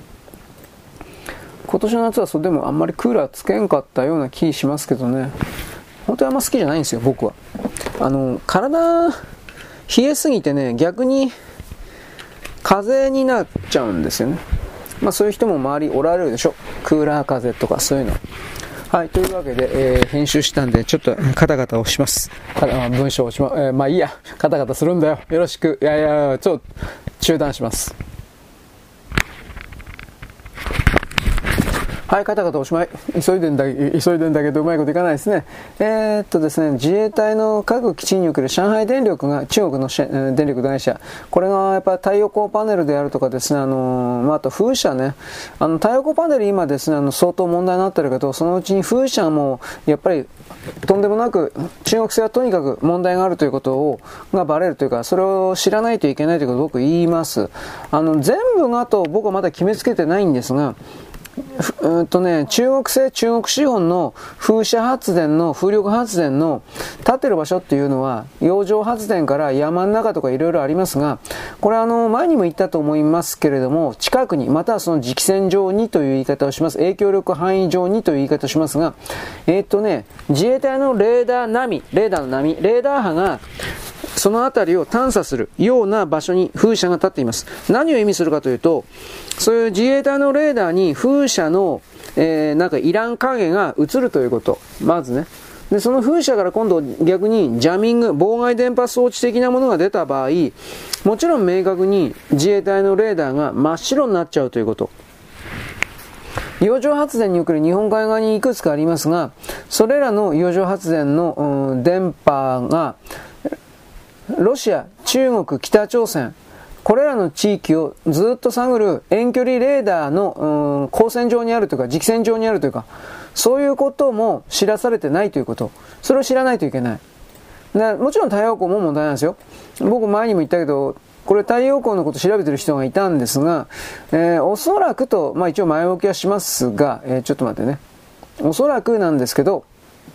今年の夏はそれでもあんまりクーラーつけんかったような気しますけどね。本当にあんま好きじゃないんですよ僕は。あの体冷えすぎてね、逆に風邪になっちゃうんですよね。まあそういう人も周りおられるでしょ、クーラー風邪とかそういうの。はい、というわけで、えー、編集したんでちょっとカタカタをします。文章をしま、えー、まあいいや、カタカタするんだよ、よろしく。いやいやちょっと中断します。はい、カタカタおしまい。急いでんだ、急いでんだけどうまいこといかないですね。えー、っとですね、自衛隊の各基地における上海電力が、中国の電力会社、これがやっぱり太陽光パネルであるとかですね、あの、まあ、あと風車ね、あの太陽光パネル今ですね、あの相当問題になってるけど、そのうちに風車もやっぱりとんでもなく中国製はとにかく問題があるということをがバレるというか、それを知らないといけないということを僕言います。あの全部がと僕はまだ決めつけてないんですが、 うんとね、中国製、中国資本の風車発電の、風力発電の立ってる場所っていうのは、洋上発電から山の中とかいろいろありますが、これあの、前にも言ったと思いますけれども、近くに、またはその直線上にという言い方をします。影響力範囲上にという言い方をしますが、えー、っとね、自衛隊のレーダー波、レーダーの波、レーダー波が、そのあたりを探査するような場所に風車が立っています。何を意味するかというと、そういう自衛隊のレーダーに風車の、えー、なんかいらん影が映るということ。まずね。で、その風車から今度逆にジャミング、妨害電波装置的なものが出た場合、もちろん明確に自衛隊のレーダーが真っ白になっちゃうということ。洋上発電における日本海側にいくつかありますが、それらの洋上発電の、うん、電波が、ロシア、中国、北朝鮮、これらの地域をずっと探る遠距離レーダーの、うん、光線上にあるというか、直線上にあるというか、そういうことも知らされてないということ。それを知らないといけない。でもちろん太陽光も問題なんですよ。僕前にも言ったけど、これ太陽光のことを調べてる人がいたんですが、えー、おそらくと、まあ一応前置きはしますが、えー、ちょっと待ってね。おそらくなんですけど、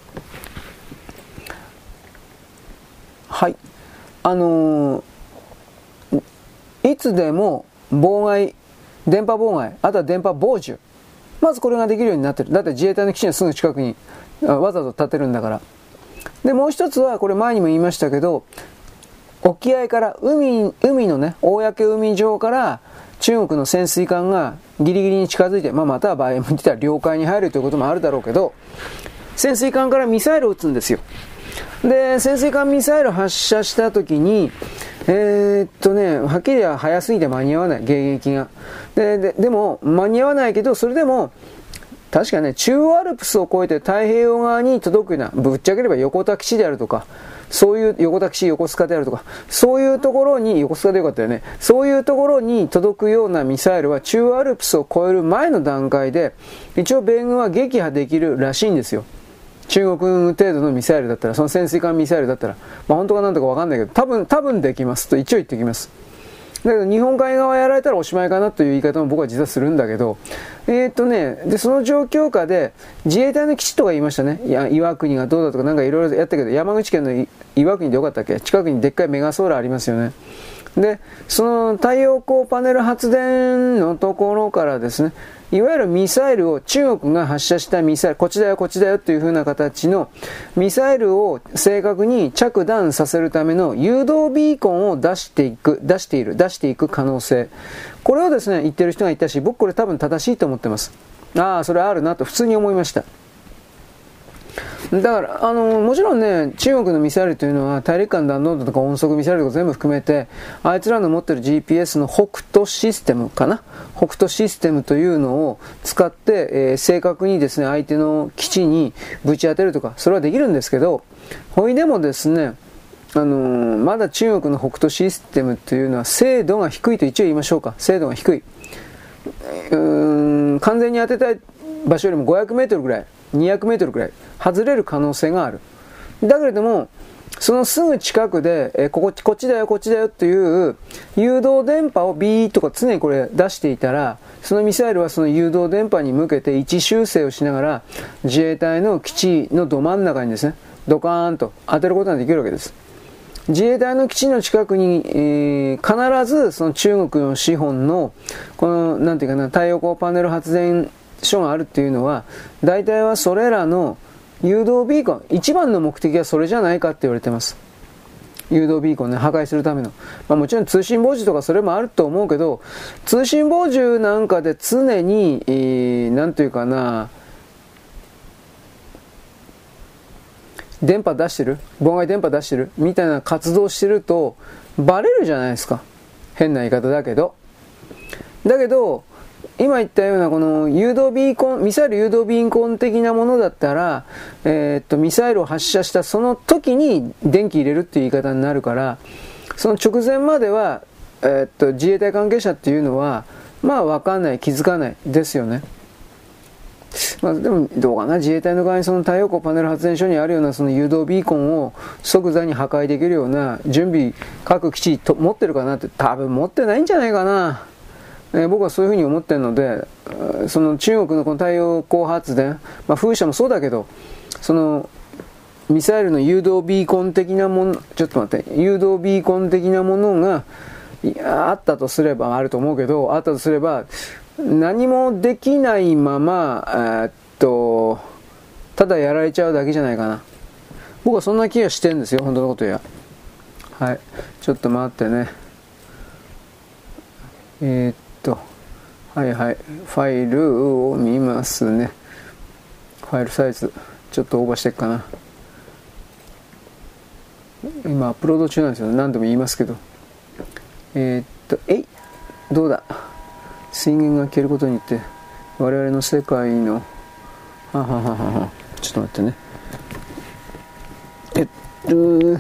はい。あのー、いつでも妨害、電波妨害、あとは電波傍受。まずこれができるようになってる。だって自衛隊の基地のすぐ近くにわざと建てるんだから。で、もう一つは、これ前にも言いましたけど、沖合から海、海のね、公海上から中国の潜水艦がギリギリに近づいて、まあまたは場合も言ったら領海に入るということもあるだろうけど、潜水艦からミサイルを撃つんですよ。で、潜水艦ミサイル発射した時に、えー、っとね、はっきりは早すぎて間に合わない、迎撃が。で、で、でも間に合わないけど、それでも、確かね、中央アルプスを越えて太平洋側に届くような、ぶっちゃければ横田基地であるとか、そういう横田基地横須賀であるとか、そういうところに、横須賀でよかったよね、そういうところに届くようなミサイルは中央アルプスを越える前の段階で、一応米軍は撃破できるらしいんですよ。中国程度のミサイルだったら、その潜水艦ミサイルだったら、まあ本当かなんとかわかんないけど、多分、多分できますと一応言ってきます。だけど日本海側やられたらおしまいかなという言い方も僕は実はするんだけど、えーっとね、で、その状況下で自衛隊の基地とか言いましたね。いや、岩国がどうだとかなんかいろいろやったけど、山口県の岩国でよかったっけ？近くにでっかいメガソーラーありますよね。で、その太陽光パネル発電のところからですね、いわゆるミサイルを中国が発射したミサイル、こっちだよこっちだよという風な形のミサイルを正確に着弾させるための誘導ビーコンを出していく、出している、出していく可能性。これをですね、言ってる人がいたし、僕これ多分正しいと思ってます。ああ、それあるなと普通に思いました。だから、あの、もちろんね、中国のミサイルというのは大陸間弾道とか音速ミサイルとか全部含めて、あいつらの持ってる ジーピーエス の北斗システムかな、北斗システムというのを使って、えー、正確にですね、相手の基地にぶち当てるとか、それはできるんですけど、ほいでもですね、あのー、まだ中国の北斗システムというのは精度が低いと一応言いましょうか。精度が低い。うーん、完全に当てたい場所よりもごひゃくメートルぐらい、にひゃくメートルくらい外れる可能性がある。だけれども、そのすぐ近くで、えー、ここ、こっちだよ、こっちだよっていう誘導電波をビーッとか常にこれ出していたら、そのミサイルはその誘導電波に向けて位置修正をしながら、自衛隊の基地のど真ん中にですね、ドカーンと当てることができるわけです。自衛隊の基地の近くに、えー、必ずその中国の資本の、この、なんていうかな、太陽光パネル発電所があるっていうのは、大体はそれらの誘導ビーコン、一番の目的はそれじゃないかって言われてます。誘導ビーコンね、破壊するための。まあもちろん通信傍受とかそれもあると思うけど、通信傍受なんかで常に、えー、なんというかな、電波出してる、妨害電波出してるみたいな活動してるとバレるじゃないですか。変な言い方だけど。だけど、今言ったようなこの誘導ビーコン、ミサイル誘導ビーコン的なものだったら、えー、っと、ミサイルを発射したその時に電気入れるっていう言い方になるから、その直前までは、えー、っと、自衛隊関係者っていうのは、まあわかんない、気づかないですよね。まあでもどうかな、自衛隊の側にその太陽光パネル発電所にあるようなその誘導ビーコンを即座に破壊できるような準備、各基地と持ってるかなって、多分持ってないんじゃないかな。 えー、僕はそういうふうに思ってるので、その中国のこの太陽光発電、まあ、風車もそうだけど、そのミサイルの誘導ビーコン的なもの、ちょっと待って、誘導ビーコン的なものがあったとすれば、あると思うけど、あったとすれば、何もできないまま、えー、っと、ただやられちゃうだけじゃないかな。僕はそんな気がしてるんですよ、本当のことや。はい。ちょっと待ってね。えー、っと、はいはい。ファイルを見ますね。ファイルサイズ、ちょっとオーバーしてっかな。今アップロード中なんですよ。何度も言いますけど。えー、っと、えいどうだ水源が消えることによって、我々の世界の、ははははは。ちょっと待ってね。えっと、よ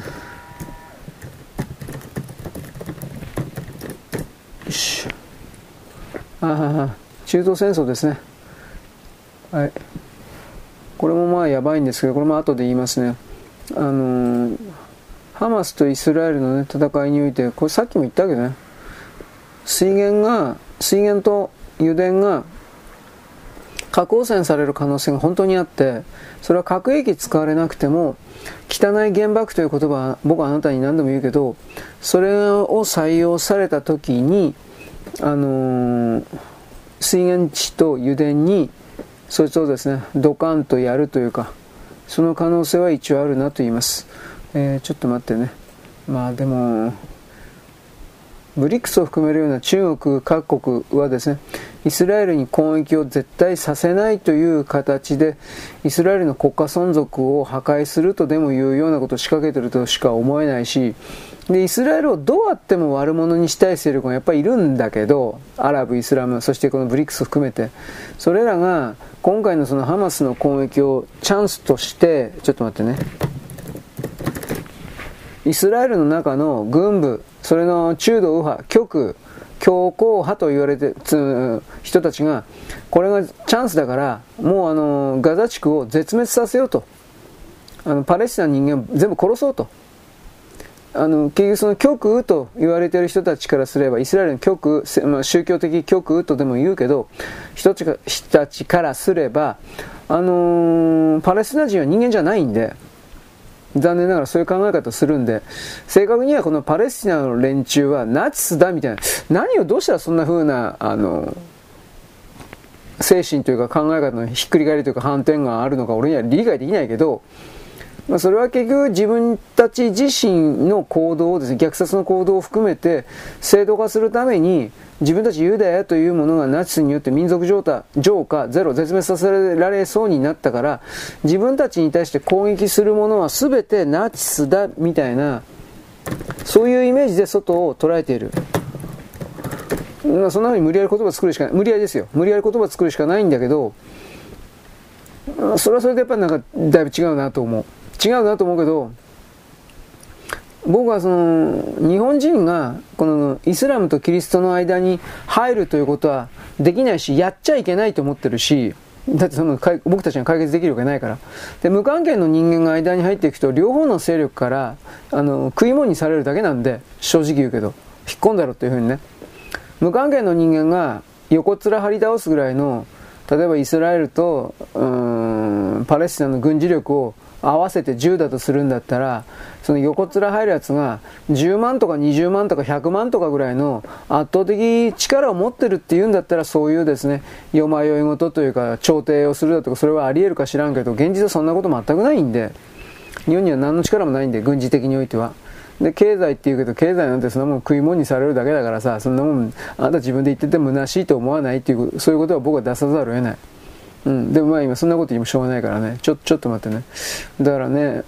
し。あはは。中東戦争ですね。はい。これもまあやばいんですけど、これも後で言いますね。あのー、ハマスとイスラエルの、ね、戦いにおいて、これさっきも言ったけどね、水源が、水源と油田が核汚染される可能性が本当にあって、それは核兵器使われなくても、汚い原爆という言葉は僕はあなたに何度も言うけど、それを採用された時に、あのー、水源地と油田にそいつをですね、ドカンとやるというか、その可能性は一応あるなと言います。えー、ちょっと待ってね。まあでも、ブリックスを含めるような中国各国はですね、イスラエルに攻撃を絶対させないという形で、イスラエルの国家存続を破壊するとでもいうようなことを仕掛けているとしか思えないし、でイスラエルをどうあっても悪者にしたい勢力がやっぱりいるんだけど、アラブ、イスラム、そしてこのブリックスを含めて、それらが今回のそのハマスの攻撃をチャンスとして、ちょっと待ってね、イスラエルの中の軍部、それの中道右派、極右、強硬派と言われてる人たちが、これがチャンスだから、もうあのガザ地区を絶滅させようと、あのパレスチナの人間を全部殺そうと、あの結局その極右と言われている人たちからすれば、イスラエルの極右、まあ、宗教的極右とでも言うけど、人たちからすれば、あのー、パレスチナ人は人間じゃないんで、残念ながらそういう考え方をするんで、正確にはこのパレスチナの連中はナチスだみたいな、何をどうしたらそんな風なあの精神というか考え方のひっくり返りというか反転があるのか俺には理解できないけど、まあ、それは結局自分たち自身の行動をですね、虐殺の行動を含めて正当化するために、自分たちユダヤというものがナチスによって民族浄化、浄化ゼロ絶滅させられそうになったから、自分たちに対して攻撃するものは全てナチスだみたいな、そういうイメージで外を捉えている。まあ、そんな風に無理やり言葉を作るしかない、無理やりですよ、無理やり言葉を作るしかないんだけど、それはそれでやっぱりなんかだいぶ違うなと思う違うなと思うけど、僕はその日本人がこのイスラムとキリストの間に入るということはできないし、やっちゃいけないと思ってるし、だってその僕たちが解決できるわけないから。で、無関係の人間が間に入っていくと、両方の勢力からあの食い物にされるだけなんで、正直言うけど、引っ込んだろっていうふうにね。無関係の人間が横っ面張り倒すぐらいの、例えばイスラエルとうーんパレスチナの軍事力を合わせてじゅうだとするんだったら、その横っ面入るやつがじゅうまんとかにじゅうまんとかひゃくまんとかぐらいの圧倒的力を持ってるっていうんだったら、そういうですね、よまよいごとというか調停をするだとか、それはあり得るか知らんけど、現実はそんなこと全くないんで、日本には何の力もないんで、軍事的においては。で、経済って言うけど、経済なんてそんなもん食い物にされるだけだからさ、そんなもんあなた自分で言ってて虚しいと思わないっていう、そういうことは僕は出さざるを得ない。うん、でもまあ今そんなこと言ってもしょうがないからね、ちょちょっと待ってね。だからね、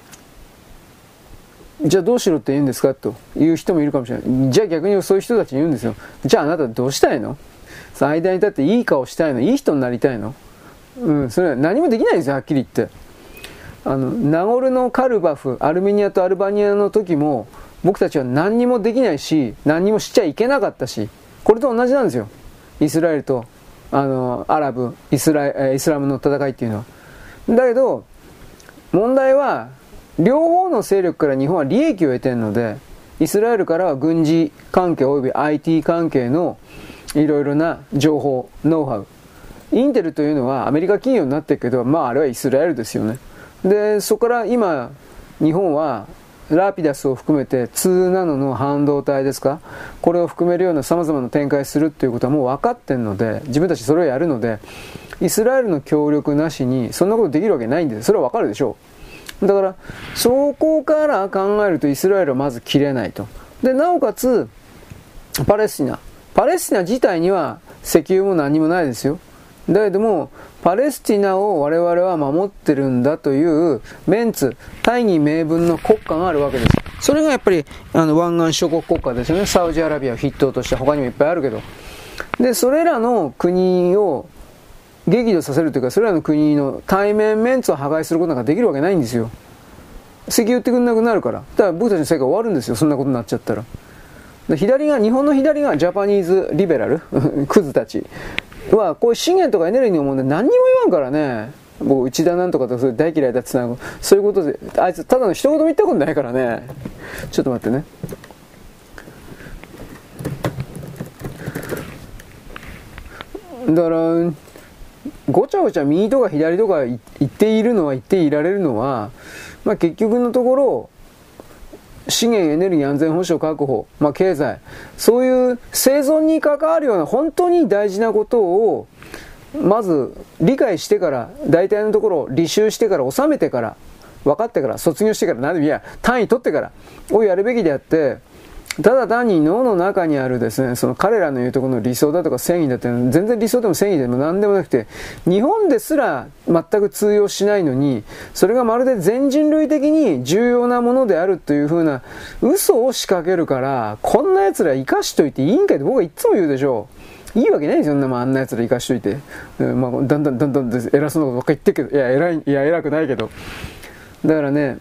じゃあどうしろって言うんですかという人もいるかもしれない。じゃあ逆にそういう人たちに言うんですよ。じゃああなたどうしたいの？さあ間に立っていい顔したいの？いい人になりたいの？うん、それは何もできないんですよ、はっきり言って。あのナゴルノカルバフ、アルメニアとアルバニアの時も僕たちは何にもできないし、何にもしちゃいけなかったし、これと同じなんですよ、イスラエルとあのアラブ、イスラ、イスラムの戦いっていうのは。だけど問題は両方の勢力から日本は利益を得ているので、イスラエルからは軍事関係および アイティー 関係のいろいろな情報、ノウハウ。インテルというのはアメリカ企業になってるけど、まああれはイスラエルですよね。で、そこから今、日本はラピダスを含めてにナノの半導体ですか、これを含めるような様々な展開するっていうことはもう分かってんので、自分たちそれをやるので、イスラエルの協力なしにそんなことできるわけないんです。それは分かるでしょう。だからそこから考えるとイスラエルはまず切れないと。で、なおかつパレスチナパレスチナ自体には石油も何もないですよ。だけどもパレスチナを我々は守ってるんだというメンツ、大義名分の国家があるわけです。それがやっぱりあの湾岸諸国国家ですよね。サウジアラビアを筆頭として他にもいっぱいあるけど、でそれらの国を激怒させるというか、それらの国の対面メンツを破壊することなんかできるわけないんですよ。石油売ってくんなくなるから。だから僕たちの世界終わるんですよ、そんなことになっちゃったら。で左が日本の左がジャパニーズリベラルクズたちはこういう資源とかエネルギーの問題何にも言わんからね。僕内田なんとかとそれ大嫌いだって言ったら、そういうことであいつただの一言も言ったことないからね。ちょっと待ってね。だからごちゃごちゃ右とか左とか言っているのは言っていられるのは、まあ、結局のところ資源エネルギー安全保障確保、まあ、経済、そういう生存に関わるような本当に大事なことをまず理解してから、大体のところ履修してから、収めてから、分かってから、卒業してから、何でもいや単位取ってからをやるべきであって、ただ単に脳の中にあるですね、その彼らの言うところの理想だとか正義だって、全然理想でも正義でも何でもなくて、日本ですら全く通用しないのに、それがまるで全人類的に重要なものであるというふうな嘘を仕掛けるから、こんな奴ら生かしといていいんかいって僕はいつも言うでしょう。いいわけないですよ、あんな奴ら生かしといて。まあ、だんだんだんだん偉そうなことばっかり言ってるけど、いや偉い、いや偉くないけど。だからね、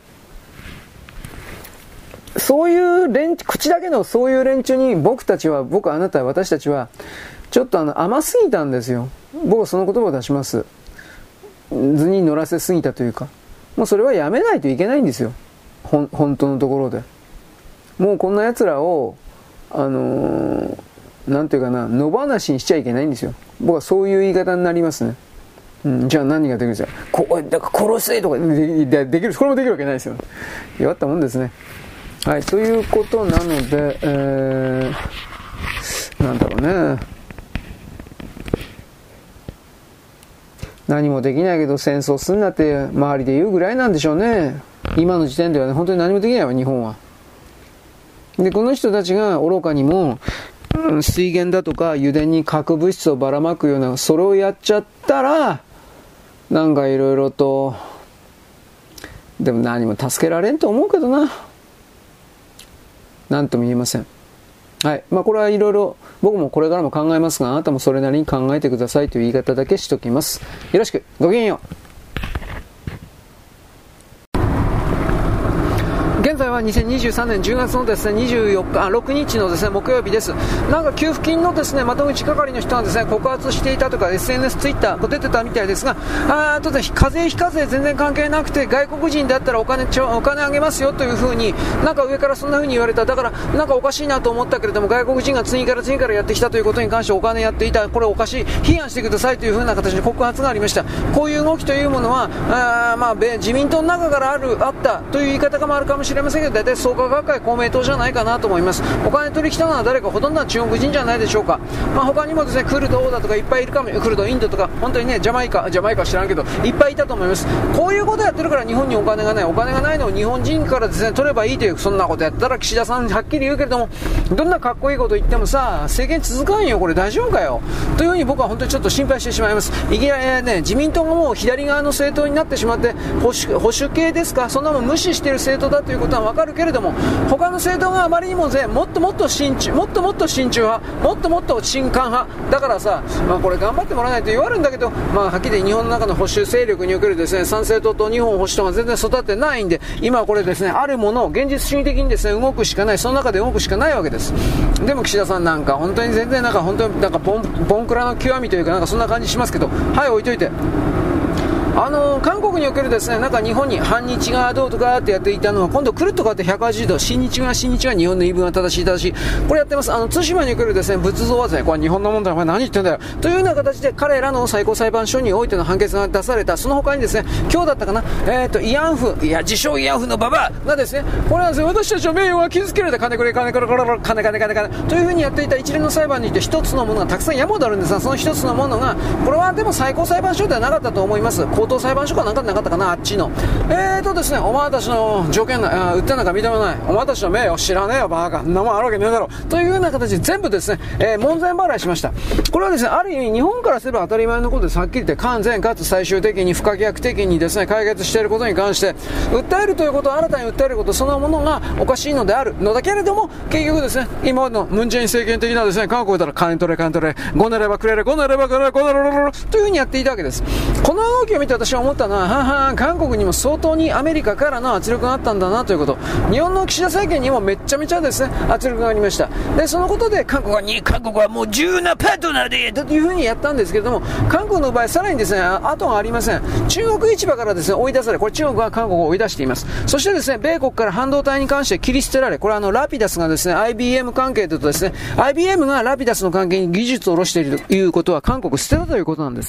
そういう連中、口だけのそういう連中に僕たちは、僕、あなた、私たちは、ちょっとあの甘すぎたんですよ。僕はその言葉を出します。図に乗らせすぎたというか。もうそれはやめないといけないんですよ。ほん、本当のところで。もうこんな奴らを、あのー、なんていうかな、野放しにしちゃいけないんですよ。僕はそういう言い方になりますね。うん、じゃあ何ができるんですか。こう、だから殺せとかで、で、できる、これもできるわけないですよ。弱ったもんですね。はい、ということなので、えー、なんだろうね。何もできないけど戦争すんなって周りで言うぐらいなんでしょうね。今の時点ではね、本当に何もできないわ、日本は。で、この人たちが愚かにも、うん、水源だとか油田に核物質をばらまくような、それをやっちゃったら、なんかいろいろと、でも何も助けられんと思うけどな。なんとも言えません。はい。まあこれはいろいろ僕もこれからも考えますが、あなたもそれなりに考えてくださいという言い方だけしときます。よろしく。ごきげんよう。現在はにせんにじゅうさんねんじゅうがつのですね、にじゅうよっか、あ、ろくにちのですね、木曜日です。なんか給付金のですね、窓口係の人がですね、告発していたとか、エスエヌエス、ツイッター、出てたみたいですが、あーとですね、課税非課税全然関係なくて、外国人だったらお金ちょ、お金あげますよという風に、なんか上からそんな風に言われた。だから、なんかおかしいなと思ったけれども、外国人が次から次からやってきたということに関してお金やっていた。これおかしい。批判してくださいという風な形で告発がありました。こういう動きというものは、あーまあ、自民党の中からある、あったという言い方があるかもしれませんけど、大体創価学会公明党じゃないかなと思います。お金取り来たのは誰か、ほとんどは中国人じゃないでしょうか。まあ、他にもですね、クルドだとかいっぱいいるかも、クルド、インドとか、本当にね、ジャマイカ、ジャマイカ知らんけど、いっぱいいたと思います。こういうことやってるから日本にお金がない。お金がないのを日本人からですね、取ればいいという、そんなことやったら岸田さんはっきり言うけれども、どんなかっこいいこと言ってもさ、政権続かんよ、これ大丈夫かよ。というふうに僕は本当にちょっと心配してしまいます。いきなりね、自民党がもう左側の政党になってしまって、保守、保守系ですか、そんなもん無視している政党だということはわかるけれども、他の政党があまりにもね、もっともっと親中、もっともっと親中派、もっともっと親韓派だからさ、まあ、これ頑張ってもらわないと言われるんだけど、まあ、はっきり日本の中の保守勢力におけるですね、参政党と日本保守党が全然育ってないんで、今はこれですね、あるものを現実主義的にですね、動くしかない、その中で動くしかないわけです。でも岸田さんなんか本当に全然なんか本当になんかボンボンクラの極みというか、なんかそんな感じしますけど、はい、置いといて。 あの韓国におけるですね、なんか日本に反日がどうとかってやっていたのは、今度くるっと変わってひゃくはちじゅうど、親日が親日が日本の言い分が正しい正しい、これやってます。あの対馬におけるですね、仏像はですね、これ日本のもんだ、お前何言ってんだよというような形で彼らの最高裁判所においての判決が出された。その他にですね、今日だったかな、えっ、ー、と慰安婦、いや自称慰安婦のババアがですね、これはですね、私たちの名誉が傷つけられた、金くれ金くれ金くれ金金金金というふうにやっていた一連の裁判において一つのものがたくさん山ほどあるんですが、その一つのものが、これはでも最高裁判所ではなかったと思います。高等裁判所かなんかでなかったかな、あっちのえーとですね、お前たちの条件な、訴えなんか認めない、お前たちの名誉知らねえよバカ、んなもんあるわけねえだろというような形で全部ですね、えー、門前払いしました。これはですね、ある意味日本からすれば当たり前のことです。はっきり言って完全かつ最終的に不可逆的にですね解決していることに関して訴えるということを、新たに訴えることそのものがおかしいのであるのだけれども、結局ですね、今までのムン・ジェイン政権的なですね、韓国だら金取れ金取れ、ごねればくれれ、ごねればくれれ、ごねればというふうにやっていたわけです。この動きを見て私は思ったのは、はは韓国にも相当にアメリカからの圧力があったんだなということ、日本の岸田政権にもめちゃめちゃですね圧力がありました。でそのことで韓国はに韓国はもう重要なパートナーでというふうにやったんですけれども、韓国の場合さらにですね後がありません。中国市場からですね追い出され、これ中国は韓国を追い出しています。そしてですね米国から半導体に関して切り捨てられ、これはあのラピダスがですね アイビーエム 関係とですね アイビーエム がラピダスの関係に技術を下ろしているということは韓国捨てたということなんです。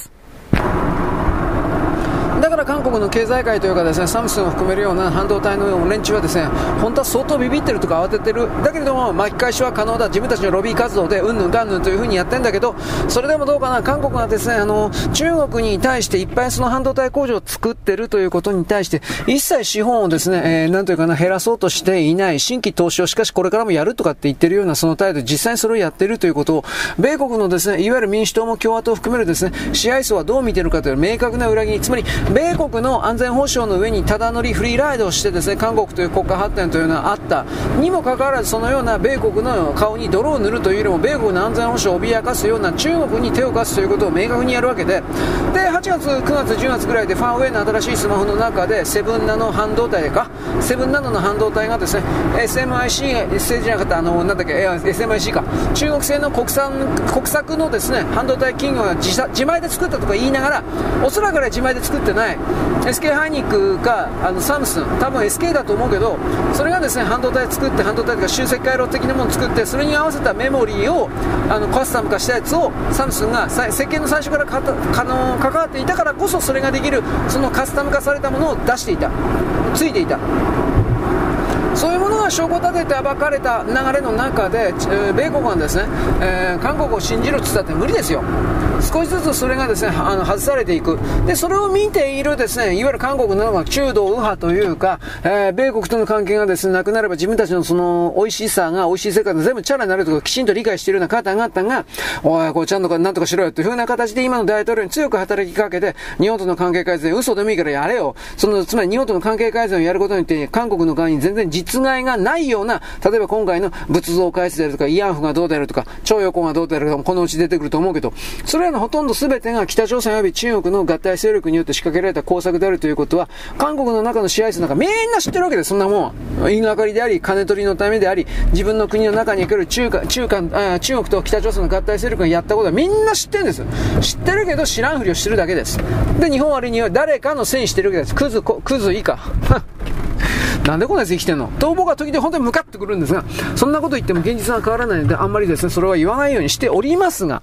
だから韓国の経済界というかですね、サムスンを含めるような半導体の連中はですね、本当は相当ビビってるとか慌ててる。だけれども巻き返しは可能だ。自分たちのロビー活動でうんぬんかんぬんという風にやってんだけど、それでもどうかな、韓国はですね、あの中国に対していっぱいその半導体工場を作ってるということに対して一切資本をですね、えー、なんというかな減らそうとしていない。新規投資をしかしこれからもやるとかって言ってるようなその態度、実際にそれをやってるということを米国のですね、いわゆる民主党も共和党を含めるですね支配層はどう見てるかという明確な裏切り、つまり米国の安全保障の上にただ乗りフリーライドをしてですね、韓国という国家発展というのはあったにもかかわらず、そのような米国の顔に泥を塗るというよりも米国の安全保障を脅かすような中国に手を貸すということを明確にやるわけで、ではちがつくがつじゅうがつぐらいでファーウェイの新しいスマホの中でセブンナノ半導体かセブンナノの半導体がですね エスエムアイシー が製じゃなかった、あのなんだっけ エスエムアイシー か中国製の国産国策のですね半導体企業が 自, 自前で作ったとか言いながら、おそらく自前で作ってない エスケー ハイニックかあのサムスン、多分 エスケー だと思うけど、それがですね半導体作って半導体とか集積回路的なものを作って、それに合わせたメモリーをあのカスタム化したやつをサムスンが設計の最初からかたかの関わっていたからこそ、それができるそのカスタム化されたものを出していた、ついていた。そういうものが証拠を立てて暴かれた流れの中で、えー、米国はですね、えー、韓国を信じるって言ったって無理ですよ。少しずつそれがですねあの外されていく。でそれを見ているですねいわゆる韓国の中道右派というか、えー、米国との関係がですねなくなれば自分たちのその美味しさが美味しい世界が全部チャラになるとかきちんと理解しているような方々が、おいこうちゃんとかなんとかしろよという風な形で今の大統領に強く働きかけて、日本との関係改善、嘘でもいいからやれよ、そのつまり日本との関係改善をやることによって韓国の側に全然実害がないような、例えば今回の仏像開発であるとか慰安婦がどうであるとか徴用工がどうであるとかこのうち出てくると思うけど、それらのほとんど全てが北朝鮮および中国の合体勢力によって仕掛けられた工作であるということは、韓国の中の支配層なんかみんな知ってるわけです。そんなもんは言いがかりであり金取りのためであり、自分の国の中に来る中華中華あ中国と北朝鮮の合体勢力がやったことはみんな知ってるんです。知ってるけど知らんふりをしてるだけです。で日本割には誰かのせいにしてるわけです。クズクズ以下なんでこんなやつ生きてんのと僕は時々本当に向かってくるんですが、そんなこと言っても現実は変わらないのであんまりですねそれは言わないようにしておりますが、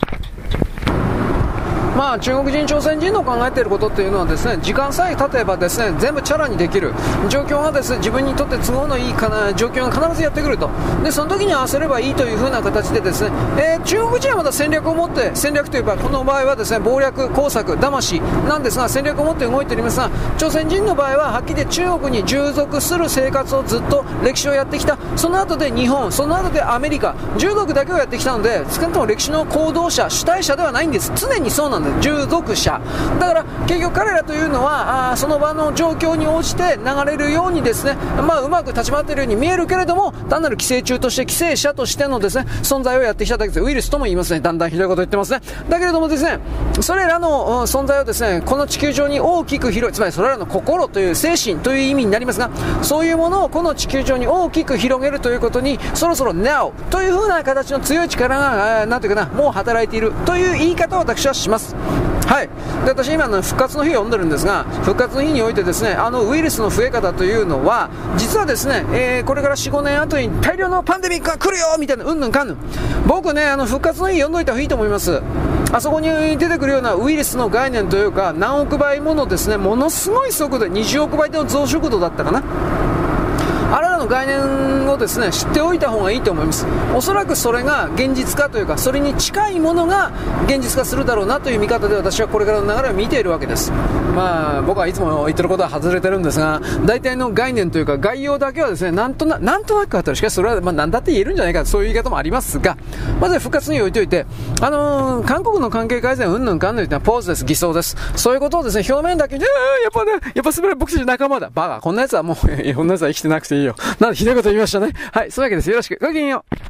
まあ中国人朝鮮人の考えていることっていうのはですね、時間さえ経てばですね全部チャラにできる状況がですね自分にとって都合のいいかな状況が必ずやってくると。でその時に合わせればいいという風な形でですね、えー、中国人はまた戦略を持って、戦略といえばこの場合はですね謀略工作騙しなんですが、戦略を持って動いておりますが、朝鮮人の場合ははっきり中国に従属する生活をずっと歴史をやってきた。その後で日本、その後でアメリカ、従属だけをやってきたので、少なくとも歴史の行動者主体者ではないんです。常にそうなんです。従属者だから結局彼らというのはあその場の状況に応じて流れるようにですね、まあ、うまく立ち回っているように見えるけれども、単なる寄生虫として寄生者としてのですね存在をやってきただけです。ウイルスとも言いますね。だんだんひどいこと言ってますね。だけれどもですね、それらの、うん、存在をですねこの地球上に大きく広い、つまりそれらの心という精神という意味になりますが、そういうものをこの地球上に大きく広げるということにそろそろ Now という風な形の強い力がなんていうかなもう働いているという言い方を私はします。 はい。で、私今の復活の日を読んでるんですが、復活の日においてですね、あのウイルスの増え方というのは、実はですね、えー、これからよん、ごねん後に大量のパンデミックが来るよみたいな、うんぬんかんぬん。僕ね、あの復活の日読んどいた方がいいと思います。あそこに出てくるようなウイルスの概念というか、何億倍ものですね、ものすごい速度、にじゅうおくばいの増殖度だったかな。あららの概念をですね知っておいた方がいいと思います。おそらくそれが現実化というか、それに近いものが現実化するだろうなという見方で私はこれからの流れを見ているわけです。まあ僕はいつも言ってることは外れてるんですが、大体の概念というか概要だけはですねなんとななんとなくあったら、しかしそれはまあ何だって言えるんじゃないか、そういう言い方もありますが、まずは復活に置いておいて、あのー、韓国の関係改善うんぬんかんぬんというのはポーズです、偽装です。そういうことをですね表面だけに、やっぱねやっぱすべて僕たち仲間だ、バカ、こんなやつはもうこんなやつは生きてなくていいよ、なんでひどいこと言いましたね。はい、そういうわけです。よろしく。ごきげんよう。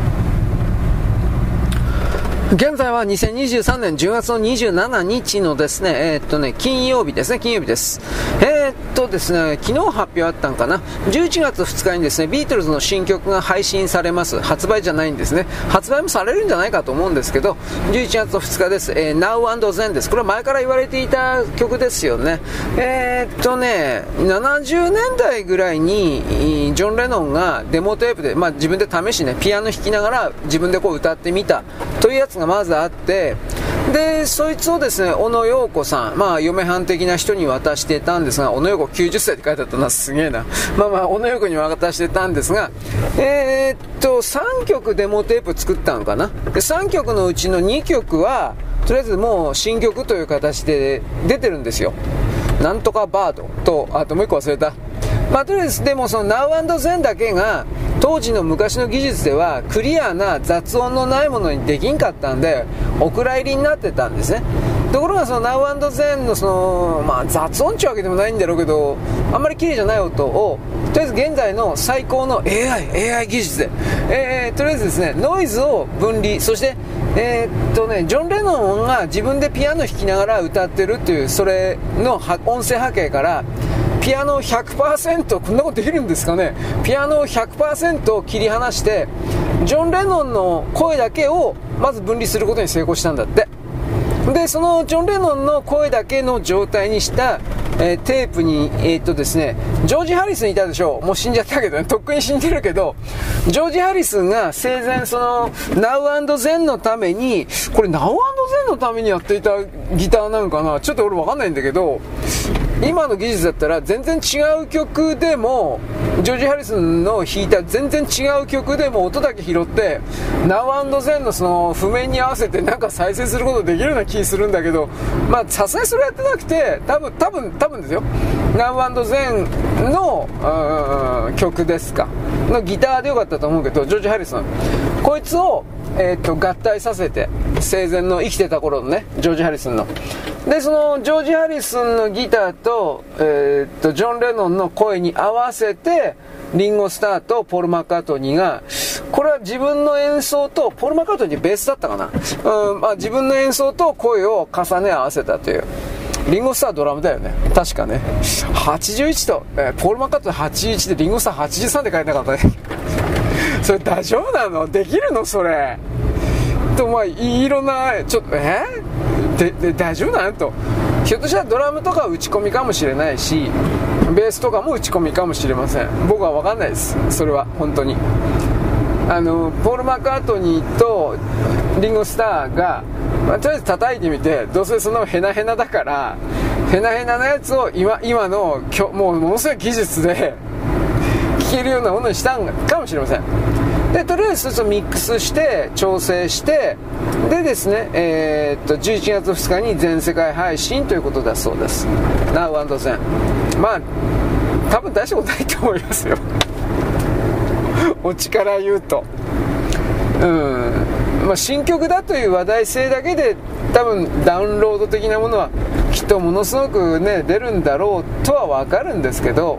現在はにせんにじゅうさんねんじゅうがつのにじゅうしちにちのですね、えー、っとね、金曜日ですね、金曜日です。えー、っとですね、昨日発表あったんかな。じゅういちがつふつかにですね、ビートルズの新曲が配信されます。発売じゃないんですね。発売もされるんじゃないかと思うんですけど、じゅういちがつのふつかです。えー、Now and Then です。これは前から言われていた曲ですよね。えー、っとね、ななじゅうねんだいぐらいに、ジョン・レノンがデモテープで、まあ自分で試しね、ピアノ弾きながら自分でこう歌ってみたというやつがまずあって、でそいつをですね小野陽子さん、まあ嫁はん的な人に渡してたんですが、小野陽子きゅうじゅっさいって書いてあったな、すげえな。まあまあ小野陽子に渡してたんですが、えー、っとさんきょくデモテープ作ったのかな。でさんきょくのうちのにきょくはとりあえずもう新曲という形で出てるんですよ。なんとかバードと、あともう一個忘れた。まあとりあえずでもその Now and Then だけが当時の昔の技術ではクリアな雑音のないものにできんかったんでお蔵入りになってたんですね。ところがその Now and Then のその、まあ、雑音っちゅうわけでもないんだろうけど、あんまり綺麗じゃない音をとりあえず現在の最高の エーアイ、エーアイ 技術で、えー、とりあえずですねノイズを分離、そしてえー、っとねジョン・レノンが自分でピアノ弾きながら歌ってるっていうそれの音声波形からピアノを ひゃくパーセント、こんなことできるんですかね。ピアノを ひゃくパーセント 切り離してジョン・レノンの声だけをまず分離することに成功したんだって。でそのジョン・レノンの声だけの状態にした、えー、テープに、えーっとですね、ジョージ・ハリスンいたでしょう。もう死んじゃったけどね、とっくに死んでるけど、ジョージ・ハリスンが生前その Now and Then のために、これ Now and Then のためにやっていたギターなんかな、ちょっと俺分かんないんだけど、今の技術だったら全然違う曲でもジョージ・ハリスンの弾いた全然違う曲でも音だけ拾って Now and Then のその譜面に合わせてなんか再生することできるような気するんだけど、まあさすがにそれやってなくて、多分多分多分ですよ、 Now and Then の曲ですかのギターでよかったと思うけど、ジョージ・ハリスンこいつをえー、っと合体させて、生前の生きてた頃のねジョージ・ハリスンのでそのジョージ・ハリスンのギターと、えー、っとジョン・レノンの声に合わせてリンゴ・スターとポール・マッカートニーが、これは自分の演奏とポール・マッカートニーベースだったかな、うんまあ、自分の演奏と声を重ね合わせたという。リンゴスタードラムだよね確かね。はちじゅういちと、えー、ポール・マッカートニーはちじゅういちでリンゴスターはちじゅうさんで書いてなかったねそれ大丈夫なの？できるのそれと、まあいろんなちょっとえでで大丈夫なのと、ひょっとしたらドラムとか打ち込みかもしれないしベースとかも打ち込みかもしれません。僕は分かんないです、それは本当に。あのポール・マッカートニーとリンゴスターが、まあ、とりあえず叩いてみて、どうせそのヘナヘナだからヘナヘナなやつを 今, 今のきょもうものすごい技術で聴けるようなものにしたんかもしれません。でとりあえずミックスして調整してでですね、えー、っとじゅういちがつふつかに全世界配信ということだそうです。 Now and Then、 まあ多分大したことないと思いますよお力言うと、うんまあ、新曲だという話題性だけで多分ダウンロード的なものはきっとものすごくね出るんだろうとは分かるんですけど、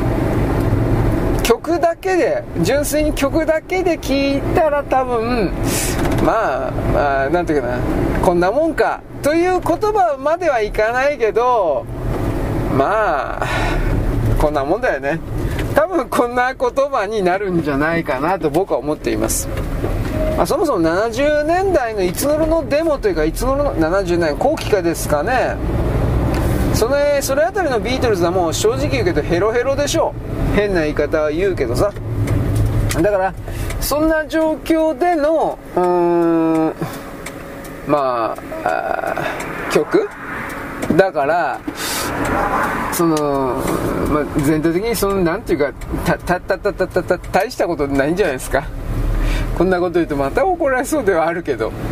曲だけで純粋に曲だけで聴いたら多分まあ、まあ、なんていうかな、こんなもんかという言葉まではいかないけど、まあこんなもんだよね。多分こんな言葉になるんじゃないかなと僕は思っています。 あ、そもそもななじゅうねんだいのいつ頃のデモというか、いつ頃のななじゅうねん後期かですかね、それそれあたりのビートルズはもう正直言うけどヘロヘロでしょう。変な言い方は言うけどさ。だからそんな状況でのうーんまあ、あ曲だから、その、まあ、全体的にそのなんていうかたたたたたたた大したことないんじゃないですか。こんなこと言うとまた怒られそうではあるけど、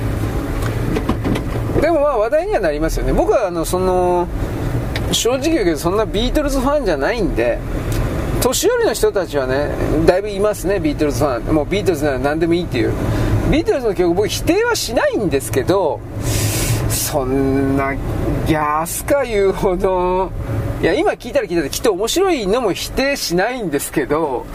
でもまあ話題にはなりますよね。僕はあのその正直言うけどそんなビートルズファンじゃないんで、年寄りの人たちはねだいぶいますね、ビートルズファン。もうビートルズなら何でもいいっていう。ビートルズの曲僕否定はしないんですけど、そんなギャスか言うほど、いや今聞いたら聞いたらきっと面白いのも否定しないんですけど、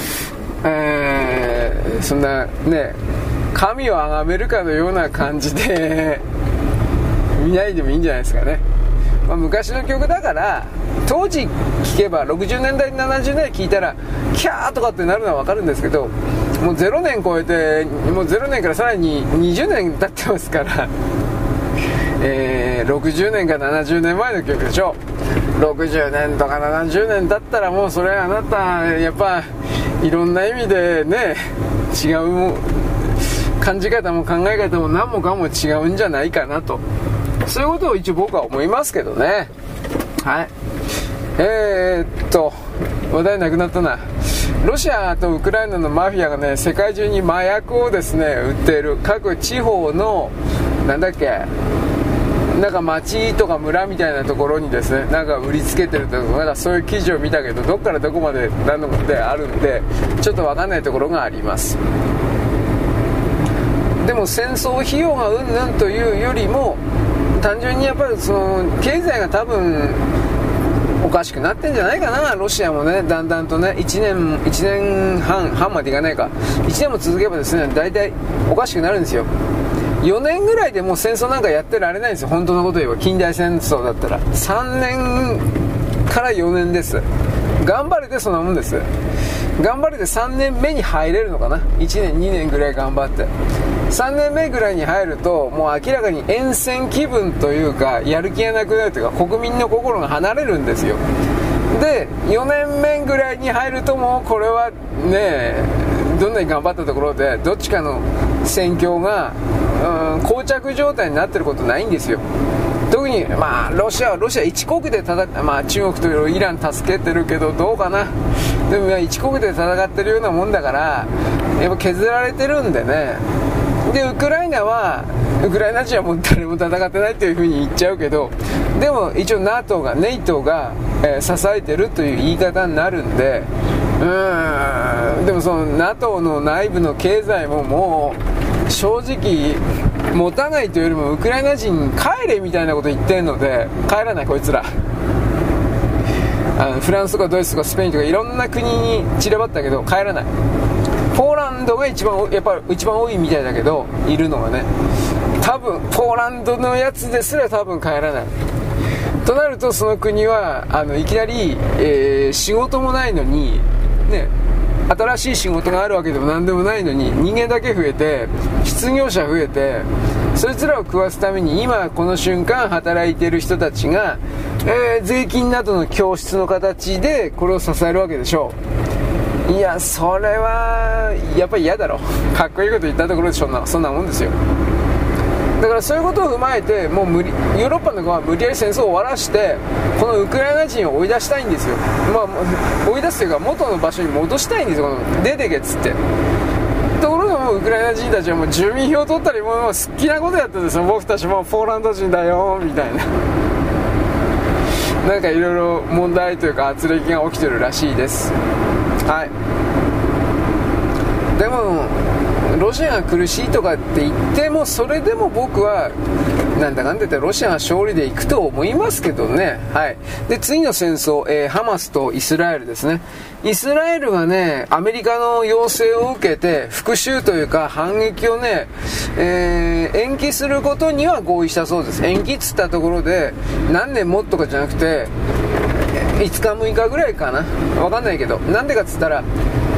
えー、そんなね神を崇めるかのような感じで見ないでもいいんじゃないですかね。まあ、昔の曲だから当時聴けばろくじゅうねんだいななじゅうねんだい聴いたらキャーとかってなるのは分かるんですけど、もうゼロねん超えてもうゼロねんからさらににじゅうねん経ってますからえー、ろくじゅうねんかななじゅうねんまえの曲でしょ。ろくじゅうねんとかななじゅうねん経ったらもうそれあなたやっぱいろんな意味でね違う感じ方も考え方も何もかも違うんじゃないかなと、そういうことを一応僕は思いますけどね。はい、えー、っと話題なくなったな。ロシアとウクライナのマフィアがね世界中に麻薬をですね売っている。各地方のなんだっけなんか町とか村みたいなところにですねなんか売りつけてるとか、なんかそういう記事を見たけど、どっからどこまでなのであるんでちょっと分かんないところがあります。でも戦争費用がうんぬんというよりも単純にやっぱりその経済が多分おかしくなってんじゃないかな。ロシアもねだんだんとねいちねんいちねんはん半までいかないかいちねんも続けばですね大体おかしくなるんですよ。よねんぐらいでもう戦争なんかやってられないんですよ。本当のこと言えば近代戦争だったらさんねんからよねんです。頑張れてそんなもんです。頑張れてさんねんめに入れるのかな。いちねんにねんぐらい頑張ってさんねんめぐらいに入るともう明らかに厭戦気分というかやる気がなくなるというか国民の心が離れるんですよ。でよねんめぐらいに入るともうこれはねどんなに頑張ったところでどっちかの戦況がうん膠着状態になってることないんですよ。特にまあロシアはロシア一国で戦って、まあ、中国とイラン助けてるけどどうかな。でも一国で戦ってるようなもんだからやっぱ削られてるんでね。でウクライナはウクライナ人はもう誰も戦ってないというふうに言っちゃうけど、でも一応 NATO が ネイト が、えー、支えてるという言い方になるんで、うーんでもその NATO の内部の経済ももう正直持たないというよりもウクライナ人帰れみたいなこと言ってるので帰らないこいつら。あのフランスとかドイツとかスペインとかいろんな国に散らばったけど帰らない。ポーランドが一番やっぱり一番多いみたいだけどいるのがね、多分ポーランドのやつですら多分帰らないとなると、その国はあのいきなり、えー、仕事もないのにね、新しい仕事があるわけでも何でもないのに人間だけ増えて失業者増えて、そいつらを食わすために今この瞬間働いている人たちが、えー、税金などの供出の形でこれを支えるわけでしょう。いやそれはやっぱり嫌だろ。かっこいいこと言ったところでそんな、そんなもんですよ。だからそういうことを踏まえてもう無理ヨーロッパの側は無理やり戦争を終わらしてこのウクライナ人を追い出したいんですよ。まあ追い出すというか元の場所に戻したいんですよ。この出てけっつってところがもうウクライナ人たちはもう住民票取ったりもう好きなことやってるんですよ。僕たちもポーランド人だよみたいななんかいろいろ問題というか圧力が起きてるらしいです。はい。でもロシアが苦しいとかって言ってもそれでも僕はなんだかんだ言ってロシアが勝利でいくと思いますけどね。はい。で次の戦争、えー、ハマスとイスラエルですね。イスラエルがねアメリカの要請を受けて復讐というか反撃をね、えー、延期することには合意したそうです。延期っつったところで何年もとかじゃなくていつかむいかぐらいかな、分かんないけど、なんでかっつったら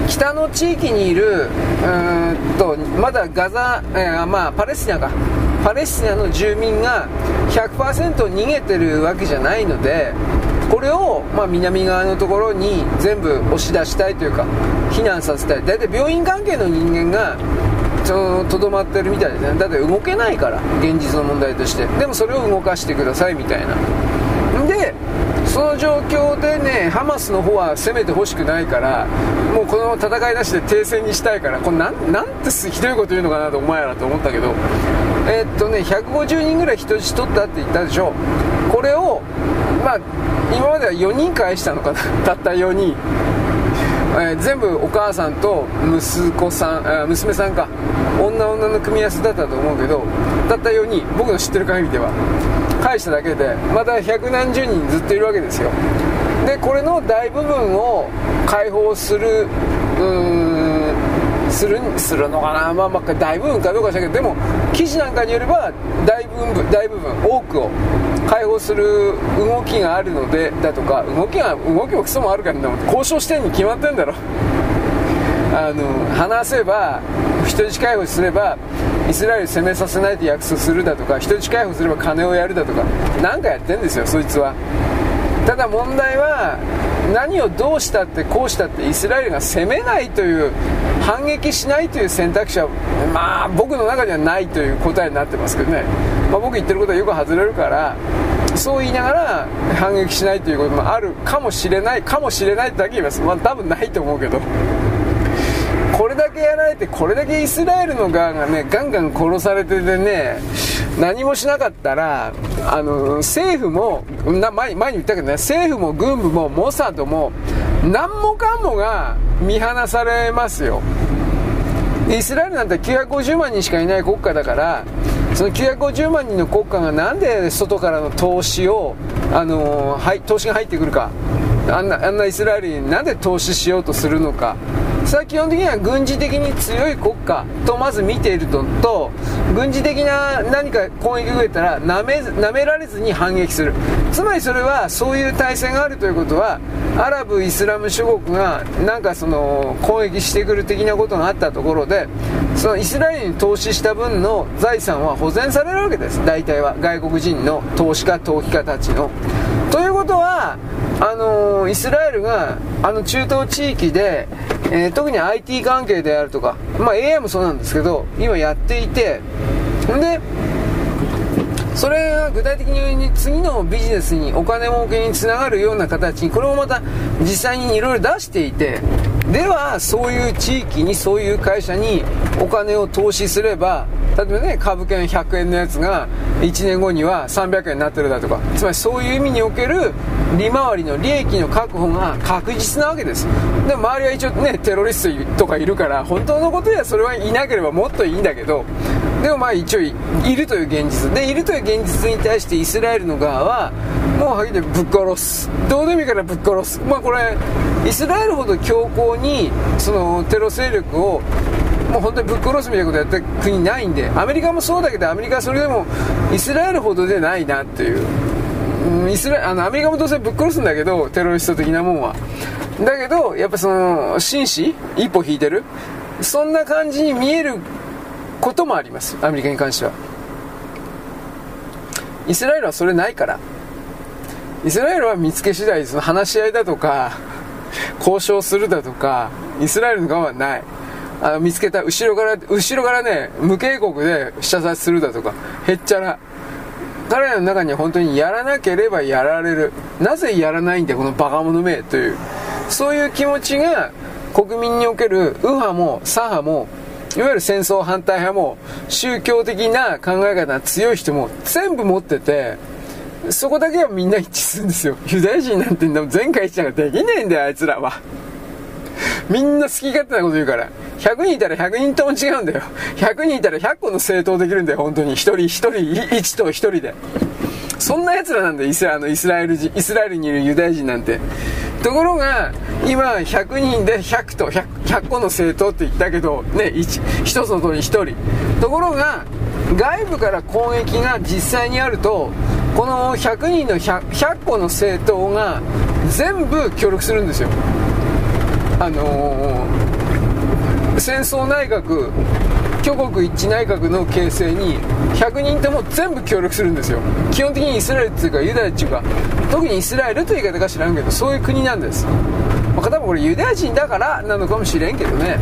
北の地域にいるうーんとまだガザ、えー、まあパレスチナかパレスチナの住民が ひゃくパーセント 逃げてるわけじゃないので、これを、まあ、南側のところに全部押し出したいというか避難させたい。だいたい病院関係の人間がとどまってるみたいですね。だって動けないから現実の問題として。でもそれを動かしてくださいみたいな。でその状況でね、ハマスの方は攻めてほしくないから、もうこの戦いなしで停戦にしたいから、これなん、なんてひどいこと言うのかなとお前らと思ったけど、えー、っとねひゃくごじゅうにんぐらい人質取ったって言ったでしょ。これをまあ今まではよにん返したのかなたったよにん、えー、全部お母さんと息子さん、あ娘さんか、女女の組み合わせだったと思うけど、たったよにん、僕の知ってる限りでは返しただけでまた百何十人ずっといるわけですよ。でこれの大部分を解放するうーんするするのかな、まあ、まあ大部分かどうかしらけど、でも記事なんかによれば大部分大部分多くを解放する動きがあるのでだとか、動きが動きもクソもあるからな、交渉してんに決まってんだろあの話せば人質解放すればイスラエル攻めさせないと約束するだとか、人質解放すれば金をやるだとか、なんかやってんですよそいつは。ただ問題は何をどうしたってこうしたってイスラエルが攻めないという、反撃しないという選択肢はまあ僕の中にはないという答えになってますけどね、まあ、僕言ってることはよく外れるから、そう言いながら反撃しないということもあるかもしれないかもしれないってだけ言います。まあ多分ないと思うけど、これだけやられて、これだけイスラエルの側がねガンガン殺されててね、何もしなかったら、あの政府もな 前, 前に言ったけどね、政府も軍部もモサドも何もかもが見放されますよ。イスラエルなんてきゅうひゃくごじゅうまんにんしかいない国家だから、そのきゅうひゃくごじゅうまんにんの国家がなんで外からの投資を、あのーはい、投資が入ってくるか、あんな、あんなイスラエルになんで投資しようとするのか。さあ基本的には軍事的に強い国家とまず見ているのと、軍事的な何か攻撃が増えたらなめ、なめられずに反撃する。つまりそれはそういう体制があるということは、アラブイスラム諸国がなんかその攻撃してくる的なことがあったところで、そのイスラエルに投資した分の財産は保全されるわけです。大体は外国人の投資家投機家たちの。ということはあのイスラエルがあの中東地域で、えー、特に アイティー 関係であるとか、まあ、エーアイ もそうなんですけど今やっていて、でそれが具体的に次のビジネスにお金儲けにつながるような形にこれもまた実際にいろいろ出していて、ではそういう地域にそういう会社にお金を投資すれば、例えばね株券ひゃくえんのやつがいちねんごにはさんびゃくえんになってるだとか、つまりそういう意味における利回りの利益の確保が確実なわけです。で周りは一応ねテロリストとかいるから、本当のことではそれはいなければもっといいんだけど、でもまあ一応いるという現実で、いるという現実に対してイスラエルの側はもうはっきりぶっ殺す、どうでもいいからぶっ殺す。まあこれイスラエルほど強硬にそのテロ勢力をもう本当にぶっ殺すみたいなことやった国ないんで、アメリカもそうだけどアメリカはそれでもイスラエルほどでないなっていう、うん、イスラあのアメリカもどうせぶっ殺すんだけどテロリスト的なもんは、だけどやっぱその紳士一歩引いてる、そんな感じに見えることもあります。アメリカに関してはイスラエルはそれないから、イスラエルは見つけ次第その話し合いだとか交渉するだとかイスラエルの側はない。あの見つけた後ろから後ろからね無警告で射殺するだとかへっちゃら、彼らの中には本当にやらなければやられる、なぜやらないんだこのバカ者めという、そういう気持ちが国民における右派も左派もいわゆる戦争反対派も宗教的な考え方が強い人も全部持ってて、そこだけはみんな一致するんですよ。ユダヤ人なんて全会一致なんかできねえんだよあいつらは。みんな好き勝手なこと言うから、ひゃくにんいたらひゃくにんとも違うんだよ。ひゃくにんいたらひゃっこの政党できるんだよ本当に、一人一人一党一人で。そんな奴らなんだよイスラ、あのイスラエル人、イスラエルにいるユダヤ人なんて。ところが今ひゃくにんでひゃくと ひゃく, ひゃっこの政党って言ったけどね、一つの党にひとり。ところが外部から攻撃が実際にあると、このひゃくにんの ひゃく, ひゃっこの政党が全部協力するんですよ。あのー戦争内閣、挙国一致内閣の形成にひゃくにんとも全部協力するんですよ。基本的にイスラエルっていうかユダヤっていうか、特にイスラエルという言い方か知らんけど、そういう国なんです。まあ、多分これユダヤ人だからなのかもしれんけどね。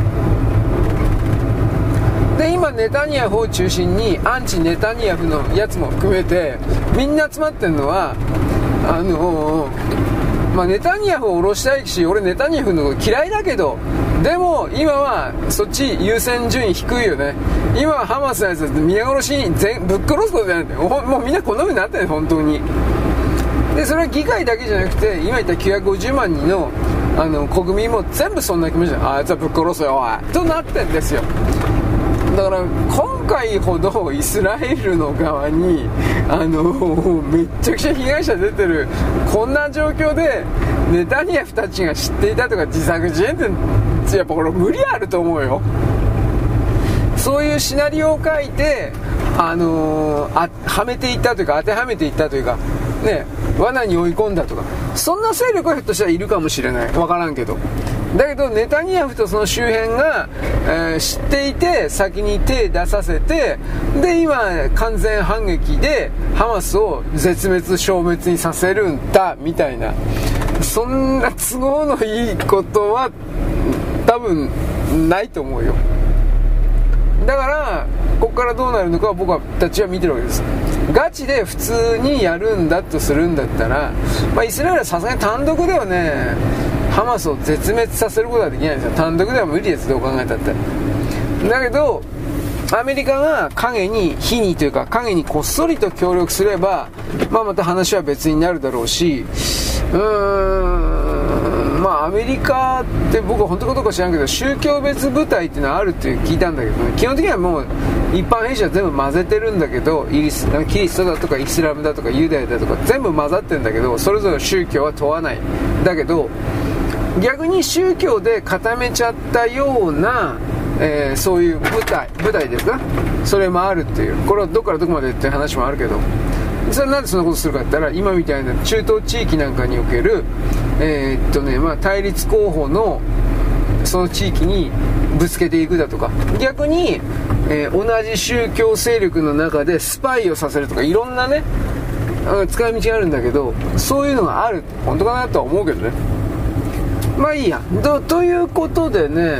で今ネタニヤフを中心にアンチネタニヤフのやつも含めてみんな集まってるのはあのーまあ、ネタニヤフを下ろしたいし、俺ネタニヤフのこと嫌いだけど、でも今はそっち優先順位低いよね。今はハマスのやつ皆殺しに全ぶっ殺すことじゃなくて、もうみんなこんな風になってる本当に。でそれは議会だけじゃなくて、今言ったきゅうひゃくごじゅうまんにんのあの国民も全部そんな気持ちで、あいつはぶっ殺すよおいとなってんですよ。だから今回ほどイスラエルの側にあのめっちゃくちゃ被害者出てるこんな状況でネタニヤフたちが知っていたとか自作自演ってやっぱこれ無理あると思うよ。そういうシナリオを書いてあのー、あはめていったというか当てはめていったというかね、罠に追い込んだとか、そんな勢力はひょっとしたらいるかもしれない、分からんけど。だけどネタニヤフとその周辺が、えー、知っていて先に手出させて、で今完全反撃でハマスを絶滅消滅にさせるんだみたいな、そんな都合のいいことは多分ないと思うよ。だからここからどうなるのかは僕たちは見てるわけです。ガチで普通にやるんだとするんだったら、まあ、イスラエルはさすがに単独ではねハマスを絶滅させることはできないんですよ。単独では無理です、どう考えたって。だけどアメリカが影に火にというか影にこっそりと協力すれば、まあ、また話は別になるだろうし、うーんまあアメリカって僕は本当かどうか知らんけど宗教別部隊っていうのはあるって聞いたんだけど、ね、基本的にはもう一般兵士は全部混ぜてるんだけど、イギリスキリストだとかイスラムだとかユダヤだとか全部混ざってるんだけど、それぞれ宗教は問わない。だけど逆に宗教で固めちゃったような、えー、そういう部隊部隊ですか、それもあるっていう、これはどこからどこまでって話もあるけど、それなんでそんなことするかって言ったら、今みたいな中東地域なんかにおける、えーっとねまあ、対立候補のその地域にぶつけていくだとか、逆に、えー、同じ宗教勢力の中でスパイをさせるとか、いろんなね使い道があるんだけど、そういうのがある、本当かなとは思うけどね。まあいいや。と、ということでね、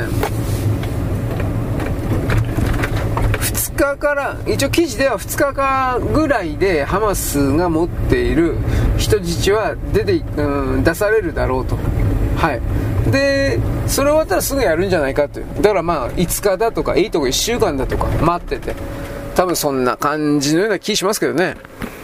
ふつかから一応記事ではふつかかんぐらいでハマスが持っている人質は出て、うん、出されるだろうと。はい。でそれ終わったらすぐやるんじゃないかという。だからまあいつかだとかいいとこいっしゅうかんだとか待ってて、多分そんな感じのような気しますけどね。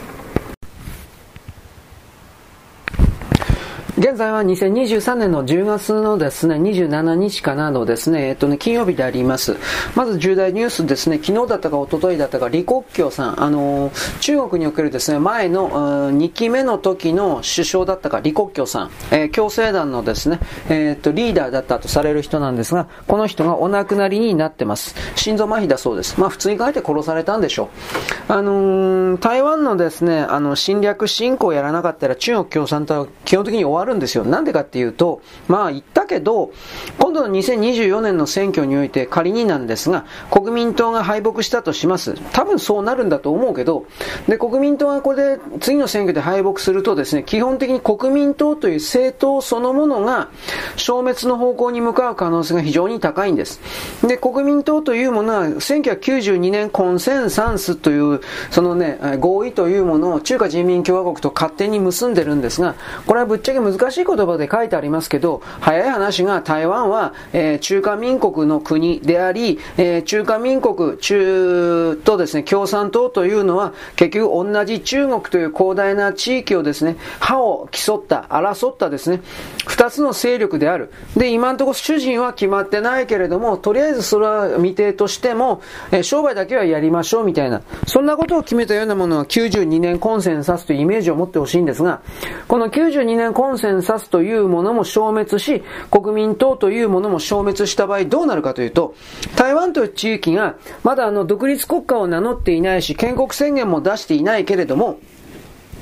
現在はにせんにじゅうさんねんのじゅうがつのですね、にじゅうしちにちかなのですね、えっとね、金曜日であります。まず重大ニュースですね、昨日だったか一昨日だったか、李克強さん、あのー、中国におけるですね、前のにきめの時の首相だったか、李克強さん、えー、共青団のですね、えー、っと、リーダーだったとされる人なんですが、この人がお亡くなりになってます。心臓麻痺だそうです。まあ普通に書いて殺されたんでしょう。あのー、台湾のですね、あの、侵略侵攻をやらなかったら中国共産党は基本的に終わるんですよ。なんでかっていうと、まあ言ったけど、今度のにせんにじゅうよねんの選挙において仮になんですが、国民党が敗北したとします。多分そうなるんだと思うけど、で、国民党がこれで次の選挙で敗北するとですね、基本的に国民党という政党そのものが消滅の方向に向かう可能性が非常に高いんです。で、国民党というものはせんきゅうひゃくきゅうじゅうにねんコンセンサスというそのね、合意というものを中華人民共和国と勝手に結んでるんですが、これはぶっちゃけ難しい言葉で書いてありますけど、早い話が台湾は、えー、中華民国の国であり、えー、中華民国中とですね、共産党というのは結局同じ中国という広大な地域をですね、歯を競った、争ったですね、二つの勢力である。で、今のところ主人は決まってないけれども、とりあえずそれは未定としても、えー、商売だけはやりましょうみたいな、そんなことを決めたようなものはきゅうじゅうにねんコンセンサスというイメージを持ってほしいんですが、このきゅうじゅうにねんコンセンサスというものも消滅し、国民党というものも消滅した場合どうなるかというと、台湾という地域がまだあの独立国家を名乗っていないし、建国宣言も出していないけれども、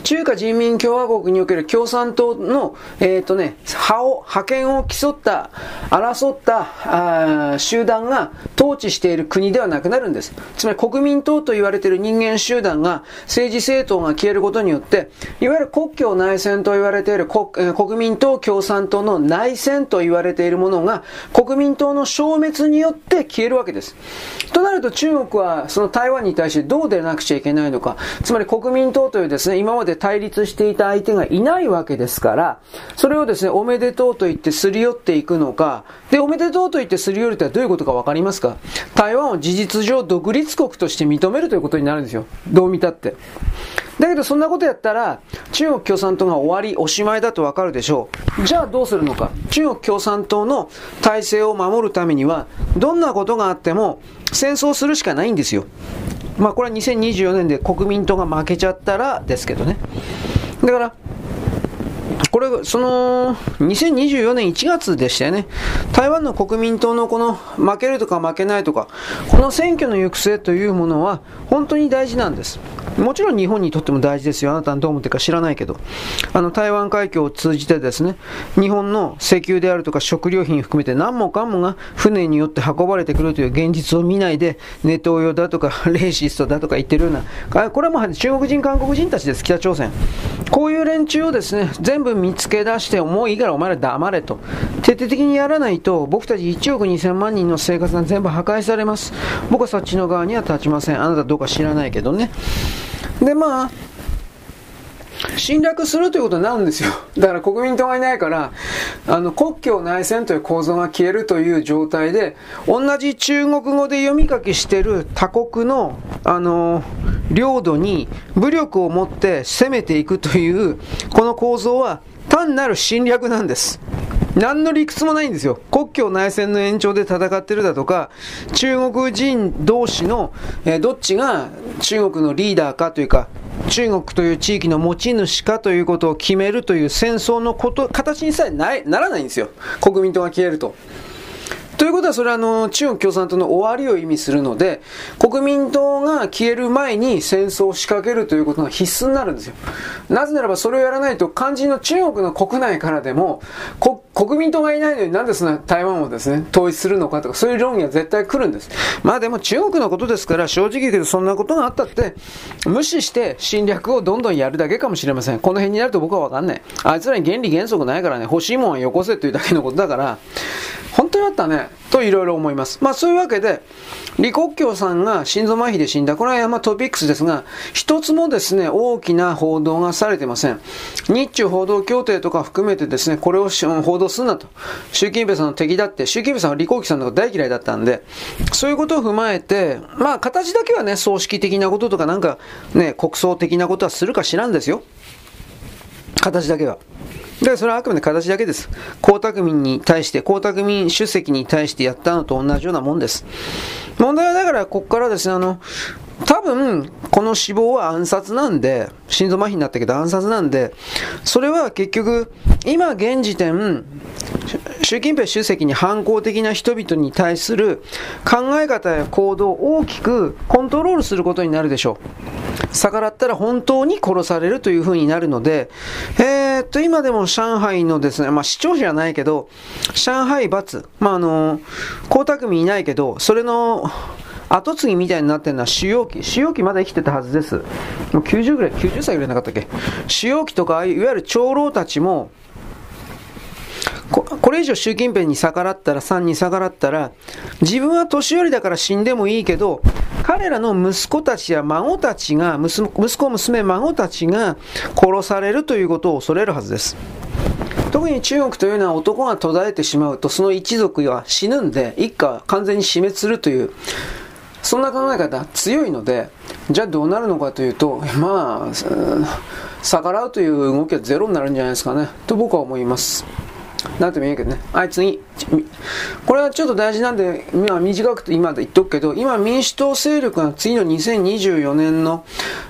中華人民共和国における共産党の、えっとね、派を、覇権を競った、争ったあ集団が統治している国ではなくなるんです。つまり国民党と言われている人間集団が、政治政党が消えることによって、いわゆる国共内戦と言われている 国,、えー、国民党共産党の内戦と言われているものが、国民党の消滅によって消えるわけです。となると中国はその台湾に対してどうでなくちゃいけないのか。つまり国民党というですね、今まで対立していた相手がいないわけですから、それをですね、おめでとうと言ってすり寄っていくのか。で、おめでとうと言ってすり寄るとはどういうことかわかりますか？台湾を事実上独立国として認めるということになるんですよ。どう見たって。だけどそんなことやったら中国共産党が終わりおしまいだとわかるでしょう。じゃあどうするのか。中国共産党の体制を守るためにはどんなことがあっても戦争するしかないんですよ。まあこれはにせんにじゅうよねんで国民党が負けちゃったらですけどね。だからこれ、その、にせんにじゅうよねんいちがつでしたよね。台湾の国民党のこの負けるとか負けないとか、この選挙の行く末というものは本当に大事なんです。もちろん日本にとっても大事ですよ。あなたはどう思ってるか知らないけど。あの台湾海峡を通じてですね、日本の石油であるとか食料品含めて何もかもが船によって運ばれてくるという現実を見ないで、ネトウヨだとかレイシストだとか言ってるような、これはもう中国人、韓国人たちです、北朝鮮。こういう連中をですね、全部見つけ出して、もういいからお前ら黙れと。徹底的にやらないと、僕たちいちおくにせんまんにんの生活が全部破壊されます。僕はそっちの側には立ちません。あなたどうか知らないけどね。で、まあ、侵略するということになるんですよ。だから国民党がいないから、あの国共内戦という構造が消えるという状態で、同じ中国語で読み書きしている他国の、あの、領土に武力を持って攻めていくという、この構造は単なる侵略なんです。何の理屈もないんですよ。国共内戦の延長で戦ってるだとか、中国人同士の、えー、どっちが中国のリーダーかというか、中国という地域の持ち主かということを決めるという戦争のこと、形にさえなならないんですよ。国民党が消えると。ということはそれはあの中国共産党の終わりを意味するので、国民党が消える前に戦争を仕掛けるということが必須になるんですよ。なぜならばそれをやらないと肝心の中国の国内からでも国民党がいないのになんでそんな台湾をですね統一するのかとかそういう論議は絶対来るんです。まあでも中国のことですから正直言うけどそんなことがあったって無視して侵略をどんどんやるだけかもしれません。この辺になると僕は分かんない。あいつらに原理原則ないからね、欲しいもんはよこせというだけのことだから本当にあったねといろいろ思います。まあそういうわけで李克強さんが心臓麻痺で死んだ、これはまあトピックスですが、一つもですね大きな報道がされていません。日中報道協定とか含めてですねこれを報道するなと、習近平さんの敵だって、習近平さんは李克強さんのこと大嫌いだったんで、そういうことを踏まえてまあ形だけはね葬式的なこととかなんかね国葬的なことはするか知らんですよ、形だけは。でそれはあくまで形だけです。江沢民に対して、江沢民主席に対してやったのと同じようなもんです。問題はだからここからですね、あの多分この死亡は暗殺なんで、心臓麻痺になったけど暗殺なんで、それは結局今現時点習近平主席に反抗的な人々に対する考え方や行動を大きくコントロールすることになるでしょう。逆らったら本当に殺されるという風になるので、えー、っと今でも上海のですね、まあ市長じゃないけど上海閥、まああの江沢民いないけどそれの後継ぎみたいになってるのは朱鎔基。朱鎔基まだ生きてたはずです。もうきゅうじゅうぐらい、きゅうじゅっさいぐらいなかったっけ。朱鎔基とかいわゆる長老たちもこ, これ以上習近平に逆らったら、さんに逆らったら、自分は年寄りだから死んでもいいけど、彼らの息子たちや孫たちが、息子、娘、孫たちが殺されるということを恐れるはずです。特に中国というのは男が途絶えてしまうと、その一族は死ぬんで、一家は完全に死滅するという、そんな考え方強いので、じゃあどうなるのかというと、まあ、逆らうという動きはゼロになるんじゃないですかね、と僕は思います。なんとも言えんけどね。はい、次。これはちょっと大事なんで、今短くて今言っとくけど、今民主党勢力が次のにせんにじゅうよねんの、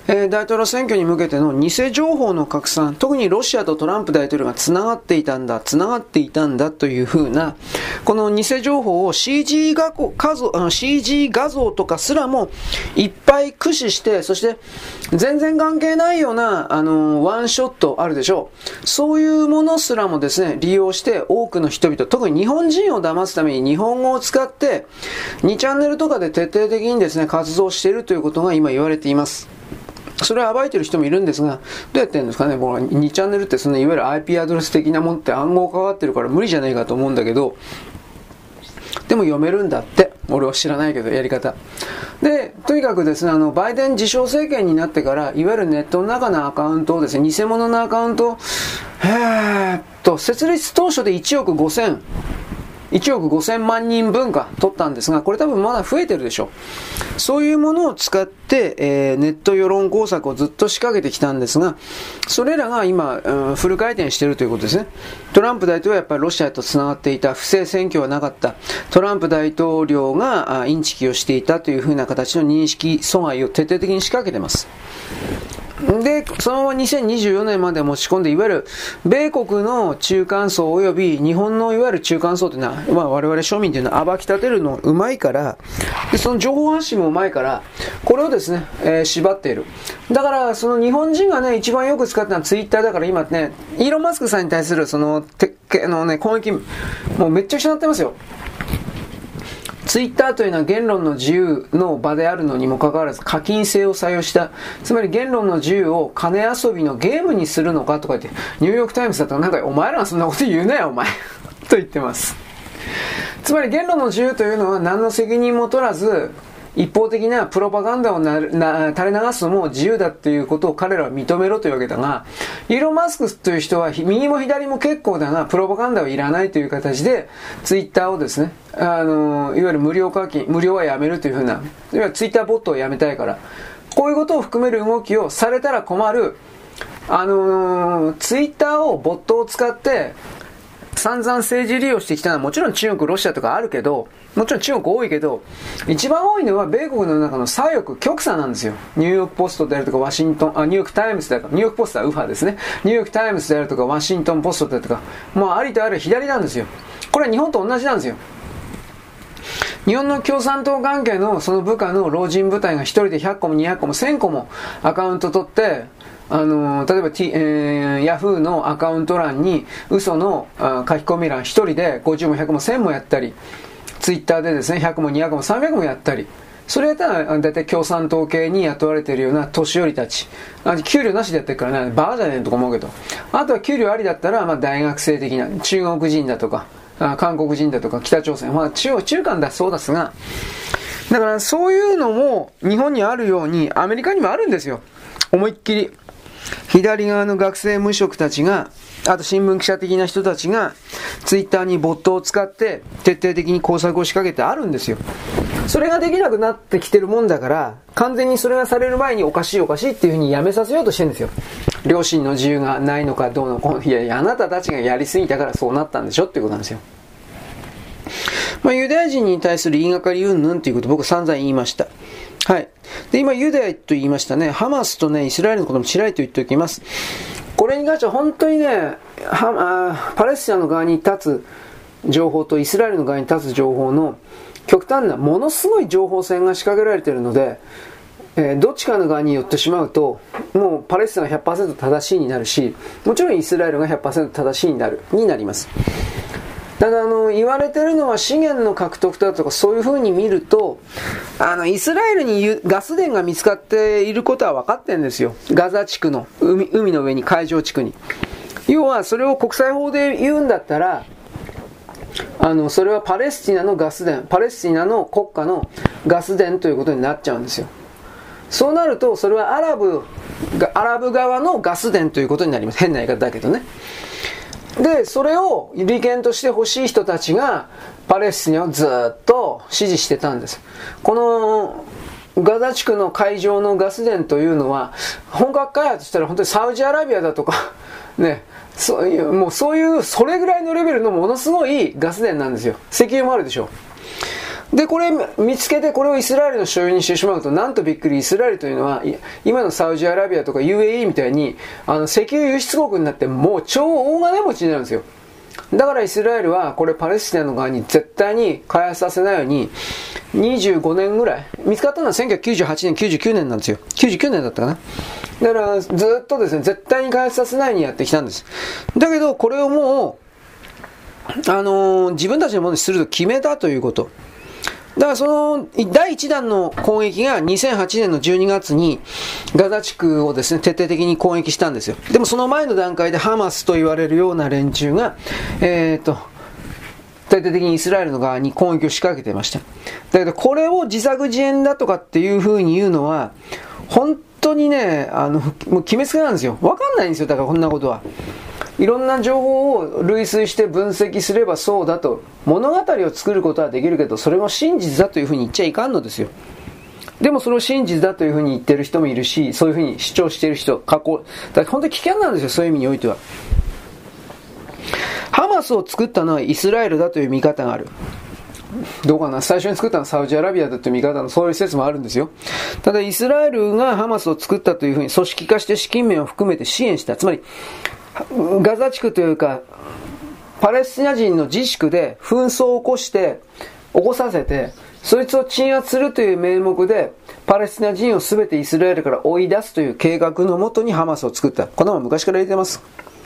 えー、大統領選挙に向けての偽情報の拡散、特にロシアとトランプ大統領がつながっていたんだ、つながっていたんだというふうな、この偽情報を シージー 画像、シージー 画像とかすらもいっぱい駆使して、そして全然関係ないような、あの、ワンショットあるでしょう。そういうものすらもですね、利用して多くの人々、特に日本人を騙すために日本語を使って、にチャンネルとかで徹底的にですね、活動しているということが今言われています。それを暴いている人もいるんですが、どうやってるんですかね。僕はにチャンネルってそのいわゆる アイピー アドレス的なもんって暗号かかってるから無理じゃないかと思うんだけど、でも読めるんだって。俺は知らないけど、やり方。で、とにかくですね、あの、バイデン自称政権になってから、いわゆるネットの中のアカウントをですね、偽物のアカウント、えーっと、設立当初でいちおくごせん、いちおくごせんまんにんぶんか取ったんですが、これ多分まだ増えてるでしょう。そういうものを使って、えー、ネット世論工作をずっと仕掛けてきたんですが、それらが今、うん、フル回転しているということですね。トランプ大統領はやっぱりロシアとつながっていた、不正選挙はなかった、トランプ大統領がインチキをしていたというふうな形の認識阻害を徹底的に仕掛けています。で、そのままにせんにじゅうよねんまで持ち込んで、いわゆる米国の中間層及び日本のいわゆる中間層というのは、まあ、我々庶民というのは暴き立てるのうまいから、でその情報発信もうまいから、これをですね、えー、縛っている。だから、その日本人がね、一番よく使ってるのはツイッターだから今ね、イーロン・マスクさんに対するその、てあのね、攻撃、もうめっちゃくちゃなってますよ。ツイッターというのは言論の自由の場であるのにもかかわらず課金制を採用した。つまり言論の自由を金遊びのゲームにするのかとか言って、ニューヨークタイムズだとなんかお前らがそんなこと言うなよお前と言ってます。つまり言論の自由というのは何の責任も取らず、一方的なプロパガンダをなな垂れ流すのも自由だということを彼らは認めろというわけだが、イーロン・マスクという人は右も左も結構だがプロパガンダはいらないという形でツイッターをですね、あのいわゆる無料課金、無料はやめるというふうな、いわゆるツイッターボットをやめたいから、こういうことを含める動きをされたら困る、あのツイッターをボットを使って散々政治利用してきたのはもちろん中国、ロシアとかあるけど、もちろん中国多いけど、一番多いのは米国の中の左翼、極左なんですよ。ニューヨークポストであるとかワシントン、あ、ニューヨークタイムズであるとか、ニューヨークポストはウファですね。ニューヨークタイムズであるとかワシントンポストであるとか、もうありとある左なんですよ。これは日本と同じなんですよ。日本の共産党関係のその部下の老人部隊が一人でひゃっこもにひゃっこもせんこもアカウント取って、あの例えば、T えー、ヤフーのアカウント欄に嘘のあ書き込み欄一人でごじゅうもひゃくもせんもやったり、ツイッターでですねひゃくもにひゃくもさんびゃくもやったり、それやったらだいたい共産党系に雇われているような年寄りたち、あ給料なしでやってるからね、バカじゃねえとか思うけど、あとは給料ありだったら、まあ、大学生的な中国人だとかあ韓国人だとか北朝鮮、まあ、中中間だそうですが、だからそういうのも日本にあるようにアメリカにもあるんですよ。思いっきり左側の学生無職たちが、あと新聞記者的な人たちがツイッターにボットを使って徹底的に工作を仕掛けてあるんですよ。それができなくなってきてるもんだから、完全にそれがされる前におかしいおかしいっていうふうにやめさせようとしてるんですよ。良心の自由がないのかどうのこう、いやいやあなたたちがやりすぎたからそうなったんでしょっていうことなんですよ。まあ、ユダヤ人に対する言いがかり云々ということを僕散々言いました。はい。で、今ユダヤと言いましたね。ハマスとね、イスラエルのこともちらりと言っておきます。これに関しては本当にね、はパレスチナの側に立つ情報とイスラエルの側に立つ情報の極端なものすごい情報戦が仕掛けられているので、えー、どっちかの側に寄ってしまうと、もうパレスチナが ひゃくパーセント 正しいになるし、もちろんイスラエルが ひゃくパーセント 正しいになる、になります。ただあの言われているのは資源の獲得だとかそういう風に見ると、あのイスラエルにガス田が見つかっていることは分かってるんですよ。ガザ地区の 海, 海の上に海上地区に、要はそれを国際法で言うんだったら、あのそれはパレスチナのガス田、パレスチナの国家のガス田ということになっちゃうんですよ。そうなるとそれはアラブアラブ側のガス田ということになります。変な言い方だけどね。で、それを利権として欲しい人たちがパレスチナをずっと支持してたんです。このガザ地区の海上のガス田というのは本格開発したら本当にサウジアラビアだとかね、そういうもうそういうそれぐらいのレベルのものすごいガス田なんですよ。石油もあるでしょ。 で、これ見つけてこれをイスラエルの所有にしてしまうと、なんとびっくり、イスラエルというのは、今のサウジアラビアとか ユーエーイー みたいに、あの、石油輸出国になってもう超大金持ちになるんですよ。だからイスラエルは、これパレスチナの側に絶対に開発させないように、にじゅうごねんぐらい、見つかったのはせんきゅうひゃくきゅうじゅうはちねん、きゅうじゅうきゅうねんなんですよ。きゅうじゅうきゅうねんだったかな。だから、ずっとですね、絶対に開発させないようにやってきたんです。だけど、これをもう、あのー、自分たちのものにすると決めたということ。だからそのだいいちだんの攻撃がにせんはちねんのじゅうにがつにガザ地区をですね、徹底的に攻撃したんですよ。でもその前の段階でハマスと言われるような連中が、えーと、徹底的にイスラエルの側に攻撃を仕掛けていました。だけどこれを自作自演だとかっていう風に言うのは、本当にね、あの、もう決めつけなんですよ。わかんないんですよ、だからこんなことは。いろんな情報を類推して分析すればそうだと物語を作ることはできるけど、それも真実だというふうに言っちゃいかんのですよ。でもそれを真実だというふうに言ってる人もいるし、そういうふうに主張している人、過去だから本当に危険なんですよ、そういう意味においては。ハマスを作ったのはイスラエルだという見方がある。どうかな、最初に作ったのはサウジアラビアだという見方のそういう説もあるんですよ。ただイスラエルがハマスを作ったというふうに組織化して資金面を含めて支援した。つまりガザ地区というかパレスチナ人の自治区で紛争を起こして起こさせて、そいつを鎮圧するという名目でパレスチナ人を全てイスラエルから追い出すという計画のもとにハマスを作った。こんなのも昔から言ってます。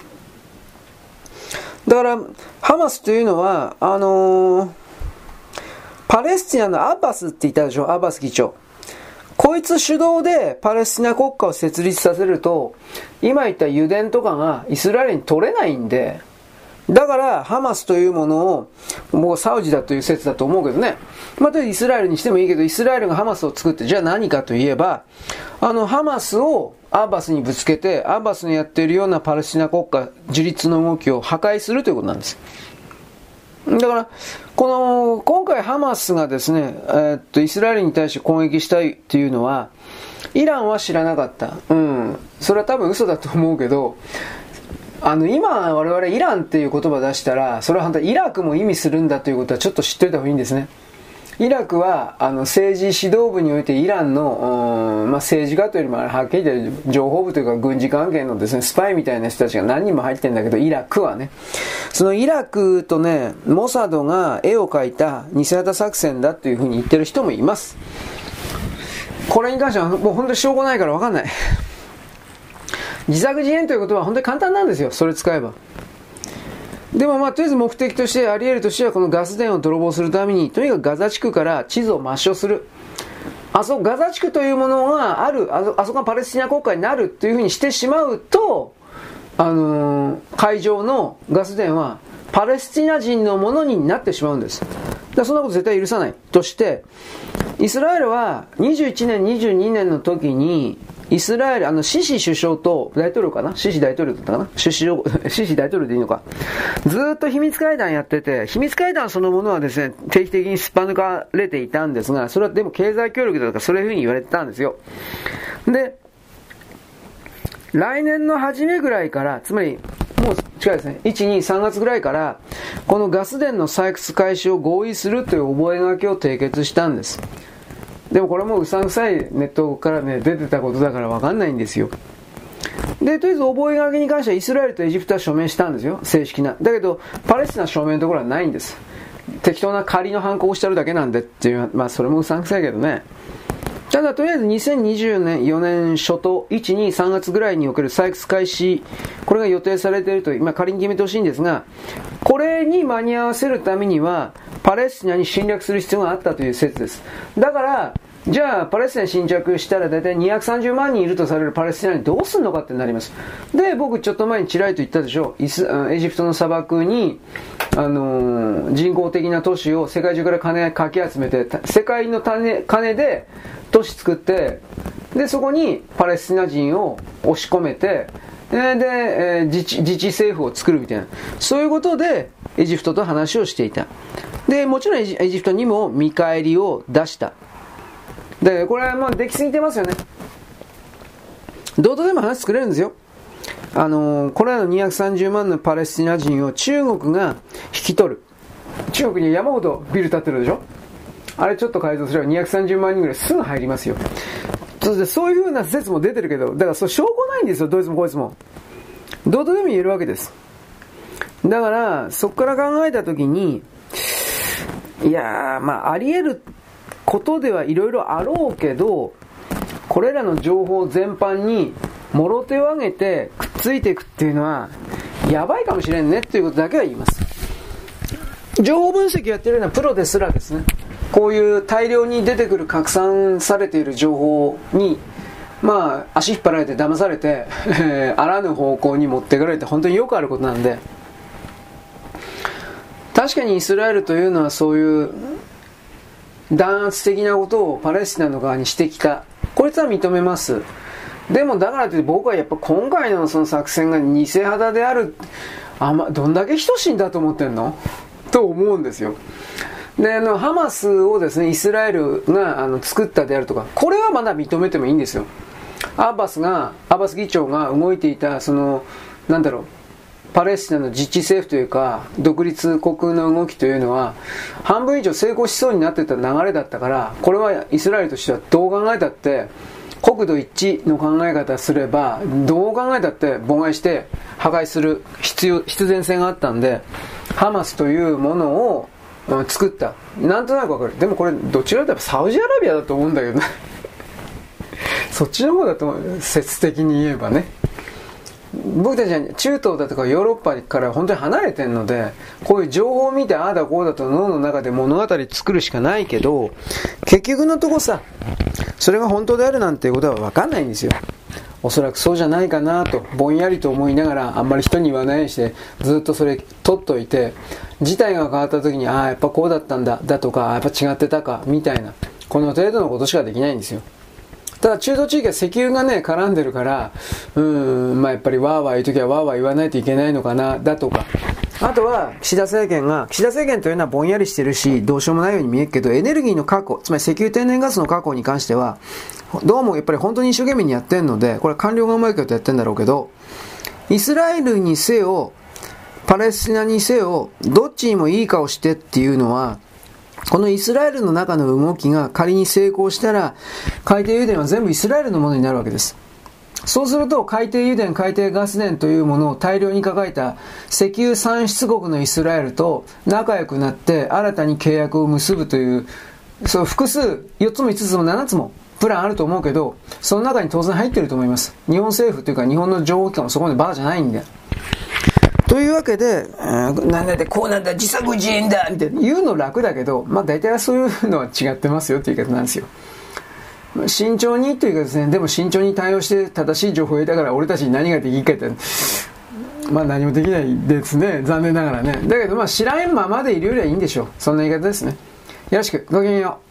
だからハマスというのはあのー、パレスチナのアッバスって言ったでしょ、アッバス議長。こいつ主導でパレスチナ国家を設立させると、今言った油田とかがイスラエルに取れないんで、だからハマスというものを、もうサウジだという説だと思うけどね。またイスラエルにしてもいいけど、イスラエルがハマスを作って、じゃあ何かといえば、あのハマスをアッバスにぶつけて、アッバスのやっているようなパレスチナ国家樹立の動きを破壊するということなんです。だから、この、今回ハマスがですね、えー、っと、イスラエルに対して攻撃したいっていうのは、イランは知らなかった。うん。それは多分嘘だと思うけど、あの、今我々イランっていう言葉を出したら、それは反対、イラクも意味するんだということはちょっと知っておいた方がいいんですね。イラクは、あの、政治指導部においてイランの、うん、まあ、政治家というよりも、はっきり言って情報部というか軍事関係のですね、スパイみたいな人たちが何人も入ってるんだけど、イラクはね。そのイラクとね、モサドが絵を描いた偽旗作戦だというふうに言ってる人もいます。これに関してはもう本当に証拠ないから分かんない。自作自演ということは本当に簡単なんですよ、それ使えば。でもまあとりあえず目的としてあり得るとしては、このガス田を泥棒するためにとにかくガザ地区から地図を抹消する。あそガザ地区というものがある、あそ、あそこがパレスチナ国家になるというふうにしてしまうと、あのー、海上のガス田はパレスチナ人のものになってしまうんです。だからそんなこと絶対許さないとして、イスラエルはにじゅういちねんにじゅうにねんの時にイスラエル、あのシシ首相と大統領かな、シシ大統領だったかな、シシ、シシ大統領でいいのか、ずーっと秘密会談やってて、秘密会談そのものはですね、定期的にすっぱ抜かれていたんですが、それはでも経済協力だとかそういうふうに言われてたんですよ。で、来年の初めぐらいから、つまりもう近いですね、いち、に、さんがつぐらいからこのガス田の採掘開始を合意するという覚書を締結したんです。でもこれもうさんくさいネットからね出てたことだから分かんないんですよ。で、とりあえず覚書に関してはイスラエルとエジプトは署名したんですよ、正式な。だけどパレスチナ署名のところはないんです。適当な仮の反抗をしてるだけなんでっていう、まあそれもうさんくさいけどね。ただとりあえずにせんにじゅうよねん初頭、いち、に、さんがつぐらいにおける採掘開始、これが予定されていると、まあ、仮に決めてほしいんですが、これに間に合わせるためにはパレスチナに侵略する必要があったという説です。だからじゃあパレスチナに侵略したら大体にひゃくさんじゅうまんにんいるとされるパレスチナにどうすんのかってなります。で、僕ちょっと前にちらりと言ったでしょ、イスエジプトの砂漠に、あのー、人工的な都市を世界中から金かき集めて、世界の種金で都市作って、でそこにパレスチナ人を押し込めて、で、えー、自治、自治政府を作るみたいな、そういうことでエジプトと話をしていた。で、もちろんエジ、エジプトにも見返りを出した。で、これはまあできすぎてますよね。どうとでも話作れるんですよ。あのー、これらのにひゃくさんじゅうまんのパレスチナ人を中国が引き取る。中国に山ほどビル建ってるでしょ。 あれちょっと改造すればにひゃくさんじゅうまんにんぐらいすぐ入りますよ。そういう風な説も出てるけど、だからそう証拠ないんですよ、どいつもこいつも。どうとでも言えるわけです。だからそこから考えたときに、いやー、まああり得ることではいろいろあろうけど、これらの情報全般にもろ手を挙げてくっついていくっていうのはやばいかもしれんねっていうことだけは言います。情報分析をやっているようなプロですらですね、こういう大量に出てくる拡散されている情報にまあ足引っ張られて騙されて、えー、あらぬ方向に持っていかれて本当によくあることなんで、確かにイスラエルというのはそういう弾圧的なことをパレスチナの側にしてきた、こいつは認めます。でもだからといって僕はやっぱ今回のその作戦が偽肌である、あ、ま、どんだけ等しいんだと思ってんのと思うんですよ。で、あのハマスをですねイスラエルがあの作ったであるとか、これはまだ認めてもいいんですよ。アッバスがアッバス議長が動いていたそのなんだろうパレスチナの自治政府というか独立国の動きというのは半分以上成功しそうになってた流れだったから、これはイスラエルとしてはどう考えたって国土一致の考え方すればどう考えたって妨害して破壊する必要必然性があったんで、ハマスというものを作った。なんとなくわかる。でもこれどちらかというとサウジアラビアだと思うんだけどねそっちの方だと思う、説的に言えばね。僕たちは中東だとかヨーロッパから本当に離れてるので、こういう情報を見てああだこうだと脳の中で物語作るしかないけど、結局のとこさ、それが本当であるなんていうことは分かんないんですよ。おそらくそうじゃないかなとぼんやりと思いながら、あんまり人に言わないようにしてずっとそれ取っといて、事態が変わった時にああやっぱこうだったんだだとか、やっぱ違ってたかみたいな、この程度のことしかできないんですよ。ただ中東地域は石油がね絡んでるから、うーんまあやっぱりワーワー言う時はワーワー言わないといけないのかなだとか、あとは岸田政権が、岸田政権というのはぼんやりしてるしどうしようもないように見えるけど、エネルギーの確保、つまり石油天然ガスの確保に関してはどうもやっぱり本当に一生懸命にやってるので、これは官僚がうまいことやってるんだろうけど、イスラエルにせよパレスチナにせよどっちにもいい顔してっていうのは、このイスラエルの中の動きが仮に成功したら海底油田は全部イスラエルのものになるわけです。そうすると海底油田、海底ガス田というものを大量に抱えた石油産出国のイスラエルと仲良くなって新たに契約を結ぶという、そう複数よっつもいつつもななつもプランあると思うけど、その中に当然入っていると思います。日本政府というか日本の情報機関もそこまでバカじゃないんで。というわけで、なんだってこうなんだ自作自演だみたいな言うの楽だけど、まあ大体はそういうのは違ってますよという言い方なんですよ。慎重にというかですね、でも慎重に対応して正しい情報を得たから俺たちに何ができるかって、まあ何もできないですね、残念ながらね。だけどまあ知らんままでいるよりはいいんでしょう。そんな言い方ですね。よろしく、ごきげんよう。